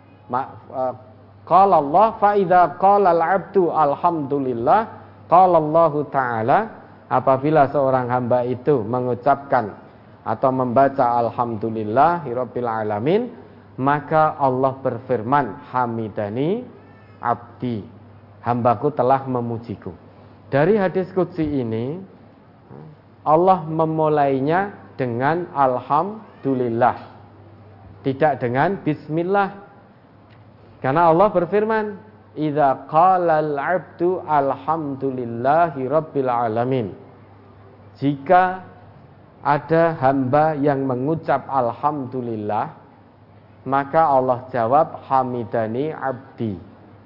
Qala Allah, fa'idha qalal abdu alhamdulillah. Qala Allah Ta'ala, apabila seorang hamba itu mengucapkan atau membaca alhamdulillahirabbil alamin, maka Allah berfirman, hamidani abdi, hambaku telah memujiku. Dari hadis qudsi ini Allah memulainya dengan alhamdulillah, tidak dengan bismillah. Karena Allah berfirman, idza qalal abdu alhamdulillahirabbil alamin. Jika ada hamba yang mengucap alhamdulillah, maka Allah jawab hamidani abdi,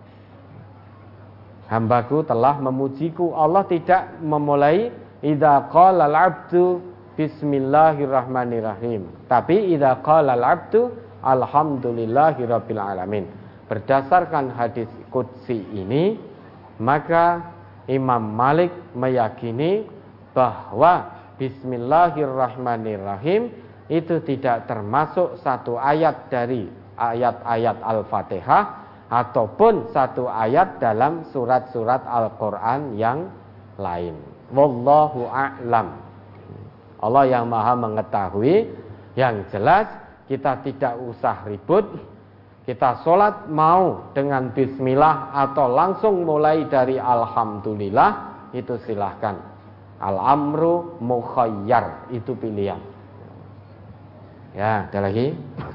hambaku telah memujiku. Allah tidak memulai idza qala al-abdu bismillahirrahmanirrahim, tapi idza qala al-abdu alhamdulillahirabbil alamin. Berdasarkan hadis qudsi ini, maka Imam Malik meyakini bahwa bismillahirrahmanirrahim itu tidak termasuk satu ayat dari ayat-ayat Al-Fatihah ataupun satu ayat dalam surat-surat Al-Quran yang lain. Wallahu a'lam. Allah yang maha mengetahui. Yang jelas kita tidak usah ribut. Kita sholat mau dengan bismillah atau langsung mulai dari alhamdulillah, itu silahkan. Al-amru mukhayyar, itu pilihan. Ya, ada lagi.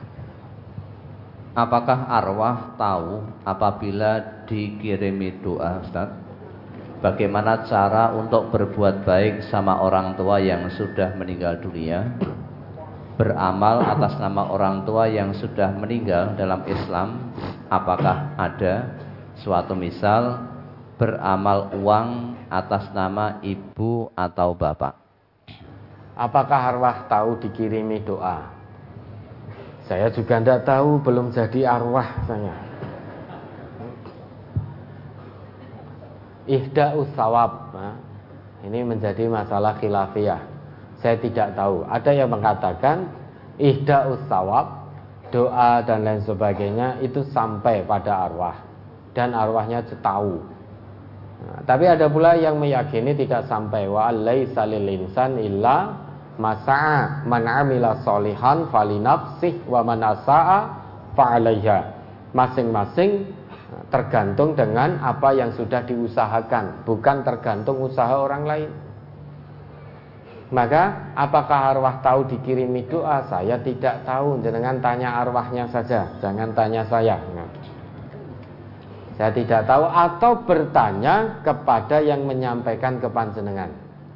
Apakah arwah tahu apabila dikirimi doa, Ustaz? Bagaimana cara untuk berbuat baik sama orang tua yang sudah meninggal dunia? Beramal atas nama orang tua yang sudah meninggal dalam Islam, apakah ada suatu misal beramal uang atas nama ibu atau bapak? Apakah arwah tahu dikirimi doa? Saya juga tidak tahu, belum jadi arwah saya. Ihda'us sawab, ini menjadi masalah khilafiyah. Saya tidak tahu. Ada yang mengatakan ihda'us sawab, doa dan lain sebagainya itu sampai pada arwah dan arwahnya tahu. Tapi ada pula yang meyakini tidak sampai. Wa laisa lil insan illa masa'a, man 'amila sholihan falinafsih wa man asa'a fa'alaiha. Masing-masing tergantung dengan apa yang sudah diusahakan, bukan tergantung usaha orang lain. Maka apakah arwah tahu dikirimi doa? Saya tidak tahu. Jangan tanya arwahnya saja, jangan tanya saya. Saya tidak tahu, atau bertanya kepada yang menyampaikan ke panjenengan.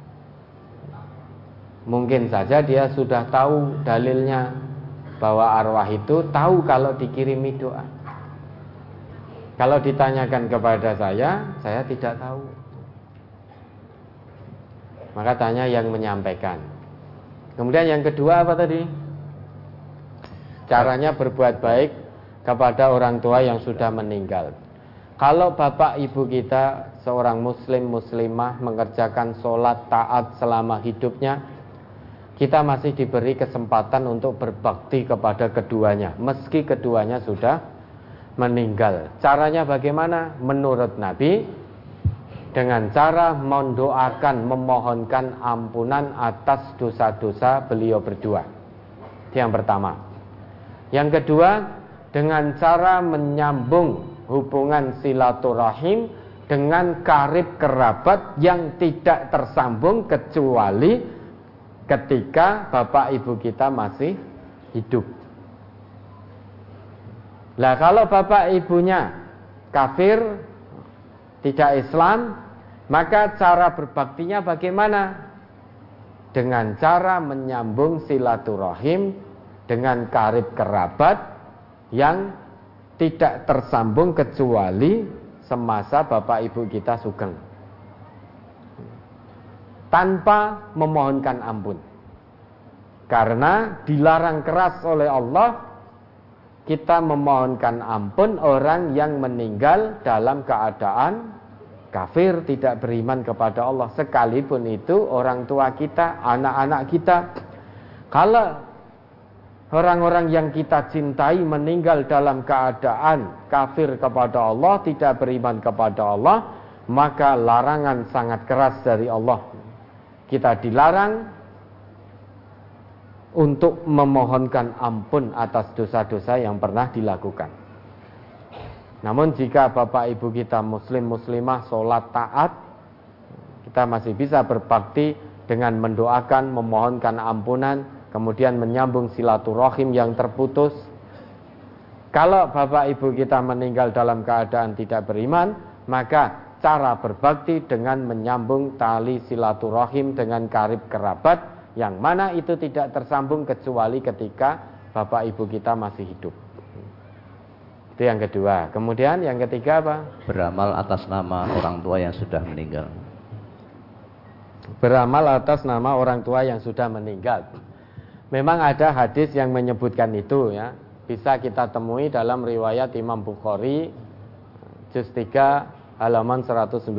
Mungkin saja dia sudah tahu dalilnya bahwa arwah itu tahu kalau dikirimi doa. Kalau ditanyakan kepada saya tidak tahu. Maka tanya yang menyampaikan. Kemudian yang kedua apa tadi? Caranya berbuat baik kepada orang tua yang sudah meninggal. Kalau bapak ibu kita seorang muslim muslimah mengerjakan sholat taat selama hidupnya, kita masih diberi kesempatan untuk berbakti kepada keduanya meski keduanya sudah meninggal. Caranya bagaimana? Menurut Nabi, dengan cara mendoakan, memohonkan ampunan atas dosa-dosa beliau berdua. Itu yang pertama. Yang kedua, dengan cara menyambung hubungan silaturahim dengan karib kerabat yang tidak tersambung kecuali ketika bapak ibu kita masih hidup. Lah kalau bapak ibunya kafir, tidak Islam, maka cara berbaktinya bagaimana? Dengan cara menyambung silaturahim dengan karib kerabat yang tidak tersambung kecuali semasa bapak ibu kita sugeng. tanpa memohonkan ampun. Karena dilarang keras oleh Allah kita memohonkan ampun orang yang meninggal dalam keadaan kafir, tidak beriman kepada Allah, sekalipun itu orang tua kita, anak-anak kita. Kalau orang-orang yang kita cintai meninggal dalam keadaan kafir kepada Allah, tidak beriman kepada Allah, maka larangan sangat keras dari Allah. Kita dilarang untuk memohonkan ampun atas dosa-dosa yang pernah dilakukan. Namun jika bapak ibu kita muslim muslimah sholat taat, kita masih bisa berbakti dengan mendoakan, memohonkan ampunan, kemudian menyambung silaturahim yang terputus. Kalau bapak ibu kita meninggal dalam keadaan tidak beriman, maka cara berbakti dengan menyambung tali silaturahim dengan karib kerabat, yang mana itu tidak tersambung kecuali ketika bapak ibu kita masih hidup. Itu yang kedua. Kemudian yang ketiga apa? Beramal atas nama orang tua yang sudah meninggal. Beramal atas nama orang tua yang sudah meninggal. Memang ada hadis yang menyebutkan itu ya. Bisa kita temui dalam riwayat Imam Bukhari juz 3 halaman 191.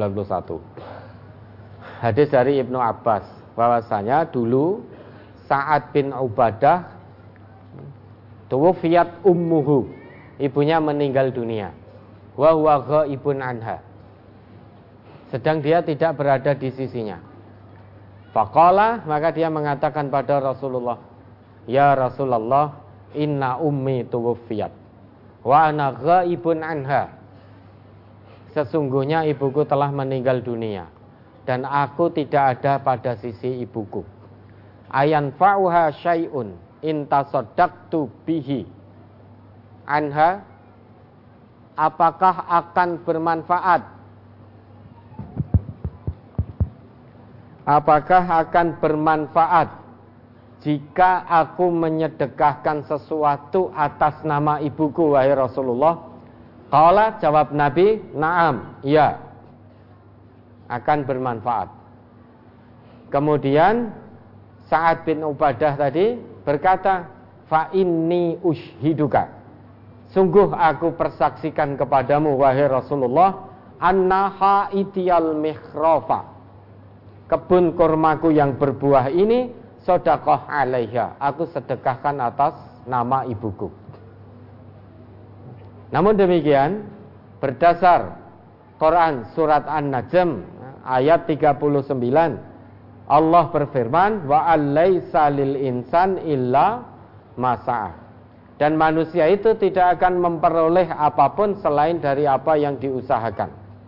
Hadis dari Ibnu Abbas bahwasanya dulu Sa'ad bin Ubadah tuwfiyat ummuhu, ibunya meninggal dunia, wa huwa ghaibun anha, sedang dia tidak berada di sisinya. Faqala, maka dia mengatakan pada Rasulullah, ya Rasulullah, inna ummi tuwfiyat wa ana ghaibun anha, sesungguhnya ibuku telah meninggal dunia dan aku tidak ada pada sisi ibuku. Ayan fa'uha syai'un in tasaddaqtu bihi anha, apakah akan bermanfaat? Apakah akan bermanfaat jika aku menyedekahkan sesuatu atas nama ibuku, wahai Rasulullah? Qala, jawab Nabi, na'am, ya, akan bermanfaat. Kemudian Sa'ad bin Ubadah tadi berkata, fa inni ushiduka, sungguh aku persaksikan kepadamu, wahai Rasulullah, annaha itiyal mikhrafa, kebun kurmaku yang berbuah ini, sedekah alaiha, aku sedekahkan atas nama ibuku. Namun demikian, berdasar Quran surat An-Najm ayat 39, Allah berfirman, wa alaysa lil insan illa ma sa'a, dan manusia itu tidak akan memperoleh apapun selain dari apa yang diusahakan.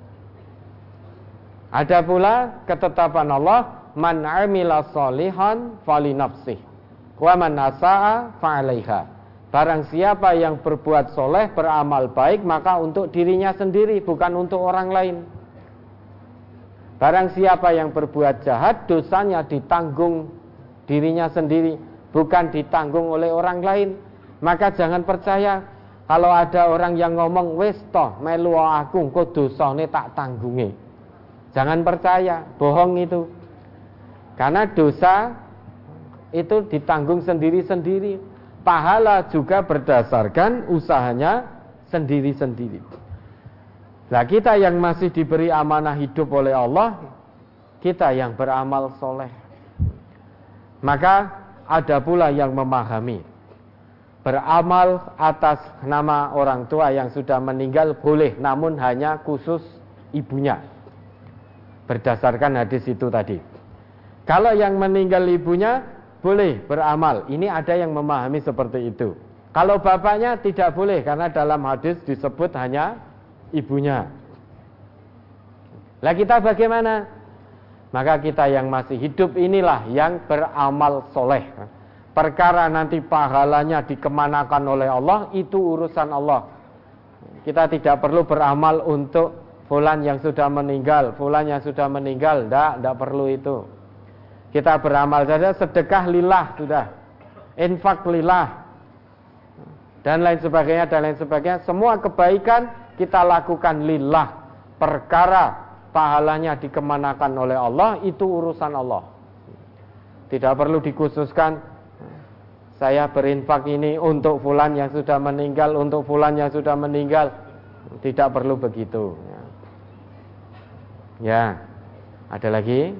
Ada pula ketetapan Allah, man amila sholihan fali nafsih wa man asaa fa'alaiha, barang siapa yang berbuat soleh, beramal baik, maka untuk dirinya sendiri, bukan untuk orang lain. Barang siapa yang berbuat jahat, dosanya ditanggung dirinya sendiri, bukan ditanggung oleh orang lain. Maka jangan percaya kalau ada orang yang ngomong, wis toh melu aku engko dosane tak tanggungi. Jangan percaya, bohong itu. Karena dosa itu ditanggung sendiri-sendiri. Pahala juga berdasarkan usahanya sendiri-sendiri. Nah, kita yang masih diberi amanah hidup oleh Allah, kita yang beramal soleh. Maka ada pula yang memahami, beramal atas nama orang tua yang sudah meninggal boleh, namun hanya khusus ibunya, berdasarkan hadis itu tadi. Kalau yang meninggal ibunya boleh beramal, ini ada yang memahami seperti itu. Kalau bapaknya tidak boleh, karena dalam hadis disebut hanya ibunya. Lah kita bagaimana? Maka kita yang masih hidup inilah yang beramal soleh. Perkara nanti pahalanya dikemanakan oleh Allah, itu urusan Allah. Kita tidak perlu beramal untuk fulan yang sudah meninggal, fulan yang sudah meninggal, tidak perlu itu. Kita beramal saja, sedekah lillah sudah, infak lillah, dan lain sebagainya, dan lain sebagainya. Semua kebaikan kita lakukan lillah. Perkara pahalanya dikemanakan oleh Allah, itu urusan Allah. Tidak perlu dikhususkan, saya berinfak ini untuk fulan yang sudah meninggal, untuk fulan yang sudah meninggal. Tidak perlu begitu. Ya, ada lagi?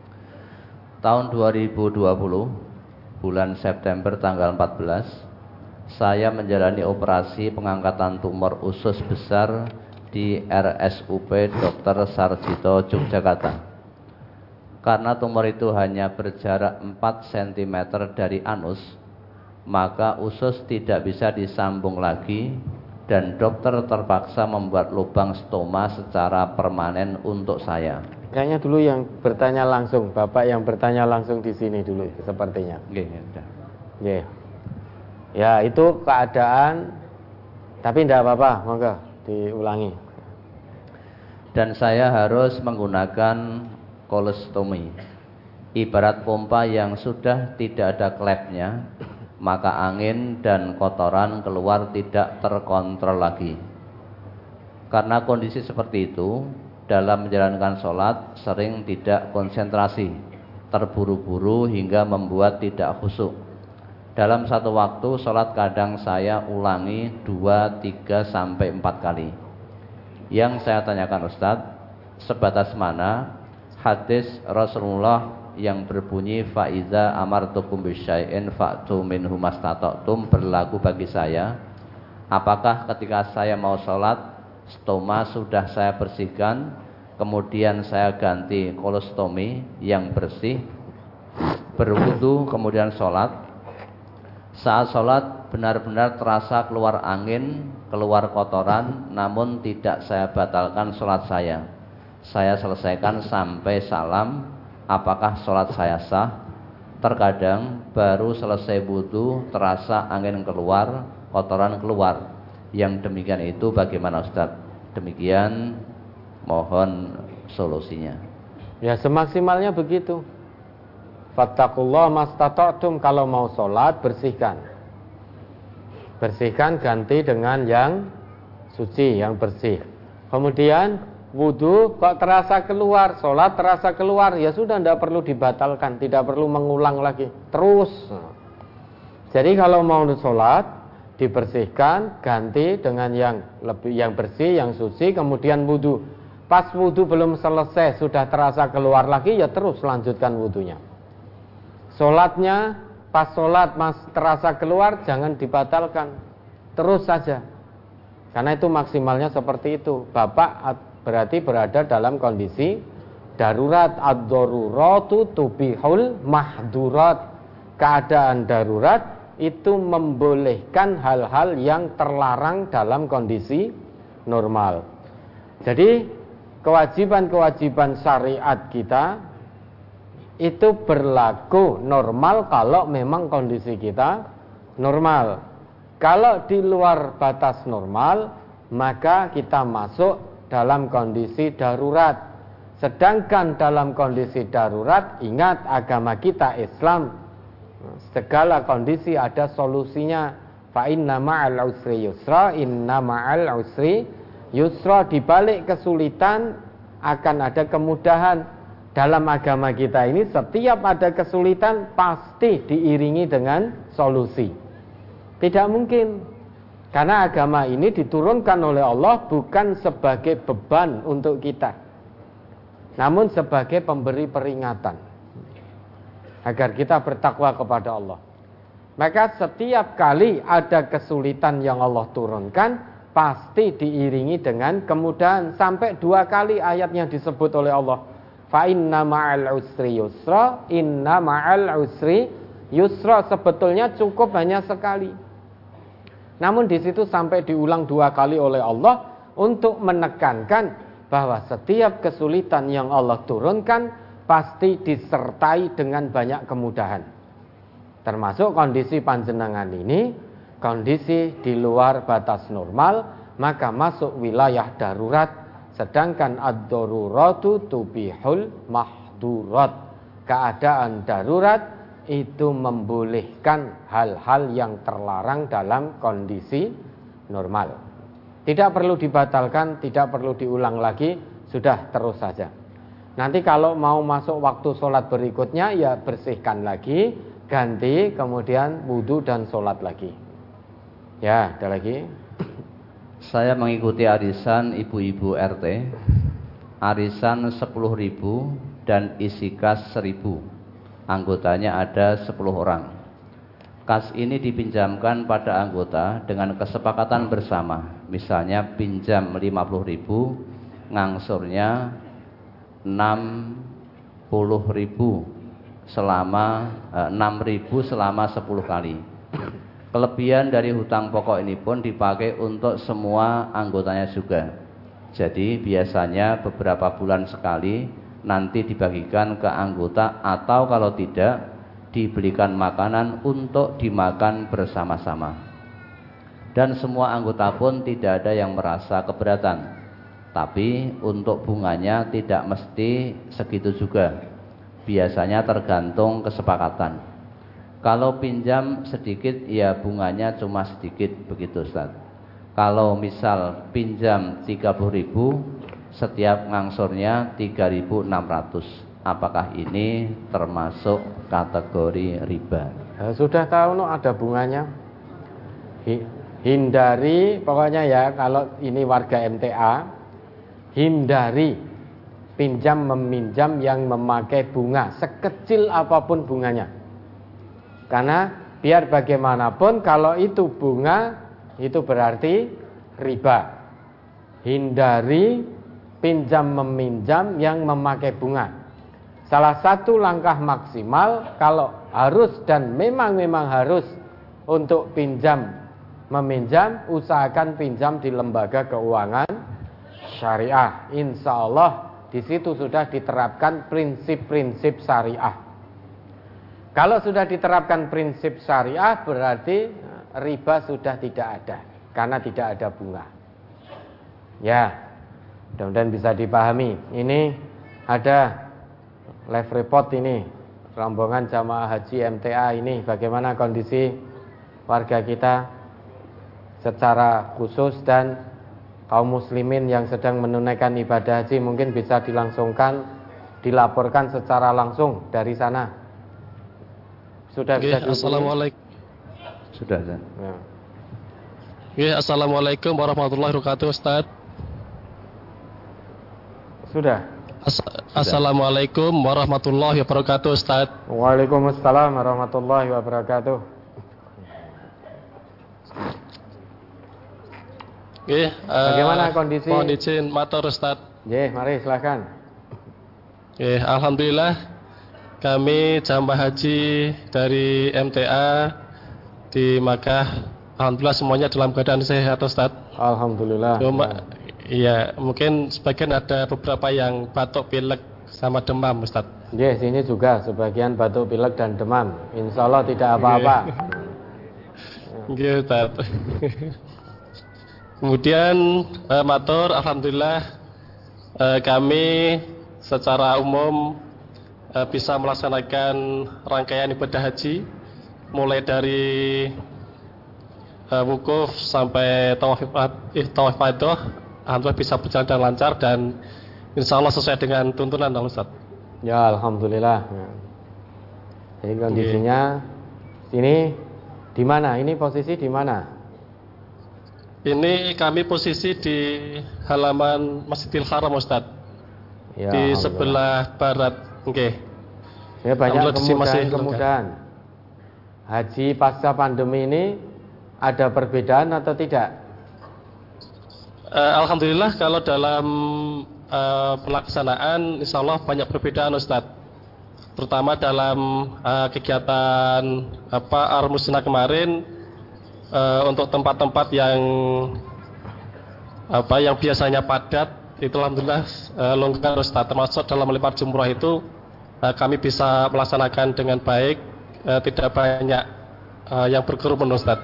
Tahun 2020, bulan September tanggal 14, saya menjalani operasi pengangkatan tumor usus besar di RSUP Dr. Sarjito, Yogyakarta. Karena tumor itu hanya berjarak 4 cm dari anus, maka usus tidak bisa disambung lagi dan dokter terpaksa membuat lubang stoma secara permanen untuk saya. Kayaknya dulu yang bertanya langsung, Bapak yang bertanya langsung di sini dulu sepertinya. Oke, Ya, itu keadaan, tapi tidak apa-apa, monggo diulangi. Dan saya harus menggunakan kolostomi, ibarat pompa yang sudah tidak ada klepnya, maka angin dan kotoran keluar tidak terkontrol lagi. Karena kondisi seperti itu, dalam menjalankan sholat sering tidak konsentrasi, terburu-buru hingga membuat tidak khusyuk. Dalam satu waktu sholat kadang saya ulangi 2, 3, sampai 4 kali. Yang saya tanyakan Ustadz, sebatas mana hadis Rasulullah yang berbunyi faiza amartukum bisyai'in fa'tu minhu mastata'tum berlaku bagi saya? Apakah ketika saya mau sholat, stoma sudah saya bersihkan, kemudian saya ganti kolostomi yang bersih, berwudu, kemudian sholat? Saat sholat benar-benar terasa keluar angin, keluar kotoran, namun tidak saya batalkan sholat saya. Saya selesaikan sampai salam. Apakah sholat saya sah? Terkadang baru selesai wudu terasa angin keluar, kotoran keluar. Yang demikian itu bagaimana Ustadz? Demikian, mohon solusinya. Ya, semaksimalnya begitu. Fattakullah mastata'tum, kalau mau sholat bersihkan. Bersihkan, ganti dengan yang suci, yang bersih. Kemudian wudu kok terasa keluar, sholat terasa keluar, ya sudah, tidak perlu dibatalkan, tidak perlu mengulang lagi, terus. Jadi kalau mau sholat dibersihkan, ganti dengan yang bersih, yang suci, kemudian wudu. Pas wudu belum selesai sudah terasa keluar lagi, ya terus lanjutkan wudunya. Sholatnya pas sholat terasa keluar, jangan dibatalkan, terus saja. Karena itu maksimalnya seperti itu. Bapak berarti berada dalam kondisi darurat. Ad-daruratu tubihul mahdurat. Keadaan darurat itu membolehkan hal-hal yang terlarang dalam kondisi normal. Jadi kewajiban-kewajiban syariat kita itu berlaku normal kalau memang kondisi kita normal. Kalau di luar batas normal, maka kita masuk dalam kondisi darurat. Sedangkan dalam kondisi darurat, ingat agama kita Islam, segala kondisi ada solusinya. Fa inna ma'al usri yusra, inna ma'al usri yusra. Di balik kesulitan akan ada kemudahan. Dalam agama kita ini setiap ada kesulitan pasti diiringi dengan solusi. Tidak mungkin. Karena agama ini diturunkan oleh Allah bukan sebagai beban untuk kita, namun sebagai pemberi peringatan agar kita bertakwa kepada Allah. Maka setiap kali ada kesulitan yang Allah turunkan, pasti diiringi dengan kemudahan. Sampai 2 kali ayatnya disebut oleh Allah. Fa inna ma'al usri yusra, inna ma'al usri yusra. Sebetulnya cukup hanya sekali, namun di situ sampai diulang 2 kali oleh Allah untuk menekankan bahwa setiap kesulitan yang Allah turunkan pasti disertai dengan banyak kemudahan. Termasuk kondisi panjenengan ini, kondisi di luar batas normal, maka masuk wilayah darurat. Sedangkan ad-daruratu tubihul mahdurat. Keadaan darurat itu membolehkan hal-hal yang terlarang dalam kondisi normal. Tidak perlu dibatalkan, tidak perlu diulang lagi, Sudah terus saja. Nanti kalau mau masuk waktu sholat berikutnya ya bersihkan lagi, ganti, kemudian wudhu dan sholat lagi. Ya, ada lagi. Saya mengikuti arisan ibu-ibu RT, arisan 10.000 dan isi kas 1.000. Anggotanya ada 10 orang. Kas ini dipinjamkan pada anggota dengan kesepakatan bersama. Misalnya pinjam 50.000, ngangsurnya 60.000 selama 6.000 selama 10 kali. Kelebihan dari hutang pokok ini pun dipakai untuk semua anggotanya juga. Jadi biasanya beberapa bulan sekali nanti dibagikan ke anggota, atau kalau tidak dibelikan makanan untuk dimakan bersama-sama. Dan semua anggota pun tidak ada yang merasa keberatan. Tapi untuk bunganya tidak mesti segitu juga. Biasanya tergantung kesepakatan. Kalau pinjam sedikit ya bunganya cuma sedikit, begitu Ustaz. Kalau misal pinjam 30.000, setiap ngangsurnya 3.600. Apakah ini termasuk kategori riba? Ya, sudah tahu ada bunganya. Hindari pokoknya ya, kalau ini warga MTA, hindari pinjam meminjam yang memakai bunga sekecil apapun bunganya. Karena biar bagaimanapun kalau itu bunga, itu berarti riba. Hindari pinjam meminjam yang memakai bunga. Salah satu langkah maksimal kalau harus dan memang harus untuk pinjam meminjam, usahakan pinjam di lembaga keuangan syariah. Insya Allah di situ sudah diterapkan prinsip-prinsip syariah. Kalau sudah diterapkan prinsip syariah berarti riba sudah tidak ada, karena tidak ada bunga. Ya, mudah-mudahan bisa dipahami. Ini ada live report ini, rombongan jamaah haji MTA ini, bagaimana kondisi warga kita secara khusus dan kaum muslimin yang sedang menunaikan ibadah haji. Mungkin bisa dilangsungkan, dilaporkan secara langsung dari sana. Sudah bisa. Assalamualaikum. Sudah kan? Ya. Assalamualaikum warahmatullahi wabarakatuh, Ustaz. Sudah. Assalamualaikum warahmatullahi wabarakatuh, Ustaz. Waalaikumsalam warahmatullahi wabarakatuh. Bagaimana kondisi? Mohon izin matur, Ustaz. Mari silakan. Alhamdulillah kami jamaah haji dari MTA di Makkah, alhamdulillah semuanya dalam keadaan sehat, Ustaz. Alhamdulillah. Cuma iya, mungkin sebagian ada beberapa yang batuk, pilek sama demam, Ustaz. Sini juga sebagian batuk, pilek dan demam. Insya Allah tidak apa-apa. Gitu, Ustaz. Kemudian matur, alhamdulillah kami secara umum bisa melaksanakan rangkaian ibadah haji mulai dari wukuf sampai tawaf ifadah. Alhamdulillah bisa berjalan dengan lancar dan insya Allah sesuai dengan tuntunan Ustaz. Ya, alhamdulillah. Jadi kondisinya ini di mana? Ini posisi di mana? Ini kami posisi di halaman Masjidil Haram, Ustaz. Ya, di sebelah barat. Ya, banyak kemudahan. Haji pasca pandemi ini ada perbedaan atau tidak? Alhamdulillah kalau dalam pelaksanaan insya Allah banyak perbedaan, Ustaz. Terutama dalam kegiatan Ar-Musnah kemarin, untuk tempat-tempat yang biasanya padat itu alhamdulillah longgar, Ustaz. Termasuk dalam melempar jumrah itu kami bisa melaksanakan dengan baik, tidak banyak yang berkerumun, Ustaz.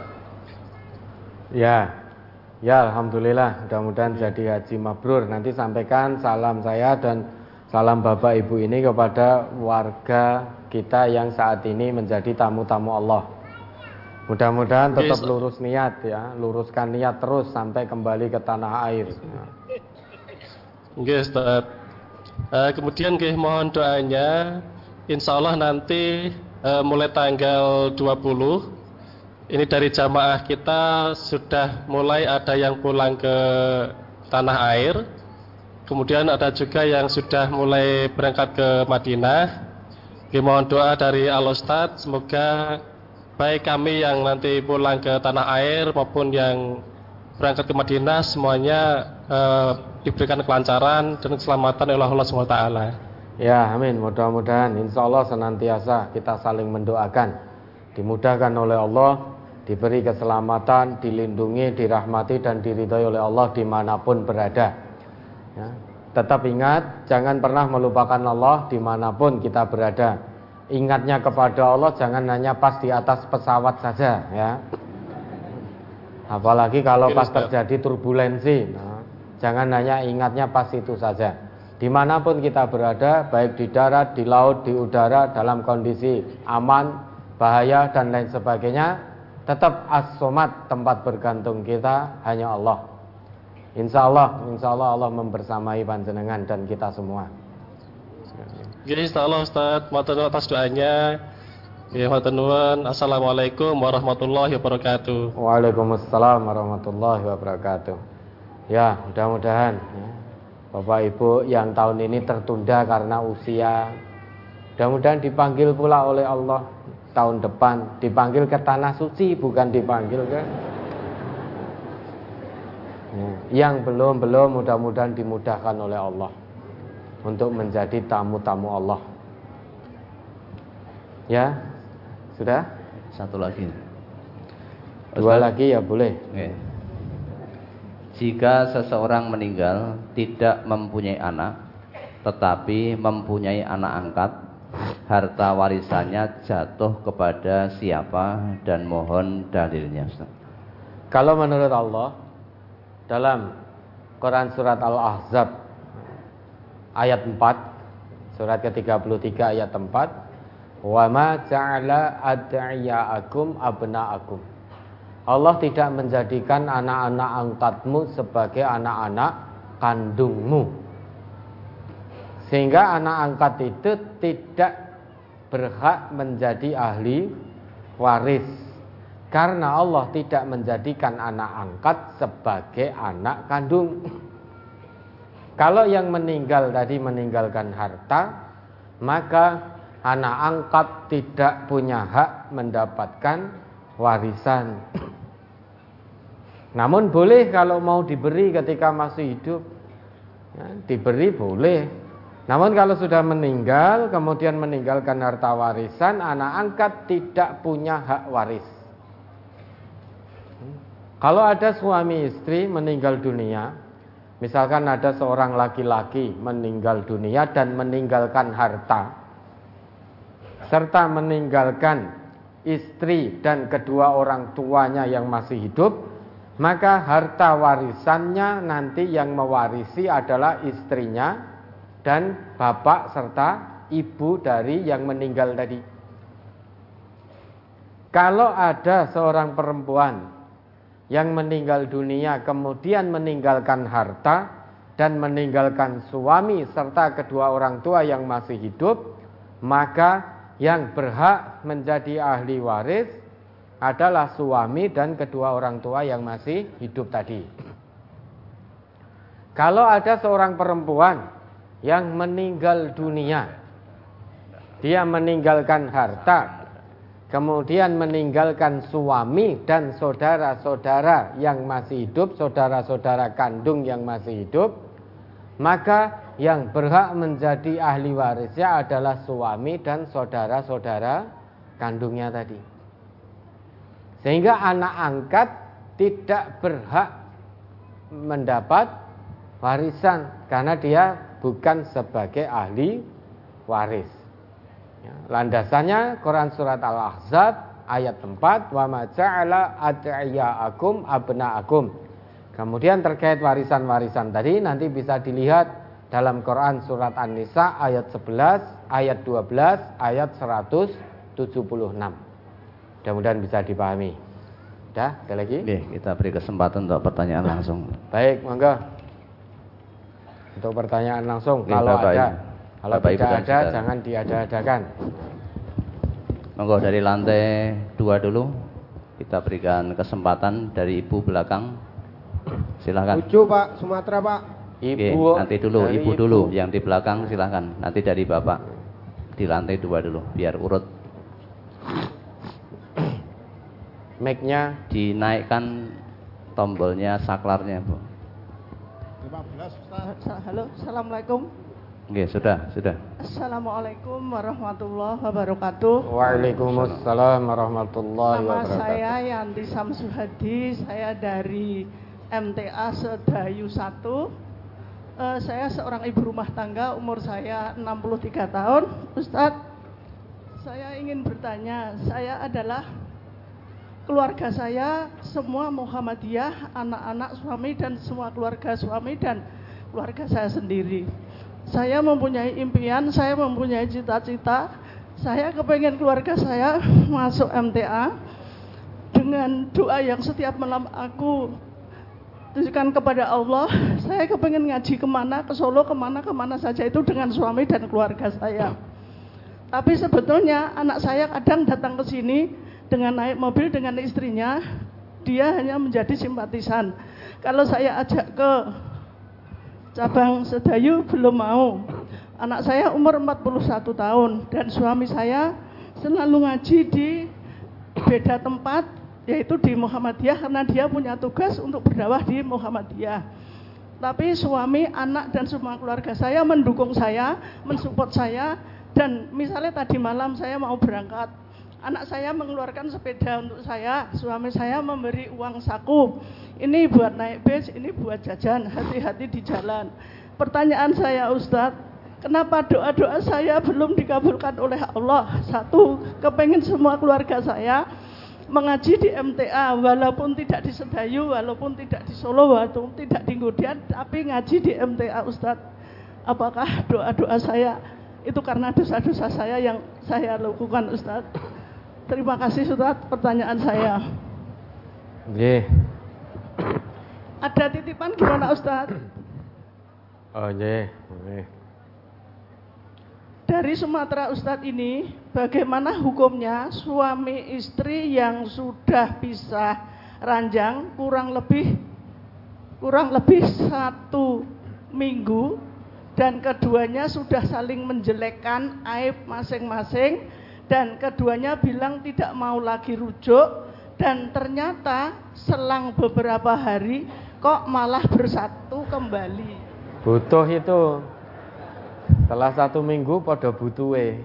Ya, alhamdulillah. Mudah-mudahan jadi haji mabrur. Nanti sampaikan salam saya dan salam Bapak Ibu ini kepada warga kita yang saat ini menjadi tamu-tamu Allah. Mudah-mudahan tetap lurus niat ya, luruskan niat terus sampai kembali ke tanah air. Nggih, Ustaz. Kemudian nggih mohon doanya, insya Allah nanti mulai tanggal 20 ini dari jamaah kita sudah mulai ada yang pulang ke tanah air. Kemudian ada juga yang sudah mulai berangkat ke Madinah. Mohon doa dari Al-Ustadz, semoga baik kami yang nanti pulang ke tanah air maupun yang berangkat ke Madinah semuanya diberikan kelancaran dan keselamatan oleh Allah SWT. Ya, amin. Mudah-mudahan insya Allah senantiasa kita saling mendoakan, dimudahkan oleh Allah, diberi keselamatan, dilindungi, dirahmati dan diridhoi oleh Allah dimanapun berada. Ya. Tetap ingat, jangan pernah melupakan Allah dimanapun kita berada. Ingatnya kepada Allah jangan hanya pas di atas pesawat saja, ya. Apalagi kalau pas terjadi turbulensi, nah, jangan hanya ingatnya pas itu saja. Dimanapun kita berada, baik di darat, di laut, di udara, dalam kondisi aman, bahaya dan lain sebagainya, tetap as-somad, tempat bergantung kita hanya Allah. Insya Allah Allah membersamai panjenengan dan kita semua. Insya Allah Ustaz, matur atas doanya. Ya, matur nuwun. Assalamualaikum warahmatullahi wabarakatuh. Waalaikumsalam warahmatullahi wabarakatuh. Ya, mudah-mudahan ya, Bapak Ibu yang tahun ini tertunda karena usia, mudah-mudahan dipanggil pula oleh Allah tahun depan, dipanggil ke tanah suci, bukan dipanggil ke yang belum mudah-mudahan dimudahkan oleh Allah untuk menjadi tamu-tamu Allah. Ya, sudah? Satu lagi. Dua lagi ya boleh. Jika seseorang meninggal tidak mempunyai anak, tetapi mempunyai anak angkat, harta warisannya jatuh kepada siapa dan mohon dalilnya, Ustaz. Kalau menurut Allah, dalam Quran surat Al-Ahzab ayat 4, surat ke-33 ayat 4, wa ma ja'ala ad'iyaakum abna'akum. Allah tidak menjadikan anak-anak angkatmu sebagai anak-anak kandungmu, sehingga anak angkat itu tidak berhak menjadi ahli waris, karena Allah tidak menjadikan anak angkat sebagai anak kandung. Kalau yang meninggal tadi meninggalkan harta, maka anak angkat tidak punya hak mendapatkan warisan. Namun boleh kalau mau diberi ketika masih hidup, ya, diberi boleh. Namun kalau sudah meninggal kemudian meninggalkan harta warisan, anak angkat tidak punya hak waris. Kalau ada suami istri meninggal dunia, misalkan ada seorang laki-laki meninggal dunia dan meninggalkan harta, serta meninggalkan istri dan kedua orang tuanya yang masih hidup, maka harta warisannya nanti yang mewarisi adalah istrinya dan bapak serta ibu dari yang meninggal tadi. Kalau ada seorang perempuan yang meninggal dunia kemudian meninggalkan harta dan meninggalkan suami serta kedua orang tua yang masih hidup, maka yang berhak menjadi ahli waris adalah suami dan kedua orang tua yang masih hidup tadi. Kalau ada seorang perempuan yang meninggal dunia, dia meninggalkan harta, kemudian meninggalkan suami dan saudara-saudara yang masih hidup, saudara-saudara kandung yang masih hidup, maka yang berhak menjadi ahli warisnya adalah suami dan saudara-saudara kandungnya tadi. Sehingga anak angkat tidak berhak mendapat warisan karena dia bukan sebagai ahli waris. Landasannya Quran surat Al-Ahzab ayat 4, wa ma ja'ala ad'iyaakum abna'akum. Kemudian terkait warisan-warisan tadi nanti bisa dilihat dalam Quran surat An-Nisa ayat 11, ayat 12, ayat 176. Mudah-mudahan bisa dipahami. Dah, ada lagi? Oke, kita beri kesempatan untuk pertanyaan langsung. Baik, monggo. Untuk pertanyaan langsung, Oke, kalau Bapak, ada. Kalau Bapak, Ibu, tidak dan ada, saudara. jangan diada-adakan. Monggo dari lantai 2 dulu. Kita berikan kesempatan dari ibu belakang. Silahkan. Ucu Pak, Sumatera Pak. Oke, Ibu, nanti dulu, dari ibu dulu, yang di belakang silahkan. Nanti dari bapak di lantai 2 dulu, biar urut. Mic-nya Dinaikkan tombolnya, saklarnya, Bu. 15 Ustaz. Halo, Assalamualaikum. Oke, sudah. Assalamualaikum warahmatullahi wabarakatuh. Waalaikumsalam warahmatullahi Nama wabarakatuh. saya Yanti Samsuhadi, saya dari MTA Sedayu 1. Saya seorang ibu rumah tangga, umur saya 63 tahun. Ustadz, saya ingin bertanya, saya adalah keluarga saya semua Muhammadiyah, anak-anak suami dan semua keluarga suami dan keluarga saya sendiri. Saya mempunyai impian, saya mempunyai cita-cita. Saya kepengen keluarga saya masuk MTA dengan doa yang setiap malam aku tujukan kepada Allah. Saya kepengen ngaji kemana, ke Solo, kemana saja itu dengan suami dan keluarga saya. Tapi sebetulnya anak saya kadang datang ke sini dengan naik mobil dengan istrinya, dia hanya menjadi simpatisan. Kalau saya ajak ke cabang Sedayu belum mau. Anak saya umur 41 tahun dan suami saya selalu ngaji di beda tempat, yaitu di Muhammadiyah karena dia punya tugas untuk berdakwah di Muhammadiyah. Tapi suami, anak dan semua keluarga saya mendukung saya, mensupport saya. Dan misalnya tadi malam saya mau berangkat, anak saya mengeluarkan sepeda untuk saya, suami saya memberi uang saku. Ini buat naik bis, ini buat jajan, hati-hati di jalan. Pertanyaan saya Ustadz, kenapa doa-doa saya belum dikabulkan oleh Allah? Satu, kepengen semua keluarga saya mengaji di MTA, walaupun tidak di Sedayu, walaupun tidak di Solo, walaupun tidak di Ngodian, tapi ngaji di MTA Ustadz. Apakah doa-doa saya itu karena dosa-dosa saya yang saya lakukan Ustadz? Terima kasih Ustadz, pertanyaan saya. Nggih. Ada titipan gimana Ustadz? Oh nggih, nggih. Dari Sumatera Ustadz ini, bagaimana hukumnya suami istri yang sudah pisah ranjang kurang lebih 1 minggu dan keduanya sudah saling menjelekkan aib masing-masing dan keduanya bilang tidak mau lagi rujuk dan ternyata selang beberapa hari kok malah bersatu kembali. Butuh itu. Setelah 1 minggu pada butuhe.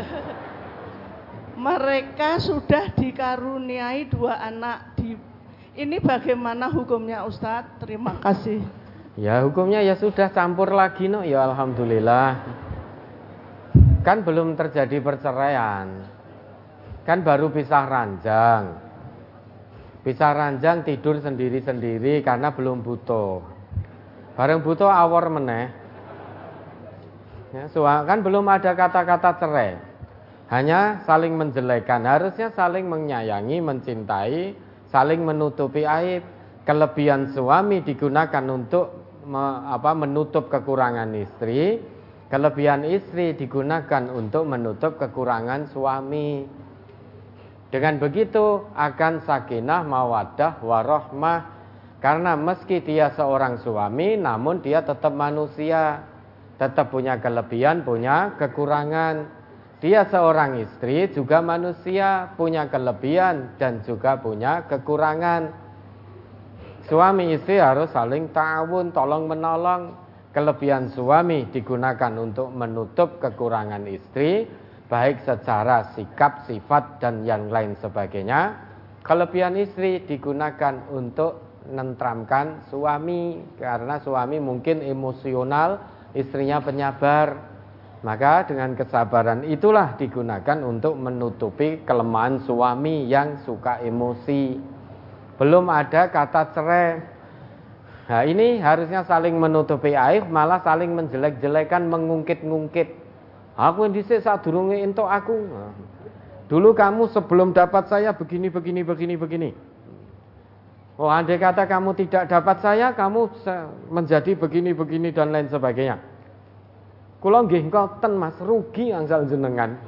Mereka sudah dikaruniai 2 anak. Ini bagaimana hukumnya Ustadz? Terima kasih. Ya hukumnya ya sudah campur lagi no, ya alhamdulillah. Kan belum terjadi perceraian. Kan baru pisah ranjang. Pisah ranjang tidur sendiri-sendiri karena belum butuh. Bareng butuh awor meneh. Ya, kan belum ada kata-kata cerai. Hanya saling menjelekan. Harusnya saling menyayangi, mencintai, saling menutupi aib. Kelebihan suami digunakan untuk menutup kekurangan istri. Kelebihan istri digunakan untuk menutup kekurangan suami. Dengan begitu akan sakinah, mawaddah, warahmah. Karena meski dia seorang suami, namun dia tetap manusia. Tetap punya kelebihan, punya kekurangan. Dia seorang istri juga manusia, punya kelebihan dan juga punya kekurangan. Suami istri harus saling ta'awun, tolong menolong. Kelebihan suami digunakan untuk menutup kekurangan istri, baik secara sikap, sifat dan yang lain sebagainya. Kelebihan istri digunakan untuk menenteramkan suami, karena suami mungkin emosional, istrinya penyabar. Maka dengan kesabaran itulah digunakan untuk menutupi kelemahan suami yang suka emosi. Belum ada kata cerai. Nah ini harusnya saling menutupi aib, malah saling menjelek-jelekan, mengungkit-ngungkit. Aku yang dhisik sadurunge entuk aku. Dulu kamu sebelum dapat saya begini. Oh, andai kata kamu tidak dapat saya, kamu menjadi begini-begini dan lain sebagainya. Kula nggih ngoten Mas, rugi angsal jenengan.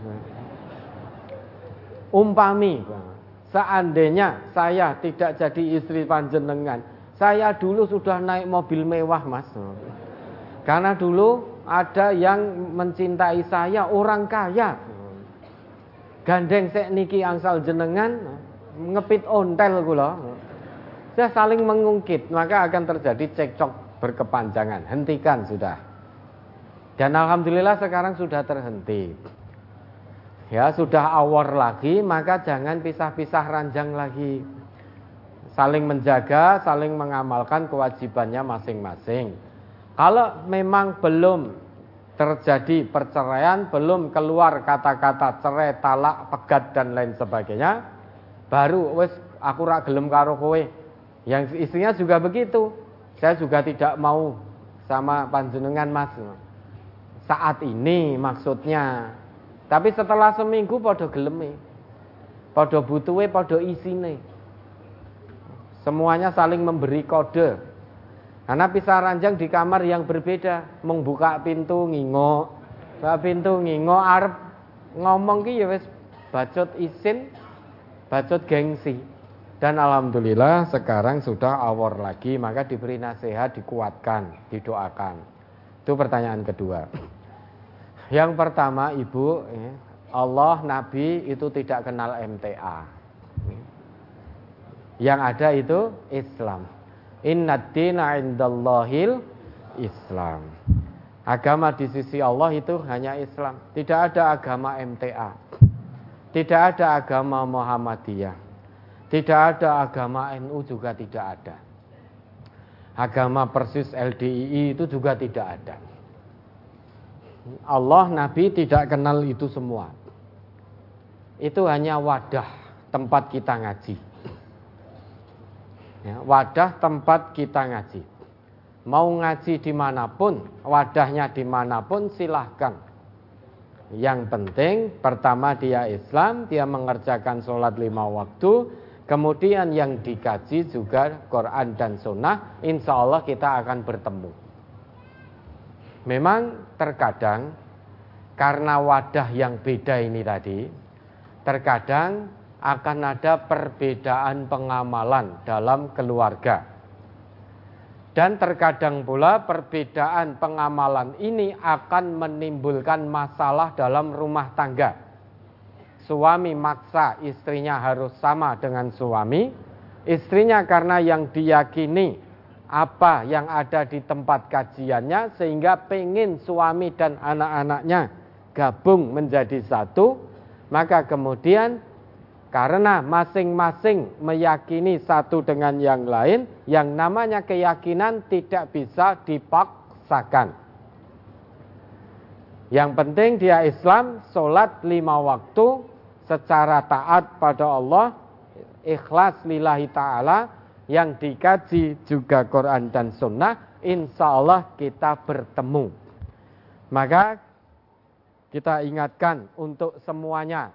Umpami, seandainya saya tidak jadi istri panjenengan, saya dulu sudah naik mobil mewah Mas. Karena dulu ada yang mencintai saya, orang kaya. Gandeng sek niki angsal jenengan, ngepit ontel kula. Saya saling mengungkit, maka akan terjadi cekcok berkepanjangan. Hentikan sudah. Dan alhamdulillah sekarang sudah terhenti. Ya, sudah awor lagi, maka jangan pisah-pisah ranjang lagi. Saling menjaga, saling mengamalkan kewajibannya masing-masing. Kalau memang belum terjadi perceraian, belum keluar kata-kata cerai, talak, pegat dan lain sebagainya, baru wis aku ra gelem karo kowe. Yang istrinya juga begitu. Saya juga tidak mau sama panjenengan Mas. Saat ini maksudnya. Tapi setelah seminggu podo geleme. Podo butuhe, podo isine. Semuanya saling memberi kode. Karena pisah ranjang di kamar yang berbeda. Membuka pintu ngingo. Buka pintu ngingo arep ngomong ki ya wis bacot isin, bacot gengsi. Dan alhamdulillah sekarang sudah awor lagi, maka diberi nasihat, dikuatkan, didoakan. Itu pertanyaan kedua. Yang pertama Ibu, Allah, Nabi itu tidak kenal MTA. Yang ada itu Islam. Innad dina indallahil Islam. Agama di sisi Allah itu hanya Islam. Tidak ada agama MTA. Tidak ada agama Muhammadiyah. Tidak ada agama NU juga tidak ada. Agama Persis LDII itu juga tidak ada. Allah, Nabi tidak kenal itu semua. Itu hanya wadah tempat kita ngaji. Ya, wadah tempat kita ngaji. Mau ngaji dimanapun, wadahnya dimanapun silahkan. Yang penting pertama dia Islam, dia mengerjakan sholat 5 waktu. Kemudian yang dikaji juga Quran dan Sunnah, insya Allah kita akan bertemu. Memang terkadang karena wadah yang beda ini tadi, terkadang akan ada perbedaan pengamalan dalam keluarga. Dan terkadang pula perbedaan pengamalan ini akan menimbulkan masalah dalam rumah tangga. Suami maksa istrinya harus sama dengan suami. Istrinya karena yang diyakini apa yang ada di tempat kajiannya, sehingga pengen suami dan anak-anaknya gabung menjadi satu. Maka kemudian karena masing-masing meyakini satu dengan yang lain, yang namanya keyakinan tidak bisa dipaksakan. Yang penting dia Islam, sholat 5 waktu secara taat pada Allah, ikhlas lillahi ta'ala, yang dikaji juga Quran dan Sunnah, insya Allah kita bertemu. Maka kita ingatkan untuk semuanya.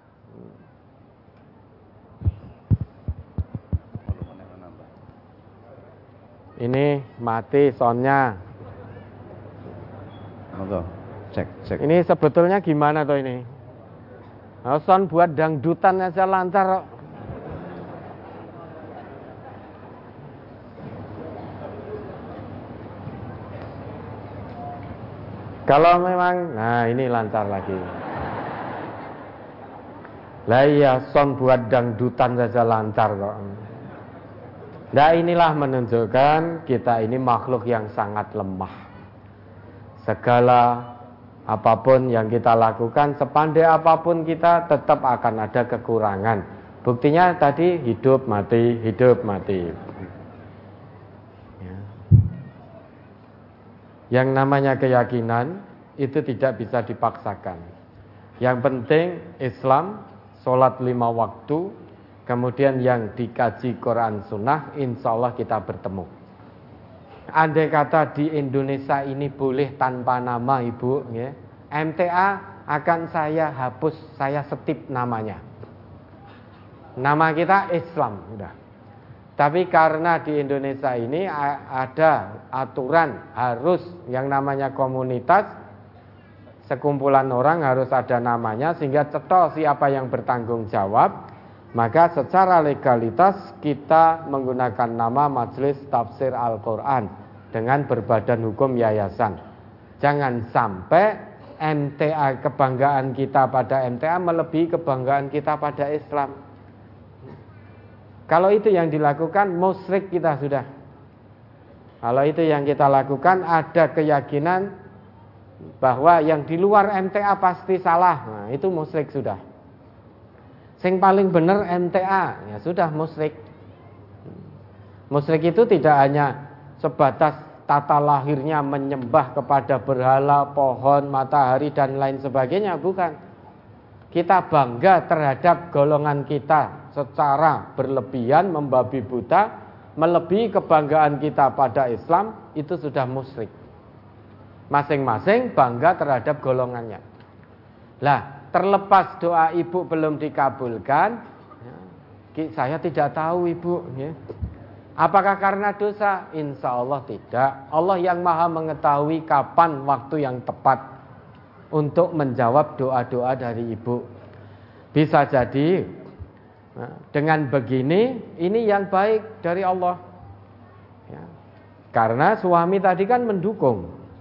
Ini mati soundnya. Cek. Ini sebetulnya gimana tuh ini? Sound buat dangdutan aja lancar. Kalau memang, nah ini lancar lagi. Lah iya, sound buat dangdutan saja lancar kok. Nah inilah menunjukkan kita ini makhluk yang sangat lemah. Segala apapun yang kita lakukan, sepandai apapun kita tetap akan ada kekurangan. Buktinya tadi hidup mati. Ya. Yang namanya keyakinan itu tidak bisa dipaksakan. Yang penting Islam, sholat 5 waktu, kemudian yang dikaji Quran Sunnah, insya Allah kita bertemu. Andai kata di Indonesia ini boleh tanpa nama Ibu, ya, MTA akan saya hapus, saya setip namanya. Nama kita Islam, udah. Tapi karena di Indonesia ini ada aturan harus yang namanya komunitas, sekumpulan orang harus ada namanya sehingga cetol siapa yang bertanggung jawab, maka secara legalitas kita menggunakan nama Majelis Tafsir Al-Quran dengan berbadan hukum yayasan. Jangan sampai MTA, kebanggaan kita pada MTA melebihi kebanggaan kita pada Islam. Kalau itu yang dilakukan, musyrik kita sudah. Kalau itu yang kita lakukan, ada keyakinan bahwa yang di luar MTA pasti salah. Nah, itu musyrik sudah. Sing paling benar MTA, ya sudah musyrik. Musyrik itu tidak hanya sebatas tata lahirnya menyembah kepada berhala, pohon, matahari dan lain sebagainya, bukan. Kita bangga terhadap golongan kita secara berlebihan, membabi buta, melebihi kebanggaan kita pada Islam, itu sudah musyrik. Masing-masing bangga terhadap golongannya. Lah, terlepas doa ibu belum dikabulkan, saya tidak tahu ibu, ya. Apakah karena dosa? Insya Allah tidak. Allah yang maha mengetahui kapan waktu yang tepat untuk menjawab doa-doa dari ibu. Bisa jadi dengan begini, ini yang baik dari Allah, ya. Karena suami tadi kan mendukung,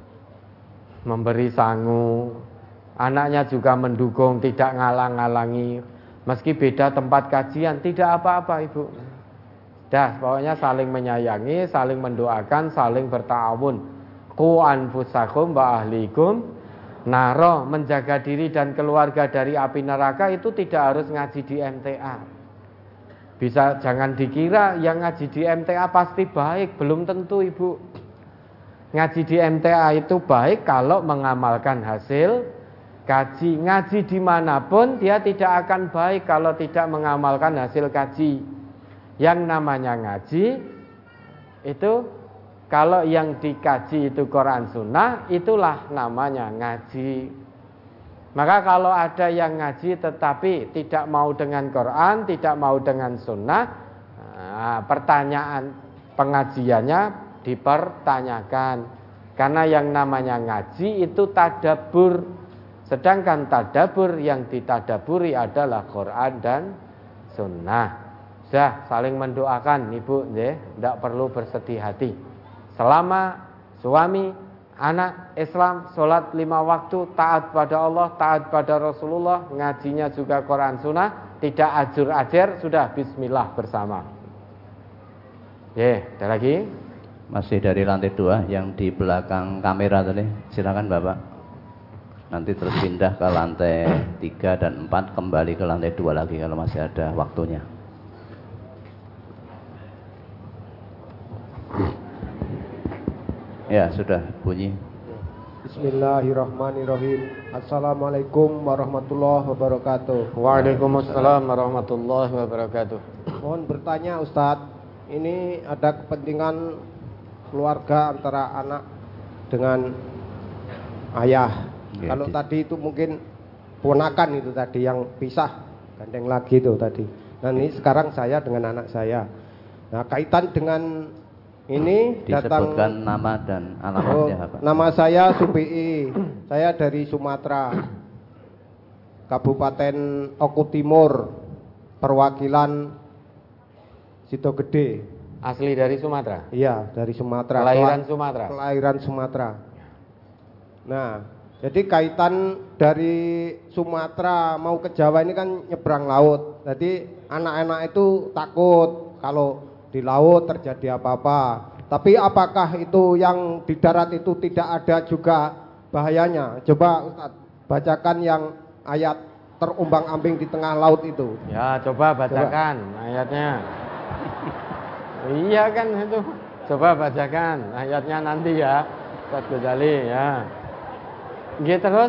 memberi sangu, anaknya juga mendukung, tidak ngalang-ngalangi. Meski beda tempat kajian, tidak apa-apa ibu. Dah, pokoknya saling menyayangi, saling mendoakan, saling berta'awun. Qu anfusakum wa ahlikum naro, menjaga diri dan keluarga dari api neraka itu tidak harus ngaji di MTA. Bisa jangan dikira yang ngaji di MTA pasti baik, belum tentu ibu. Ngaji di MTA itu baik kalau mengamalkan hasil kaji. Ngaji dimanapun dia tidak akan baik kalau tidak mengamalkan hasil kaji. Yang namanya ngaji itu, kalau yang dikaji itu Quran Sunnah, itulah namanya ngaji. Maka kalau ada yang ngaji tetapi tidak mau dengan Quran, tidak mau dengan Sunnah, pertanyaan pengajiannya dipertanyakan. Karena yang namanya ngaji itu tadabbur. Sedangkan tadabbur yang ditadaburi adalah Quran dan Sunnah. Sudah saling mendoakan ibu, tidak perlu bersedih hati. Selama suami, anak Islam, sholat 5 waktu, taat pada Allah, taat pada Rasulullah, ngajinya juga Quran Sunnah, tidak ajur-ajer, sudah bismillah bersama. Ada lagi? Masih dari lantai 2 yang di belakang kamera tadi, silakan Bapak. Nanti terus pindah ke lantai 3 dan 4, kembali ke lantai 2 lagi kalau masih ada waktunya. Ya, sudah bunyi. Bismillahirrahmanirrahim. Assalamualaikum warahmatullahi wabarakatuh. Waalaikumsalam warahmatullahi wabarakatuh. Mohon bertanya Ustadz, ini ada kepentingan keluarga antara anak dengan ayah. Ya, kalau tadi itu mungkin ponakan itu tadi yang pisah, gandeng lagi itu tadi. Nah ini sekarang saya dengan anak saya. Nah kaitan dengan ini disebutkan datang, nama dan alamatnya Pak. Nama saya Subii, saya dari Sumatera, Kabupaten Oku Timur, perwakilan Sidogede. Asli dari Sumatera? Iya, dari Sumatera. Kelahiran Sumatera? Kelahiran Sumatera. Nah, jadi kaitan dari Sumatera mau ke Jawa ini kan nyebrang laut. Jadi anak-anak itu takut kalau di laut terjadi apa-apa. Tapi apakah itu yang di darat itu tidak ada juga bahayanya? Coba Ustaz bacakan yang ayat terumbang-ambing di tengah laut itu. Ya, coba bacakan ayatnya. Iya kan itu. Coba bacakan ayatnya nanti ya, Ustaz Ghazali ya. Gitu terus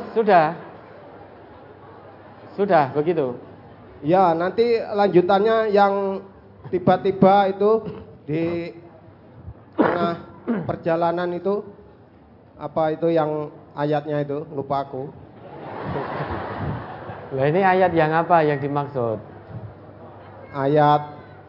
sudah begitu. Ya, nanti lanjutannya yang tiba-tiba itu di tengah perjalanan itu, apa itu yang ayatnya itu, lupa aku. Nah ini ayat yang apa yang dimaksud? Ayat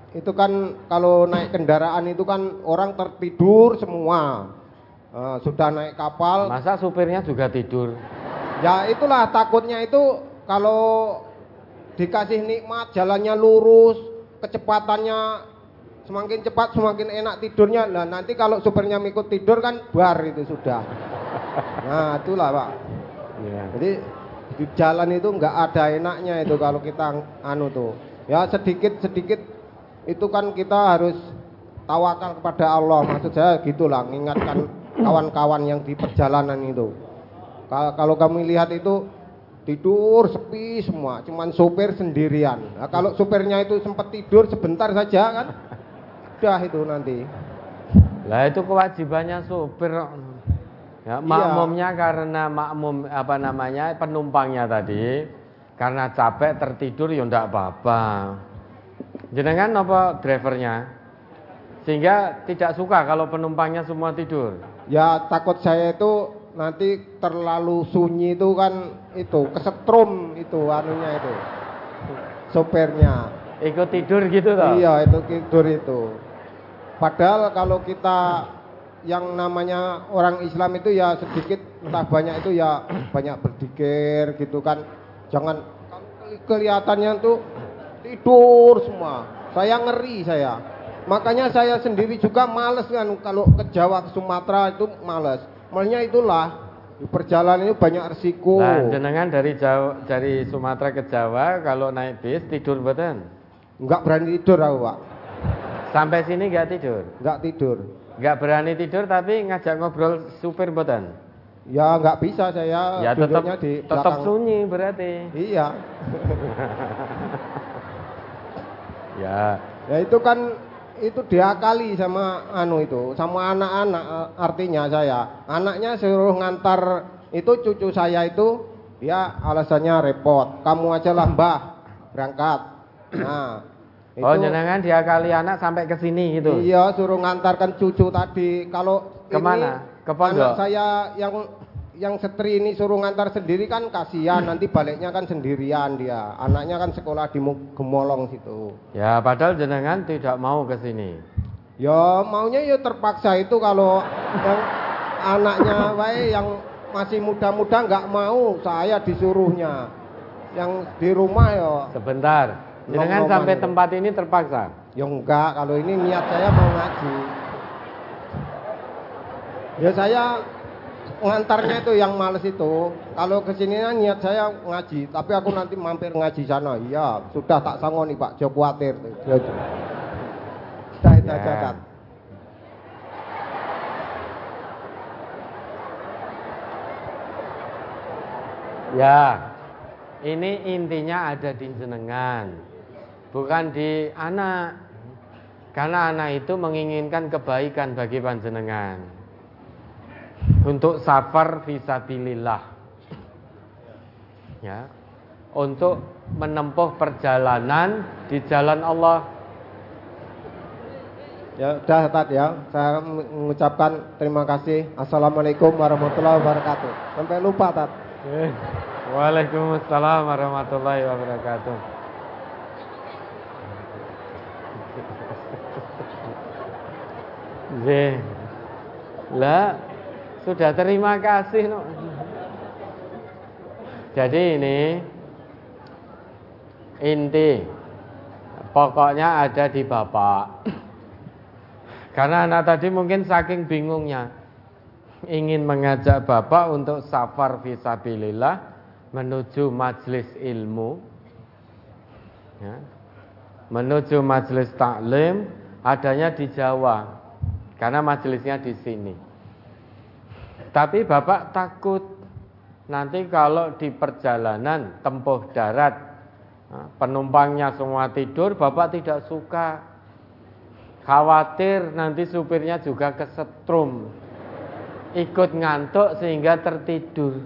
itu kan kalau naik kendaraan itu kan orang tertidur semua. Sudah naik kapal. Masa supirnya juga tidur? Ya itulah takutnya itu kalau dikasih nikmat, jalannya lurus, kecepatannya semakin cepat semakin enak tidurnya. Nah nanti kalau supirnya ikut tidur kan bar itu sudah. Nah itulah Pak. Ya. Jadi di jalan itu nggak ada enaknya itu kalau kita tuh. Ya sedikit itu kan kita harus tawakal kepada Allah. Maksud saya gitulah, mengingatkan kawan-kawan yang di perjalanan itu. Kalau kami lihat itu tidur sepi semua, cuman supir sendirian. Nah, kalau supirnya itu sempat tidur sebentar saja kan, udah itu nanti. Lah itu kewajibannya supir. Ya, makmumnya karena penumpangnya tadi karena capek tertidur ya ndak apa-apa. Jenengan apa drivernya? Sehingga tidak suka kalau penumpangnya semua tidur. Ya takut saya itu nanti terlalu sunyi itu kan itu kesetrum itu anunya itu sopirnya. Ikut tidur gitu toh? Iya itu tidur itu. Padahal kalau kita yang namanya orang Islam itu ya sedikit entah banyak itu ya banyak berzikir gitu kan. Jangan kelihatannya tuh tidur semua. Saya ngeri saya. Makanya saya sendiri juga males kan kalau ke Jawa ke Sumatera itu males. Makanya itulah di perjalanan itu banyak resiko. Nah, jenengan dari Sumatera ke Jawa kalau naik bis tidur mboten? Enggak berani tidur aku, Pak. Sampai sini enggak tidur? Enggak tidur. Enggak berani tidur tapi ngajak ngobrol supir mboten? Ya enggak bisa saya ya, duduknya di belakang. Tetap sunyi berarti. Iya. Ya itu kan itu diakali sama sama anak-anak. Artinya saya anaknya suruh ngantar itu cucu saya itu dia alasannya repot, kamu aja lah Mbah berangkat. Nah itu, jenengan diakali anak sampai ke sini gitu. Iya suruh ngantarkan cucu tadi. Kalau kemana? Ke pondok? Anak saya yang setri ini suruh ngantar sendiri kan kasihan, nanti baliknya kan sendirian dia. Anaknya kan sekolah di Gemolong situ. Ya, padahal jenengan tidak mau ke sini. Ya, maunya ya terpaksa itu kalau yang anaknya yang masih muda-muda nggak mau, saya disuruhnya. Yang di rumah ya. Sebentar. Jenengan sampai tempat ini terpaksa? Ya enggak, kalau ini niat saya mau ngaji. Ya saya ngantarnya itu yang males itu. Kalau kesini niat saya ngaji, tapi aku nanti mampir ngaji sana. Iya, sudah tak sangoni Pak, jauh khawatir. Sudah itu aja kan. Ya, ini intinya ada di jenengan, bukan di anak. Karena anak itu menginginkan kebaikan bagi panjenengan. Untuk safar fisabilillah, ya, untuk menempuh perjalanan di jalan Allah. Ya udah Tat ya, saya mengucapkan terima kasih. Assalamualaikum warahmatullahi wabarakatuh. Sampai lupa Tat. Waalaikumsalam warahmatullahi wabarakatuh. Lah sudah terima kasih no. Jadi ini inti pokoknya ada di Bapak. Karena anak tadi mungkin saking bingungnya ingin mengajak Bapak untuk safar fisabilillah menuju majelis ilmu, ya, menuju majelis taklim, adanya di Jawa karena majelisnya di sini. Tapi Bapak takut nanti kalau di perjalanan tempuh darat penumpangnya semua tidur, Bapak tidak suka. Khawatir nanti supirnya juga kesetrum, ikut ngantuk sehingga tertidur.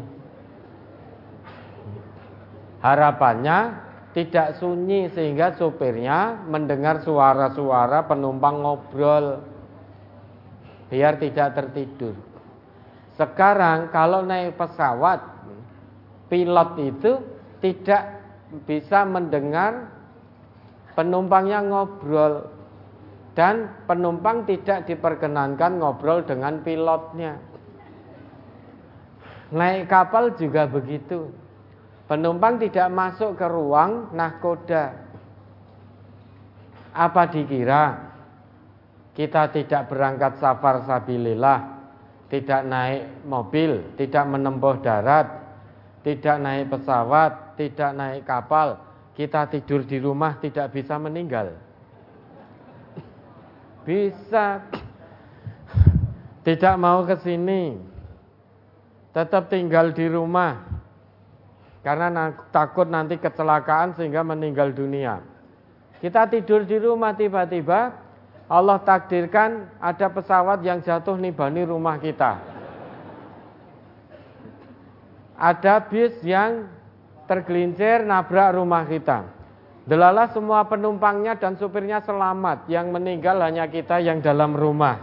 Harapannya tidak sunyi sehingga supirnya mendengar suara-suara penumpang ngobrol biar tidak tertidur. Sekarang kalau naik pesawat, pilot itu tidak bisa mendengar penumpangnya ngobrol. Dan penumpang tidak diperkenankan ngobrol dengan pilotnya. Naik kapal juga begitu. Penumpang tidak masuk ke ruang nahkoda. Apa dikira kita tidak berangkat safar sabilillah, tidak naik mobil, tidak menempuh darat, tidak naik pesawat, tidak naik kapal, kita tidur di rumah tidak bisa meninggal? Bisa. Tidak mau ke sini, tetap tinggal di rumah karena takut nanti kecelakaan sehingga meninggal dunia. Kita tidur di rumah, tiba-tiba Allah takdirkan ada pesawat yang jatuh nibani rumah kita. Ada bis yang tergelincir nabrak rumah kita. Delalah semua penumpangnya dan supirnya selamat. Yang meninggal hanya kita yang dalam rumah.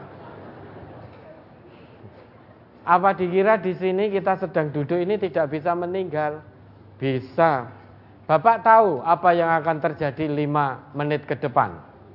Apa dikira di sini kita sedang duduk ini tidak bisa meninggal? Bisa. Bapak tahu apa yang akan terjadi 5 menit ke depan?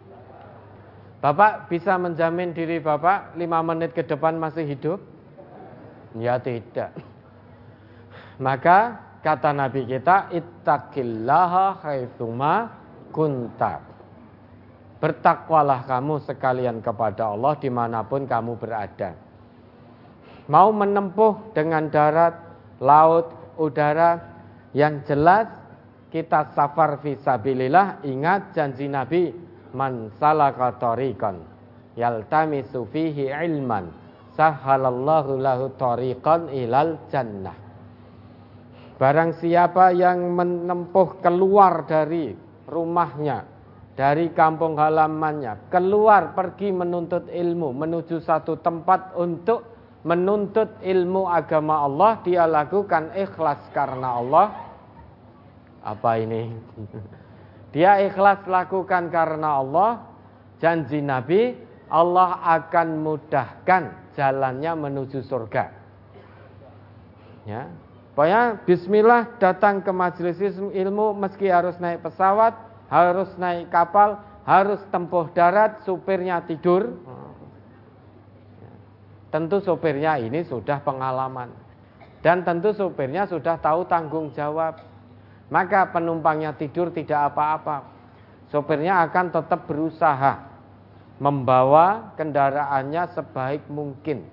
Bapak bisa menjamin diri Bapak 5 menit ke depan masih hidup? Ya tidak. Maka kata Nabi kita, ittaqillaha haitsuma kunta. Bertakwalah kamu sekalian kepada Allah dimanapun kamu berada. Mau menempuh dengan darat, laut, udara, yang jelas kita safar fisabilillah. Ingat janji Nabi, man salaka tariqan yaltamisu fihi ilman sahhalallahu lahu tariqan ilal jannah. Barang siapa yang menempuh keluar dari rumahnya, dari kampung halamannya, keluar pergi menuntut ilmu, menuju satu tempat untuk menuntut ilmu agama Allah, dia lakukan ikhlas karena Allah. Apa ini? Dia ikhlas lakukan karena Allah, janji Nabi, Allah akan mudahkan jalannya menuju surga. Ya. Pokoknya bismillah datang ke majelis ilmu meski harus naik pesawat, harus naik kapal, harus tempuh darat, supirnya tidur. Tentu supirnya ini sudah pengalaman. Dan tentu supirnya sudah tahu tanggung jawab. Maka penumpangnya tidur tidak apa-apa. Supirnya akan tetap berusaha membawa kendaraannya sebaik mungkin.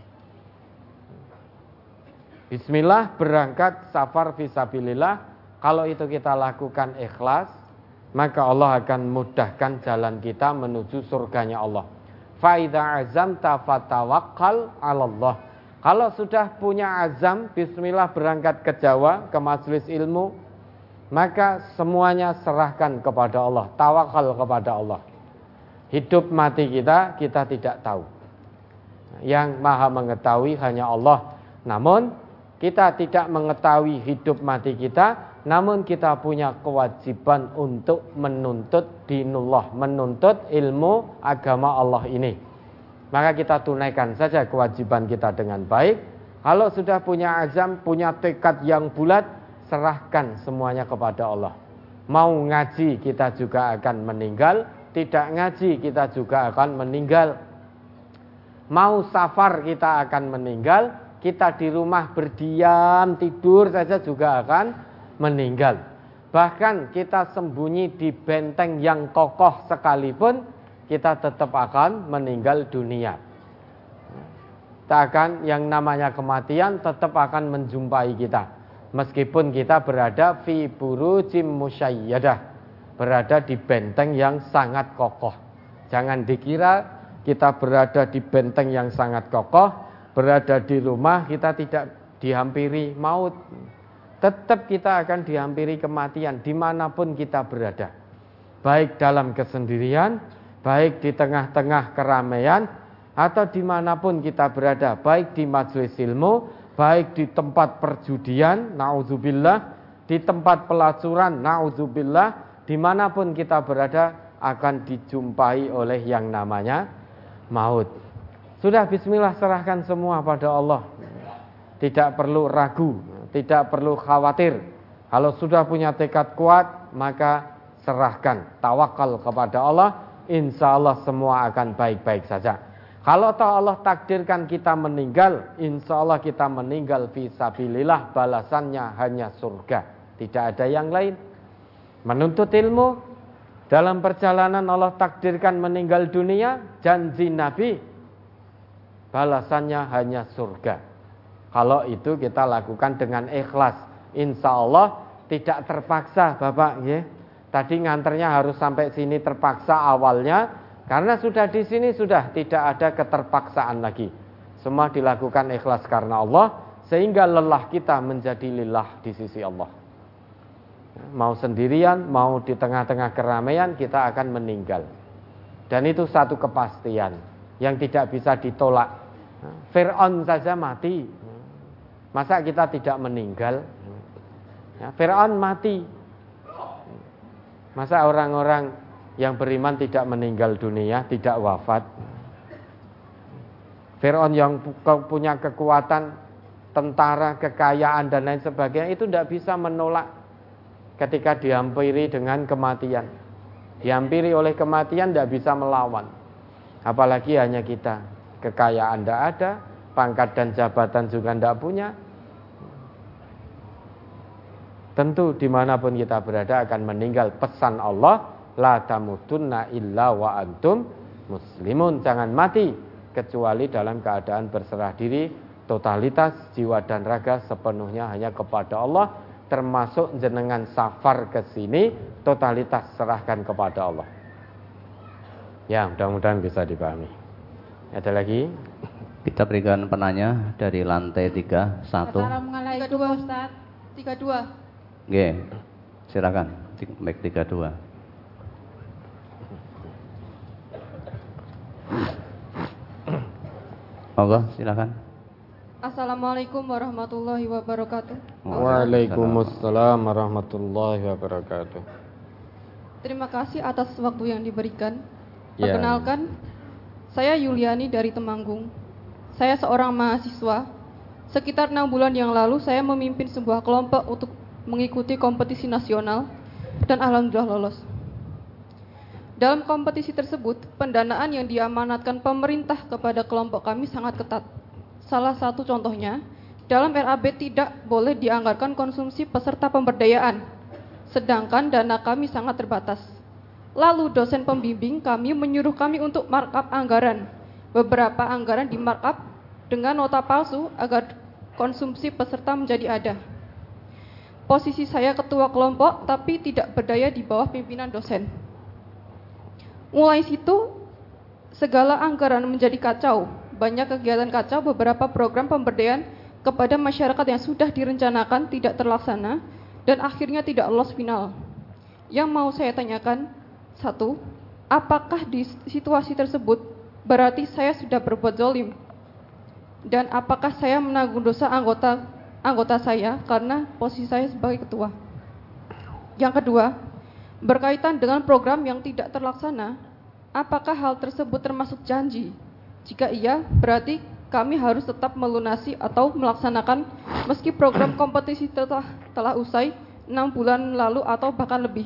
Bismillah berangkat safar fisabilillah. Kalau itu kita lakukan ikhlas, maka Allah akan mudahkan jalan kita menuju surganya Allah. Fa idza azamta fatawakkal 'alallah. Kalau sudah punya azam, bismillah berangkat ke Jawa, ke majelis ilmu, maka semuanya serahkan kepada Allah, tawakal kepada Allah. Hidup mati kita tidak tahu. Yang maha mengetahui hanya Allah. Namun kita tidak mengetahui hidup mati kita, namun kita punya kewajiban untuk menuntut dinullah, menuntut ilmu agama Allah ini. Maka kita tunaikan saja kewajiban kita dengan baik. Kalau sudah punya azam, punya tekad yang bulat, serahkan semuanya kepada Allah. Mau ngaji kita juga akan meninggal, tidak ngaji kita juga akan meninggal. Mau safar kita akan meninggal, kita di rumah berdiam, tidur saja juga akan meninggal. Bahkan kita sembunyi di benteng yang kokoh sekalipun, kita tetap akan meninggal dunia. Tak yang namanya kematian tetap akan menjumpai kita. Meskipun kita berada fi burujim musyayyadah, berada di benteng yang sangat kokoh. Jangan dikira kita berada di benteng yang sangat kokoh, berada di rumah kita tidak dihampiri maut. Tetap kita akan dihampiri kematian dimanapun kita berada. Baik dalam kesendirian, baik di tengah-tengah keramaian, atau dimanapun kita berada. Baik di majelis ilmu, baik di tempat perjudian, na'udzubillah, di tempat pelacuran, na'udzubillah. Dimanapun kita berada akan dijumpai oleh yang namanya maut. Sudah bismillah serahkan semua pada Allah. Tidak perlu ragu, tidak perlu khawatir. Kalau sudah punya tekad kuat, maka serahkan, tawakal kepada Allah, insya Allah semua akan baik-baik saja. Kalau Allah takdirkan kita meninggal, insya Allah kita meninggal fisabilillah, balasannya hanya surga, tidak ada yang lain. Menuntut ilmu, dalam perjalanan Allah takdirkan meninggal dunia, janji Nabi, balasannya hanya surga. Kalau itu kita lakukan dengan ikhlas, insya Allah tidak terpaksa, Bapak. Ya. Tadi nganternya harus sampai sini terpaksa awalnya, karena sudah di sini sudah tidak ada keterpaksaan lagi. Semua dilakukan ikhlas karena Allah, sehingga lelah kita menjadi lillah di sisi Allah. Mau sendirian, mau di tengah-tengah keramaian, kita akan meninggal. Dan itu satu kepastian yang tidak bisa ditolak. Fir'aun saja mati, masa kita tidak meninggal? Fir'aun mati, masa orang-orang yang beriman tidak meninggal dunia, tidak wafat? Fir'aun yang punya kekuatan, tentara, kekayaan dan lain sebagainya, itu tidak bisa menolak ketika dihampiri dengan kematian. Dihampiri oleh kematian tidak bisa melawan. Apalagi hanya kita, kekayaan tidak ada, pangkat dan jabatan juga tidak punya. Tentu dimanapun kita berada akan meninggal. Pesan Allah, la tamutunna illa wa antum muslimun. Jangan mati kecuali dalam keadaan berserah diri, totalitas jiwa dan raga sepenuhnya hanya kepada Allah. Termasuk jenengan safar ke sini, totalitas serahkan kepada Allah. Ya, mudah-mudahan bisa dipahami. Ada lagi? Kita berikan penanya dari lantai 31. Assalamualaikum Ustaz. 32. Oke, silakan. Mic 32. Monggo, silakan. Assalamualaikum warahmatullahi wabarakatuh. Waalaikumsalam warahmatullahi wabarakatuh. Terima kasih atas waktu yang diberikan. Ya. Perkenalkan, saya Yuliani dari Temanggung. Saya seorang mahasiswa. Sekitar 6 bulan yang lalu saya memimpin sebuah kelompok untuk mengikuti kompetisi nasional dan alhamdulillah lolos. Dalam kompetisi tersebut, pendanaan yang diamanatkan pemerintah kepada kelompok kami sangat ketat. Salah satu contohnya, dalam RAB tidak boleh dianggarkan konsumsi peserta pemberdayaan, sedangkan dana kami sangat terbatas. Lalu dosen pembimbing kami menyuruh kami untuk markup anggaran. Beberapa anggaran di markup dengan nota palsu agar konsumsi peserta menjadi ada. Posisi saya ketua kelompok tapi tidak berdaya di bawah pimpinan dosen. Mulai situ segala anggaran menjadi kacau. Banyak kegiatan kacau, beberapa program pemberdayaan kepada masyarakat yang sudah direncanakan tidak terlaksana dan akhirnya tidak lolos final. Yang mau saya tanyakan, 1, apakah di situasi tersebut berarti saya sudah berbuat zalim? Dan apakah saya menanggung dosa anggota saya karena posisi saya sebagai ketua? Yang kedua, berkaitan dengan program yang tidak terlaksana, apakah hal tersebut termasuk janji? Jika iya, berarti kami harus tetap melunasi atau melaksanakan meski program kompetisi telah usai 6 bulan lalu atau bahkan lebih.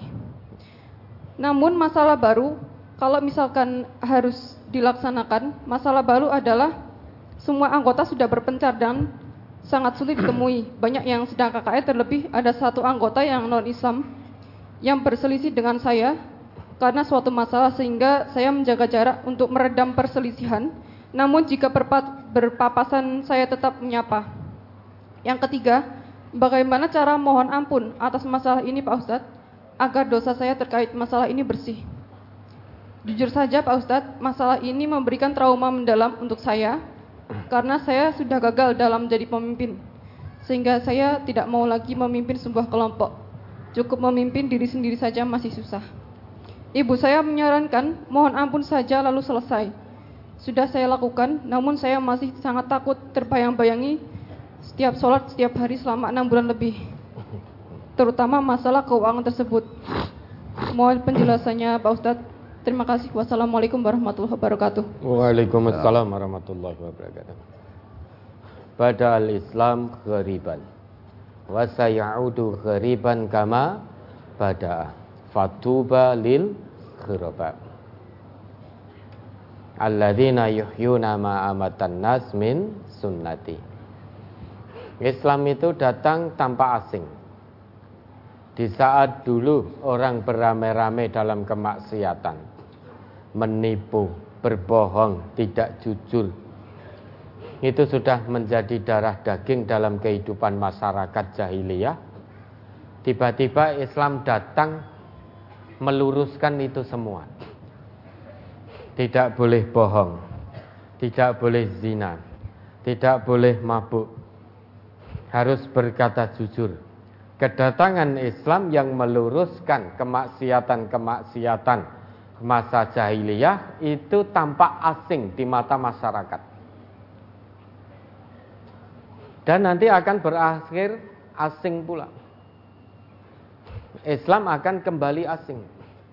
Namun masalah baru, kalau misalkan harus dilaksanakan, masalah baru adalah semua anggota sudah berpencar dan sangat sulit ditemui. Banyak yang sedang KKR, terlebih ada satu anggota yang non-Islam yang berselisih dengan saya karena suatu masalah, sehingga saya menjaga jarak untuk meredam perselisihan. Namun jika berpapasan saya tetap menyapa. Yang ketiga, bagaimana cara mohon ampun atas masalah ini Pak Ustadz, agar dosa saya terkait masalah ini bersih? Jujur saja Pak Ustadz, masalah ini memberikan trauma mendalam untuk saya, karena saya sudah gagal dalam menjadi pemimpin, sehingga saya tidak mau lagi memimpin sebuah kelompok. Cukup memimpin diri sendiri saja masih susah. Ibu saya menyarankan mohon ampun saja lalu selesai. Sudah saya lakukan, namun saya masih sangat takut, terbayang-bayangi setiap sholat setiap hari selama 6 bulan lebih, terutama masalah keuangan tersebut. Mohon penjelasannya Pak Ustadz. Terima kasih. Wassalamualaikum warahmatullahi wabarakatuh. Waalaikumsalam warahmatullahi wabarakatuh. Badal Islam ghariban wa sayaudu ghariban kama bada'a. Fatuba lil ghuraba alladzina yuhyuna ma amatan nas min sunnati. Islam itu datang tanpa asing. Di saat dulu orang beramai-ramai dalam kemaksiatan, menipu, berbohong, tidak jujur, itu sudah menjadi darah daging dalam kehidupan masyarakat jahiliyah. Tiba-tiba Islam datang meluruskan itu semua. Tidak boleh bohong, tidak boleh zina, tidak boleh mabuk, harus berkata jujur. Kedatangan Islam yang meluruskan kemaksiatan-kemaksiatan masa jahiliyah itu tampak asing di mata masyarakat. Dan nanti akan berakhir asing pula. Islam akan kembali asing.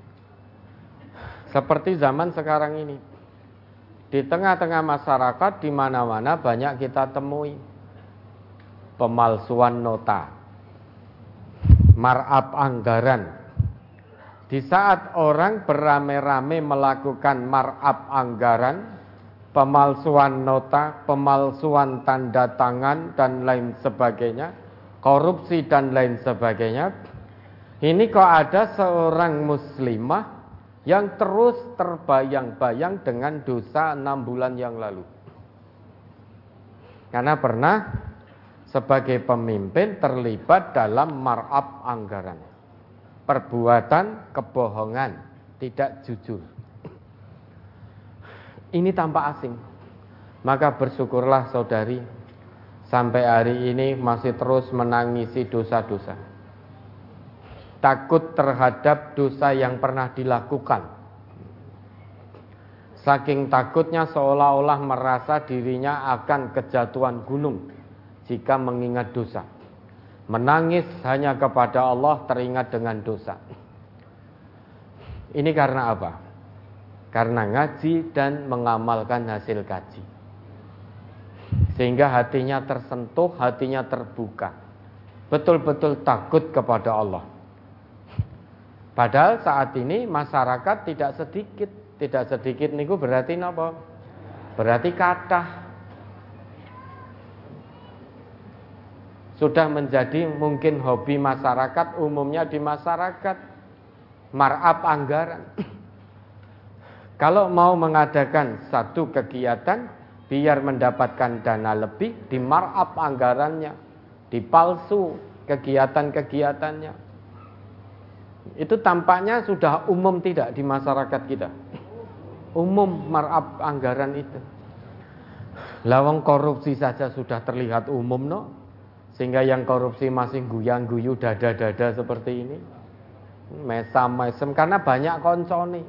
Seperti zaman sekarang ini. Di tengah-tengah masyarakat di mana-mana banyak kita temui pemalsuan nota, markup anggaran. Di saat orang beramai-ramai melakukan markup anggaran, pemalsuan nota, pemalsuan tanda tangan dan lain sebagainya, korupsi dan lain sebagainya, ini kok ada seorang muslimah yang terus terbayang-bayang dengan dosa 6 bulan yang lalu. Karena pernah sebagai pemimpin terlibat dalam markup anggaran, perbuatan kebohongan, tidak jujur. Ini tampak asing. Maka bersyukurlah saudari, sampai hari ini masih terus menangisi dosa-dosa. Takut terhadap dosa yang pernah dilakukan. Saking takutnya seolah-olah merasa dirinya akan kejatuhan gunung jika mengingat dosa. Menangis hanya kepada Allah teringat dengan dosa. Ini karena apa? Karena ngaji dan mengamalkan hasil kaji. Sehingga hatinya tersentuh, hatinya terbuka. Betul-betul takut kepada Allah. Padahal saat ini masyarakat tidak sedikit niku berarti napa? Berarti kathah. Sudah menjadi mungkin hobi masyarakat, umumnya di masyarakat markup anggaran. Kalau mau mengadakan satu kegiatan biar mendapatkan dana lebih, di markup anggarannya, dipalsu kegiatan-kegiatannya. Itu tampaknya sudah umum tidak di masyarakat kita. Umum markup anggaran itu. Lawang korupsi saja sudah terlihat umum no. Sehingga yang korupsi masih guyang-guyu dada-dada seperti ini. Mesam-mesem karena banyak koncone.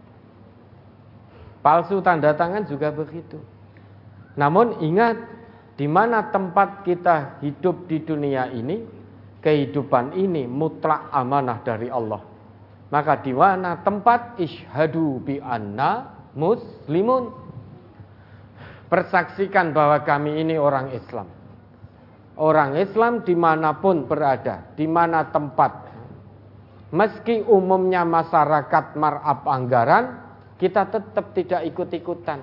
Palsu tanda tangan juga begitu. Namun ingat, di mana tempat kita hidup di dunia ini, kehidupan ini mutlak amanah dari Allah. Maka di mana tempat isyhadu bi anna muslimun, persaksikan bahwa kami ini orang Islam. Orang Islam dimanapun berada, di mana tempat. Meski umumnya masyarakat markup anggaran, kita tetap tidak ikut-ikutan.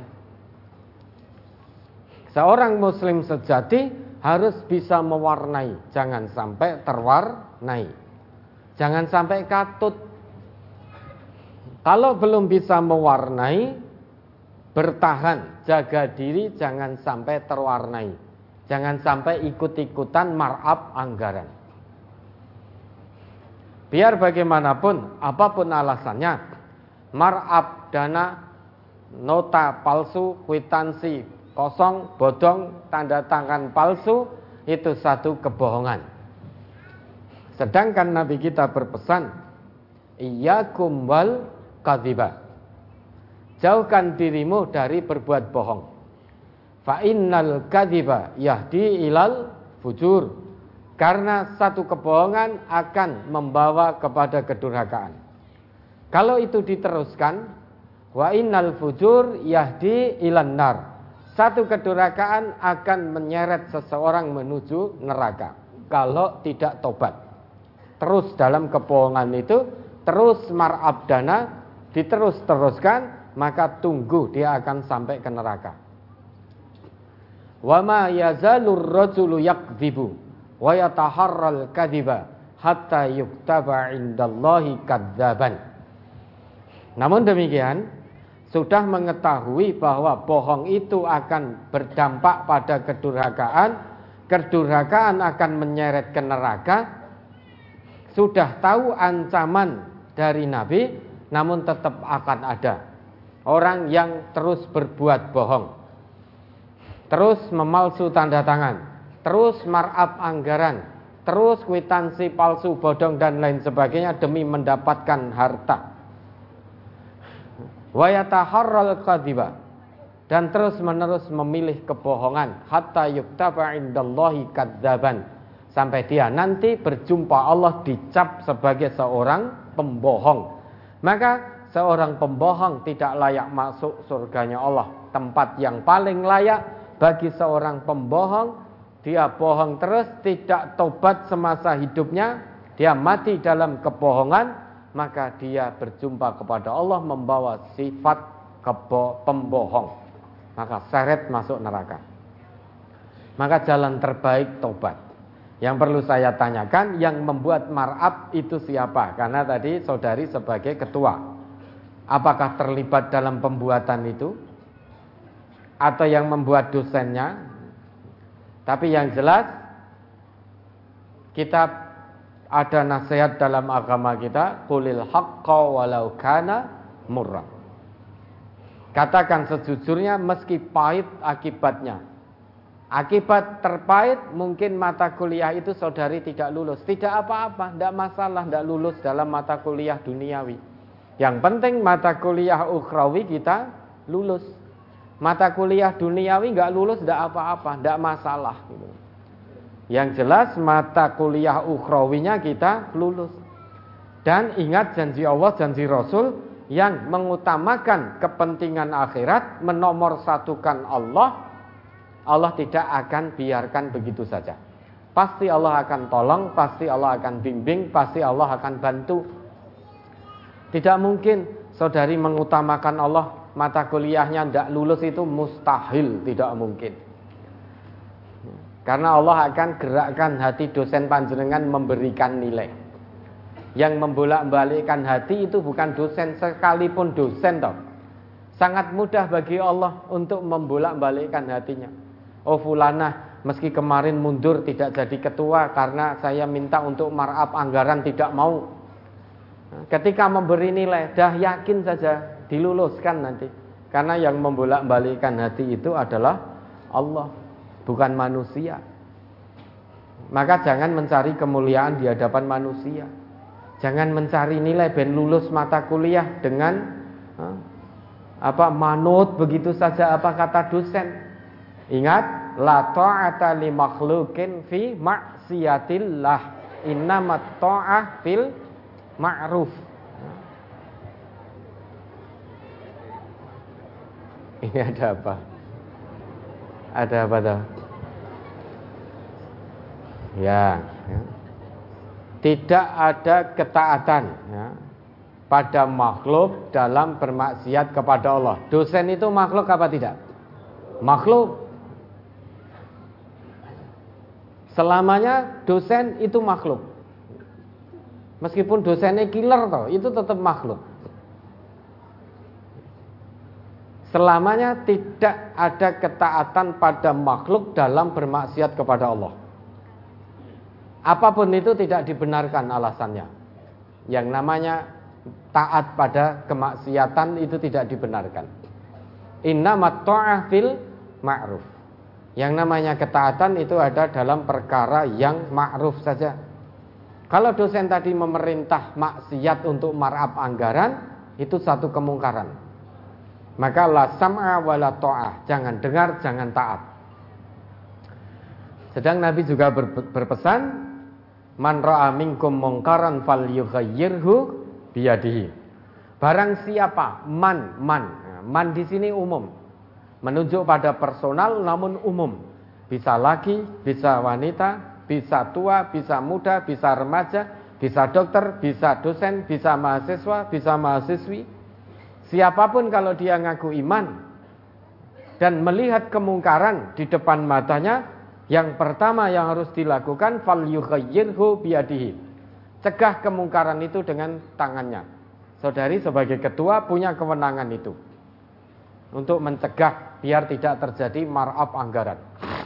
Seorang muslim sejati harus bisa mewarnai, jangan sampai terwarnai, jangan sampai katut. Kalau belum bisa mewarnai, bertahan, jaga diri, jangan sampai terwarnai, jangan sampai ikut-ikutan markup anggaran. Biar bagaimanapun, apapun alasannya, markup dana, nota palsu, kwitansi kosong, bodong, tanda tangan palsu, itu satu kebohongan. Sedangkan Nabi kita berpesan, iyyakum wal kadziba. Jauhkan dirimu dari berbuat bohong. Fa innal kadziba yahdi ilal fujur. Karena satu kebohongan akan membawa kepada kedurhakaan. Kalau itu diteruskan, wa innal fujur yahdi ilan nar. Satu kedurhakaan akan menyeret seseorang menuju neraka kalau tidak tobat. Terus dalam kebohongan itu, terus mar'abdana, diteruskan, maka tunggu dia akan sampai ke neraka. Wa ma yazalur rajulu yakdzibu wa yataharral kadziba hatta yuktaba indallahi kadzaban. Namun demikian, sudah mengetahui bahwa bohong itu akan berdampak pada kedurhakaan, kedurhakaan akan menyeret ke neraka, sudah tahu ancaman dari Nabi, namun tetap akan ada orang yang terus berbuat bohong, terus memalsu tanda tangan, terus mar'ab anggaran, terus kwitansi palsu, bodong dan lain sebagainya demi mendapatkan harta. Wa yataharral kadhiba, dan terus menerus memilih kebohongan, hatta yuktaba indallahi kadzaban, sampai dia nanti berjumpa Allah dicap sebagai seorang pembohong. Maka seorang pembohong tidak layak masuk surganya Allah. Tempat yang paling layak bagi seorang pembohong, dia bohong terus, tidak tobat semasa hidupnya, dia mati dalam kebohongan, maka dia berjumpa kepada Allah membawa sifat pembohong, maka seret masuk neraka. Maka jalan terbaik tobat. Yang perlu saya tanyakan, yang membuat mar'ab itu siapa? Karena tadi saudari sebagai ketua, apakah terlibat dalam pembuatan itu? Atau yang membuat dosennya? Tapi yang jelas, kita ada nasihat dalam agama kita, qulil haqqa walau kana murra. Katakan sejujurnya meski pahit akibatnya. Akibat terpahit mungkin mata kuliah itu saudari tidak lulus. Tidak apa-apa, tidak masalah tidak lulus dalam mata kuliah duniawi. Yang penting mata kuliah ukhrawi kita lulus. Mata kuliah duniawi nggak lulus tidak apa-apa, tidak masalah. Yang jelas mata kuliah ukhrawinya kita lulus. Dan ingat janji Allah, janji Rasul yang mengutamakan kepentingan akhirat, menomorsatukan Allah. Allah tidak akan biarkan begitu saja. Pasti Allah akan tolong, pasti Allah akan bimbing, pasti Allah akan bantu. Tidak mungkin saudari mengutamakan Allah, mata kuliahnya tidak lulus, itu mustahil, tidak mungkin. Karena Allah akan gerakkan hati dosen panjenengan memberikan nilai. Yang membolak-balikkan hati itu bukan dosen, sekalipun dosen toh. Sangat mudah bagi Allah untuk membolak-balikkan hatinya. Oh fulanah, meski kemarin mundur tidak jadi ketua karena saya minta untuk mar'ab anggaran tidak mau. Ketika memberi nilai, dah yakin saja diluluskan nanti. Karena yang membolak-balikkan hati itu adalah Allah, bukan manusia. Maka jangan mencari kemuliaan di hadapan manusia. Jangan mencari nilai ben lulus mata kuliah dengan manut begitu saja apa kata dosen. Ingat, la ta'ata li makhluqin fi ma'siyatillah, innamat ta'ah fil ma'ruf. Ini ada apa? Ada apa tuh? Ya. Tidak ada ketaatan pada makhluk dalam bermaksiat kepada Allah. Dosen itu makhluk apa tidak? Makhluk. Selamanya dosen itu makhluk. Meskipun dosennya killer toh, itu tetap makhluk. Selamanya tidak ada ketaatan pada makhluk dalam bermaksiat kepada Allah. Apapun itu tidak dibenarkan alasannya. Yang namanya taat pada kemaksiatan itu tidak dibenarkan. Innamat ta'ah fil ma'ruf. Yang namanya ketaatan itu ada dalam perkara yang ma'ruf saja. Kalau dosen tadi memerintah maksiat untuk mar'ab anggaran, itu satu kemungkaran. Maka la sam'a wa la ta'ah, jangan dengar, jangan taat. Sedang Nabi juga berpesan, man ra'a minkum mungkaran falyughayyirhu biyadihi. Barang siapa man di sini umum, menunjuk pada personal namun umum. Bisa laki, bisa wanita, bisa tua, bisa muda, bisa remaja, Bisa dokter, bisa dosen, bisa mahasiswa, bisa mahasiswi. Siapapun kalau dia ngaku iman dan melihat kemungkaran di depan matanya, yang pertama yang harus dilakukan falyughayyirhu biyadihi. Cegah kemungkaran itu dengan tangannya. Saudari sebagai ketua punya kewenangan itu untuk mencegah biar tidak terjadi mar'ab anggaran.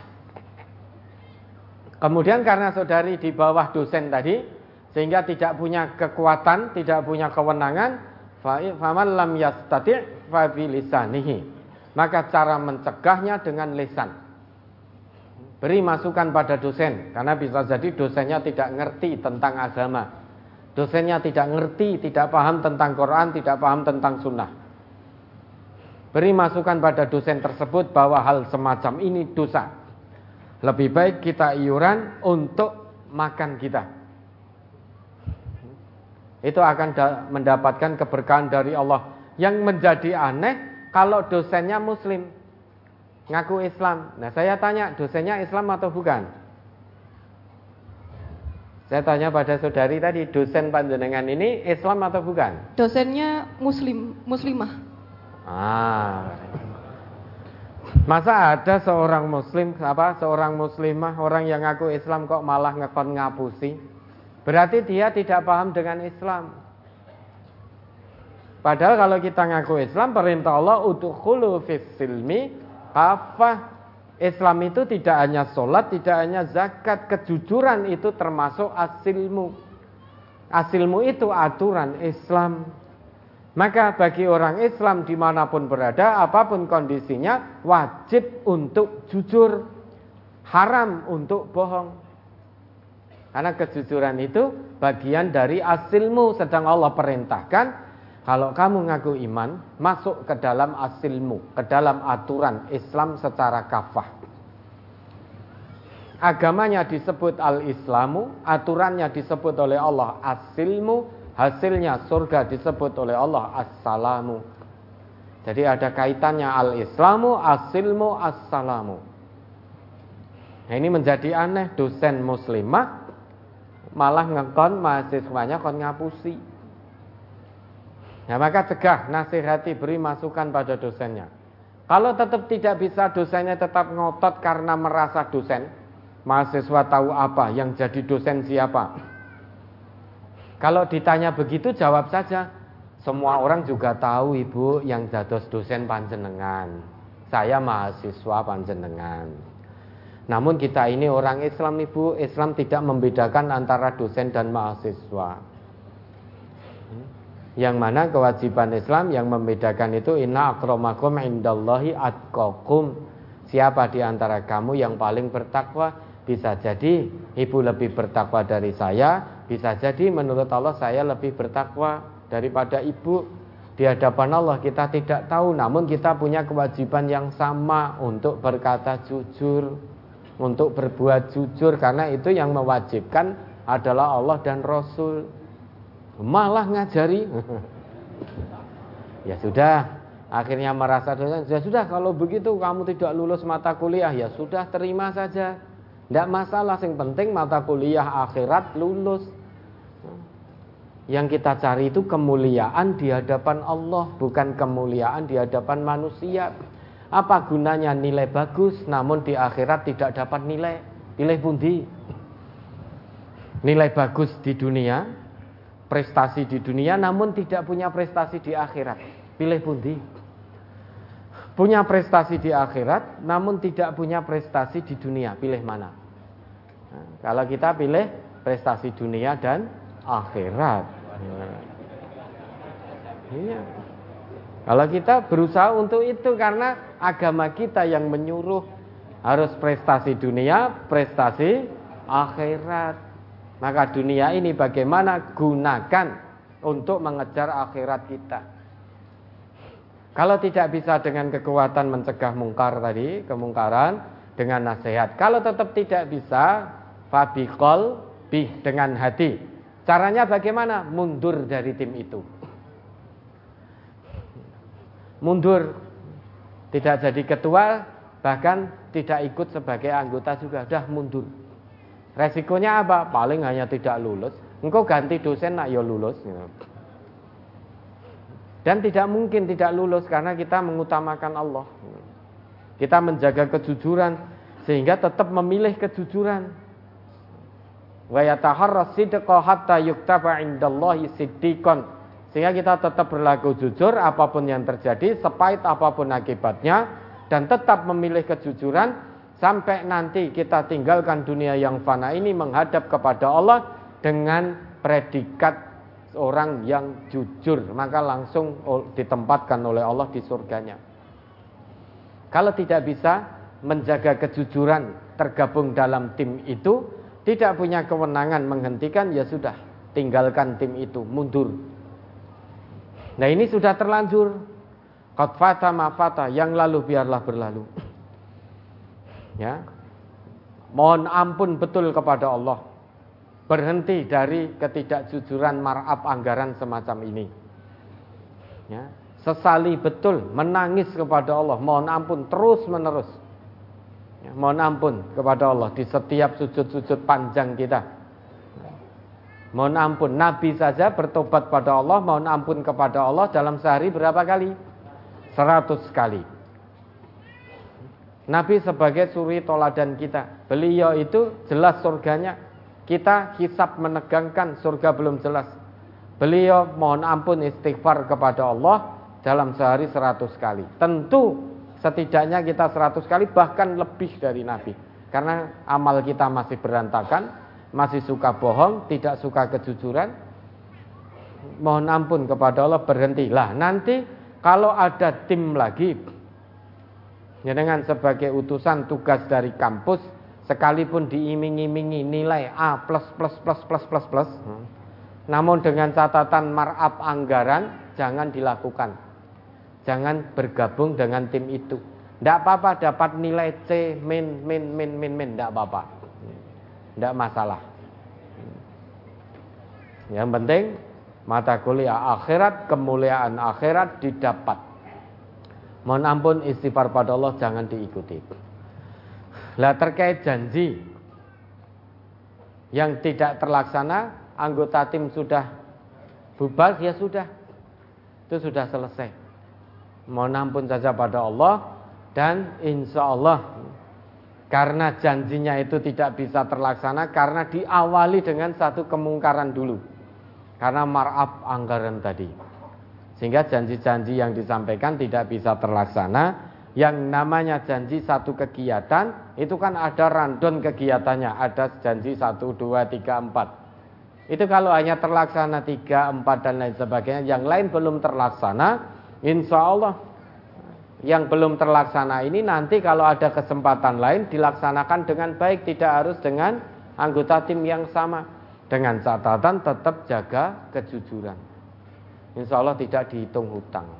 Kemudian karena saudari di bawah dosen tadi, sehingga tidak punya kekuatan, tidak punya kewenangan, faman lam yastati' fa bilisanihi. Maka cara mencegahnya dengan lisan. Beri masukan pada dosen, karena bisa jadi dosennya tidak ngerti tentang agama. Dosennya tidak ngerti, tidak paham tentang Quran, tidak paham tentang sunnah. Beri masukan pada dosen tersebut bahwa hal semacam ini dosa. Lebih baik kita iuran untuk makan kita. Itu akan mendapatkan keberkahan dari Allah. Yang menjadi aneh kalau dosennya muslim, ngaku Islam. Nah saya tanya, dosennya Islam atau bukan? Saya tanya pada saudari tadi, dosen panjenengan ini Islam atau bukan? Dosennya muslimah. Masa ada seorang muslim, seorang muslimah, orang yang ngaku Islam kok malah ngekon ngapusi? Berarti dia tidak paham dengan Islam. Padahal kalau kita ngaku Islam, perintah Allah udkhulu fis silmi kafah. Islam itu tidak hanya sholat, tidak hanya zakat, kejujuran itu termasuk asilmu. Asilmu itu aturan Islam. Maka bagi orang Islam dimanapun berada, apapun kondisinya, wajib untuk jujur, haram untuk bohong. Karena kejujuran itu bagian dari asilmu. Sedang Allah perintahkan, kalau kamu ngaku iman, masuk ke dalam asilmu, ke dalam aturan Islam secara kafah. Agamanya disebut al-Islamu, aturannya disebut oleh Allah asilmu, hasilnya surga disebut oleh Allah as-salamu. Jadi ada kaitannya al-Islamu, asilmu, as-salamu. Nah, ini menjadi aneh, dosen muslimah malah ngekon mahasiswanya kon ngapusi. Nah, maka cegah, nasihati, beri masukan pada dosennya. Kalau tetap tidak bisa, dosennya tetap ngotot karena merasa dosen, mahasiswa tahu apa, yang jadi dosen siapa. Kalau ditanya begitu, jawab saja, semua orang juga tahu ibu yang dados dosen panjenengan, saya mahasiswa panjenengan. Namun kita ini orang Islam ibu, Islam tidak membedakan antara dosen dan mahasiswa. Yang mana kewajiban Islam yang membedakan itu inna akramakum indallahi atqakum. Siapa di antara kamu yang paling bertakwa? Bisa jadi ibu lebih bertakwa dari saya, bisa jadi menurut Allah saya lebih bertakwa daripada ibu. Di hadapan Allah kita tidak tahu, namun kita punya kewajiban yang sama untuk berkata jujur, untuk berbuat jujur, karena itu yang mewajibkan adalah Allah dan Rasul. Malah ngajari. Ya sudah, akhirnya merasa dosa. Ya sudah, kalau begitu kamu tidak lulus mata kuliah, ya sudah terima saja. Tidak masalah, yang penting mata kuliah akhirat lulus. Yang kita cari itu kemuliaan di hadapan Allah, bukan kemuliaan di hadapan manusia. Apa gunanya nilai bagus namun di akhirat tidak dapat nilai? Pilih pundi? Nilai bagus di dunia, prestasi di dunia namun tidak punya prestasi di akhirat. Pilih pundi? Punya prestasi di akhirat namun tidak punya prestasi di dunia. Pilih mana? Nah, kalau kita pilih prestasi dunia dan akhirat. Iya. Kalau kita berusaha untuk itu karena agama kita yang menyuruh harus prestasi dunia, prestasi akhirat. Maka dunia ini bagaimana gunakan untuk mengejar akhirat kita. Kalau tidak bisa dengan kekuatan mencegah mungkar tadi, kemungkaran dengan nasihat. Kalau tetap tidak bisa, fabiqol bih, dengan hati. Caranya bagaimana? Mundur dari tim itu. Mundur. Tidak jadi ketua, bahkan tidak ikut sebagai anggota juga. Sudah mundur. Resikonya apa? Paling hanya tidak lulus. engkau ganti dosen nak ya lulus gitu. Dan tidak mungkin tidak lulus karena kita mengutamakan Allah. Kita menjaga kejujuran sehingga tetap memilih kejujuran. Wa yataharras sidqa hatta yuktaba indallahi siddiqan. Sehingga kita tetap berlaku jujur apapun yang terjadi, sepahit apapun akibatnya, dan tetap memilih kejujuran sampai nanti kita tinggalkan dunia yang fana ini menghadap kepada Allah dengan predikat orang yang jujur, maka langsung ditempatkan oleh Allah di surganya. Kalau tidak bisa menjaga kejujuran, tergabung dalam tim itu, tidak punya kewenangan menghentikan, ya sudah, tinggalkan tim itu, mundur. Nah ini sudah terlanjur. Qad fata ma fata, yang lalu biarlah berlalu. Ya, mohon ampun betul kepada Allah. Berhenti dari ketidakjujuran mar'ab anggaran semacam ini. Ya, sesali betul, menangis kepada Allah, mohon ampun terus menerus. Ya, mohon ampun kepada Allah di setiap sujud-sujud panjang kita. Mohon ampun, Nabi saja bertobat pada Allah, mohon ampun kepada Allah dalam sehari berapa kali? 100 kali. Nabi sebagai suri toladan kita, beliau itu jelas surganya. Kita hisab menegangkan, surga belum jelas. Beliau mohon ampun istighfar kepada Allah dalam sehari 100 kali. Tentu setidaknya kita 100 kali, bahkan lebih dari Nabi. Karena amal kita masih berantakan, masih suka bohong, tidak suka kejujuran. Mohon ampun kepada Allah, berhentilah. Nanti kalau ada tim lagi, ya dengan sebagai utusan tugas dari kampus, sekalipun diiming-imingi nilai A+++++++, namun dengan catatan mar'ab anggaran, jangan dilakukan. Jangan bergabung dengan tim itu. Tidak apa-apa dapat nilai C min, tidak apa-apa. Tidak masalah. Yang penting mata kuliah akhirat, kemuliaan akhirat didapat. Mohon ampun, istighfar pada Allah jangan diikuti. Lah terkait janji yang tidak terlaksana, anggota tim sudah bubar, ya sudah, itu sudah selesai. Mohon ampun saja pada Allah, dan insya Allah karena janjinya itu tidak bisa terlaksana karena diawali dengan satu kemungkaran dulu, karena mar'ab anggaran tadi, sehingga janji-janji yang disampaikan tidak bisa terlaksana. Yang namanya janji satu kegiatan itu kan ada random kegiatannya, ada janji 1, 2, 3, 4. Itu kalau hanya terlaksana 3, 4 dan lain sebagainya, yang lain belum terlaksana, insya Allah yang belum terlaksana ini nanti kalau ada kesempatan lain dilaksanakan dengan baik, tidak harus dengan anggota tim yang sama, dengan catatan tetap jaga kejujuran. Insya Allah tidak dihitung hutang.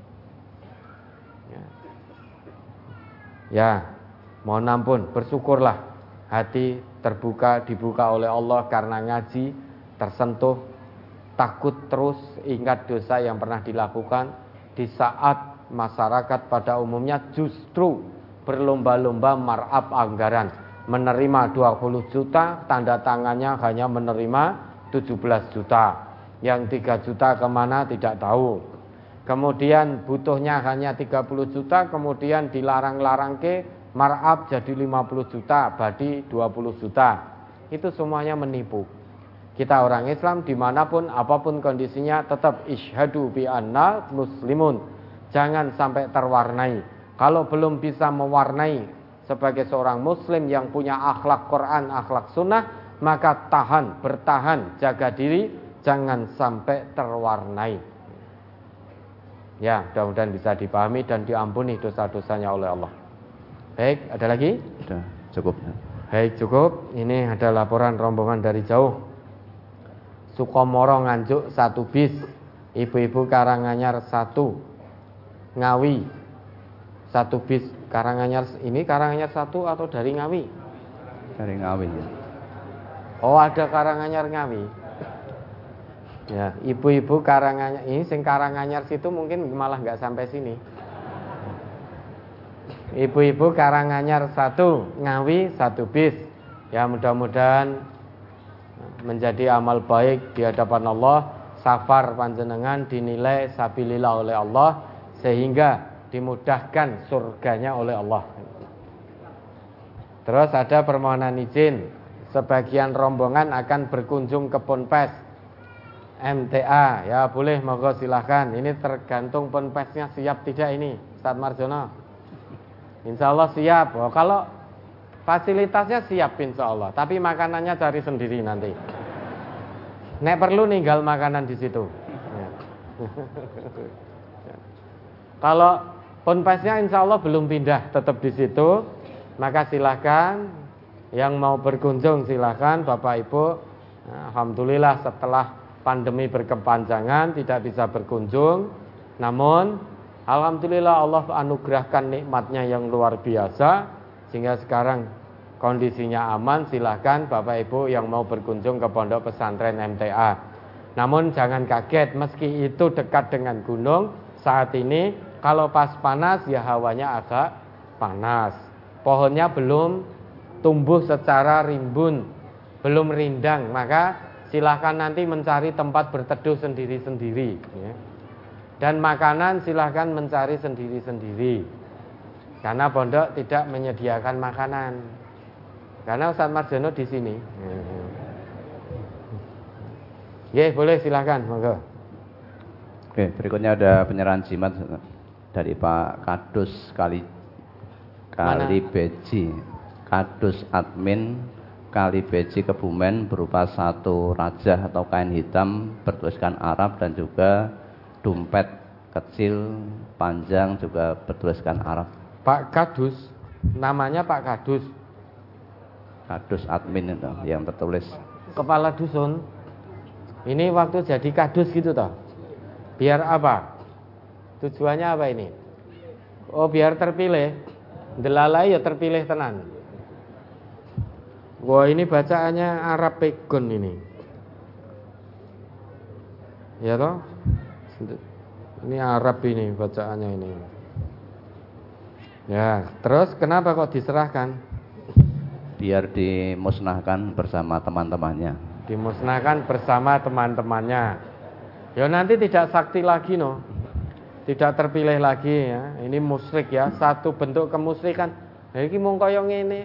Ya, mohon ampun, bersyukurlah hati terbuka, dibuka oleh Allah karena ngaji, tersentuh, takut terus ingat dosa yang pernah dilakukan. Di saat masyarakat pada umumnya justru berlomba-lomba mar'ab anggaran, menerima 20 juta, tanda tangannya hanya menerima 17 juta, yang 3 juta kemana tidak tahu. Kemudian butuhnya hanya 30 juta, kemudian dilarang-larang ke mar'ab jadi 50 juta, badi 20 juta. Itu semuanya menipu. Kita orang Islam dimanapun, apapun kondisinya, tetap isyhadu bi anna muslimun. Jangan sampai terwarnai. Kalau belum bisa mewarnai sebagai seorang muslim yang punya akhlak Quran, akhlak sunnah, maka tahan, bertahan, jaga diri, jangan sampai terwarnai. Ya, mudah-mudahan bisa dipahami dan diampuni dosa-dosanya oleh Allah. Baik, ada lagi? Sudah, cukup. Baik, cukup. Ini ada laporan rombongan dari jauh. Sukomoro Nganjuk 1 bis, ibu-ibu Karanganyar 1, Ngawi 1 bis. Karanganyar ini Karanganyar 1 atau dari Ngawi? Dari Ngawi ya. Oh, ada Karanganyar Ngawi. Ya, ibu-ibu Karanganyar ini, sing Karanganyar situ mungkin malah nggak sampai sini. Ibu-ibu Karanganyar 1, Ngawi 1 bis. Ya, mudah-mudahan menjadi amal baik di hadapan Allah, safar panjenengan dinilai sabilillah oleh Allah sehingga dimudahkan surganya oleh Allah. Terus ada permohonan izin, sebagian rombongan akan berkunjung ke Ponpes MTA. Ya boleh, monggo silahkan. Ini tergantung Ponpesnya siap tidak ini, Ustaz Marjono. Insya Allah siap. Oh, kalau fasilitasnya siap insya Allah, tapi makanannya cari sendiri nanti. Nek perlu ninggal makanan di situ. Ya. Kalau Ponpesnya insya Allah belum pindah, tetap di situ, maka silahkan yang mau berkunjung silahkan Bapak Ibu. Alhamdulillah setelah pandemi berkepanjangan tidak bisa berkunjung, namun alhamdulillah Allah anugerahkan nikmatnya yang luar biasa sehingga sekarang kondisinya aman. Silahkan Bapak Ibu yang mau berkunjung ke Pondok Pesantren MTA. Namun jangan kaget, meski itu dekat dengan gunung, saat ini kalau pas panas ya hawanya agak panas. Pohonnya belum tumbuh secara rimbun, belum rindang, maka silahkan nanti mencari tempat berteduh sendiri-sendiri ya. Dan makanan silahkan mencari sendiri-sendiri, karena pondok tidak menyediakan makanan, karena Ustaz Marjono di sini. Ya boleh silahkan, monggo. Oke, berikutnya ada penyerahan jimat dari Pak Kadus Kalibeji, Kadus Admin Kalibeji Kebumen, berupa satu rajah atau kain hitam bertuliskan Arab dan juga dompet kecil panjang juga bertuliskan Arab. Pak Kadus, namanya Pak Kadus. Kadus Admin itu yang tertulis. Kepala dusun. Ini waktu jadi kadus gitu toh. Biar apa? Tujuannya apa ini? Oh biar terpilih. Delalai ya terpilih tenan. Wah ini bacaannya Arab pegon ini. Ya toh? Ini Arab ini bacaannya ini. Ya, terus kenapa kok diserahkan? Biar dimusnahkan bersama teman-temannya. Dimusnahkan bersama teman-temannya. Ya nanti tidak sakti lagi no. Tidak terpilih lagi ya. Ini musyrik ya, satu bentuk kemusyrikan. Nah, ini mung koyo ngene.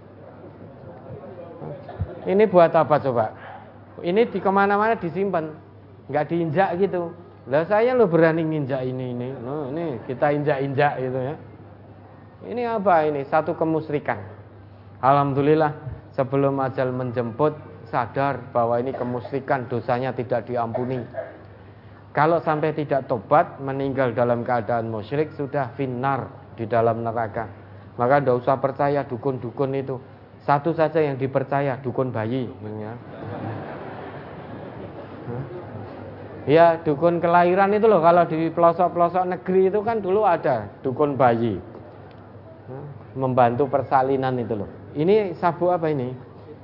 Ini buat apa coba? Ini di kemana-mana disimpan, nggak diinjak gitu. Lah saya lo berani nginjak ini. Nah, ini kita injak-injak gitu ya. Ini apa ini? Satu kemusyrikan. Alhamdulillah sebelum ajal menjemput sadar bahwa ini kemusyrikan, dosanya tidak diampuni. Kalau sampai tidak tobat, meninggal dalam keadaan musyrik, sudah finnar, di dalam neraka. Maka tidak usah percaya dukun-dukun itu. Satu saja yang dipercaya, dukun bayi. Ya, dukun kelahiran itu loh. Kalau di pelosok-pelosok negeri itu kan dulu ada dukun bayi, membantu persalinan itu loh. Ini sabuk apa ini?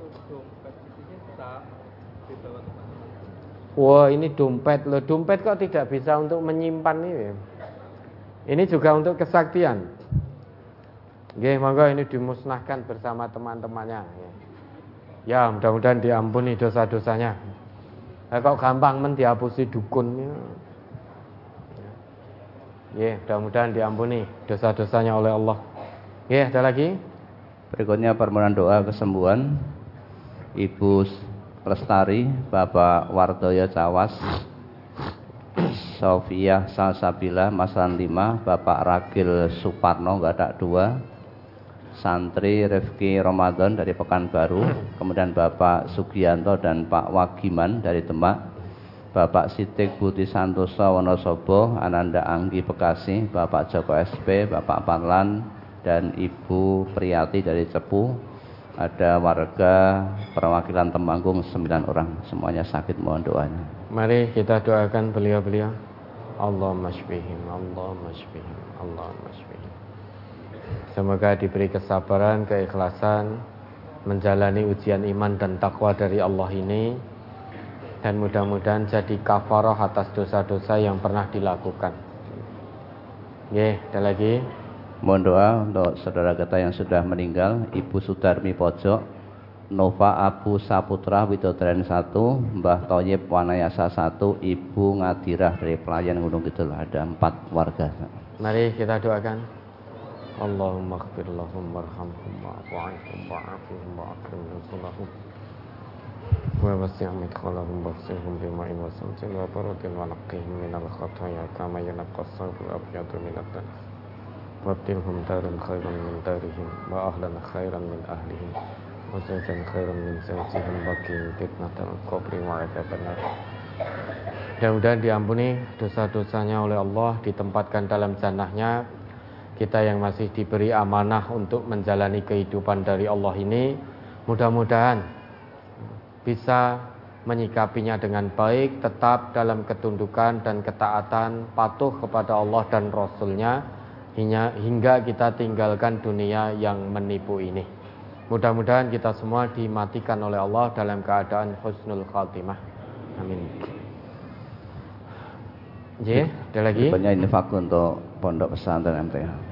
Wah ini dompet loh. Dompet kok tidak bisa untuk menyimpan ini? Ini juga untuk kesaktian. Oke, monggo ini dimusnahkan bersama teman-temannya. Ya mudah-mudahan diampuni dosa-dosanya. Kok gampang dihapusi dukun. Ya mudah-mudahan diampuni dosa-dosanya oleh Allah. Ya ada lagi. Berikutnya permohonan doa kesembuhan Ibu Lestari, Bapak Wardoyo Cawas, Sofia Salsabila, Masan 5, Bapak Ragil Suparno, nggak ada 2, Santri Rifki Ramadan dari Pekanbaru, kemudian Bapak Sugianto dan Pak Wagiman dari Demak, Bapak Sidik Budi Santoso Wonosobo, Ananda Anggi Bekasi, Bapak Joko SP, Bapak Parlan, dan Ibu Priyati dari Cepu. Ada warga perwakilan Temanggung 9 orang, semuanya sakit, mohon doanya. Mari kita doakan beliau-beliau. Allahumma shfihim, Allahumma shfihim, Allahumma shfihim. Semoga diberi kesabaran, keikhlasan menjalani ujian iman dan takwa dari Allah ini, dan mudah-mudahan jadi kafarah atas dosa-dosa yang pernah dilakukan. Ada lagi. Mohon doa untuk saudara kita yang sudah meninggal, Ibu Sudarmi Pojok, Nova Abu Saputra Widodaren 1, Mbah Thoyib Wanayasa 1, Ibu Ngadirah dari Pelayan Gunung Kidul. Ada 4 warga. Mari kita doakan. Allahumma ighfir lahum warhamhum wa'fu 'anhum wa'afihim wa'akrim nuzulahum wa wasi' mudkhalahum waghsilhum bima'in wa saltin wa baradin wa naqqihim minal khataaya kama yunqqa as-sawbul abyadu minad danas wabdilhum daran khairan min darihim wa ahlan khairan min ahlihim wa zawjan khairan min zawjihim wa qihim fitnatal qabri wa 'adzaban nar. Mudah-mudahan diampuni dosa-dosanya oleh Allah, ditempatkan dalam jannahnya. Kita yang masih diberi amanah untuk menjalani kehidupan dari Allah ini, mudah-mudahan bisa menyikapinya dengan baik, tetap dalam ketundukan dan ketaatan, patuh kepada Allah dan Rasul-Nya, hingga kita tinggalkan dunia yang menipu ini. Mudah-mudahan kita semua dimatikan oleh Allah dalam keadaan husnul khatimah. Amin. Ada lagi? Banyak infak untuk pondok pesantren MTA.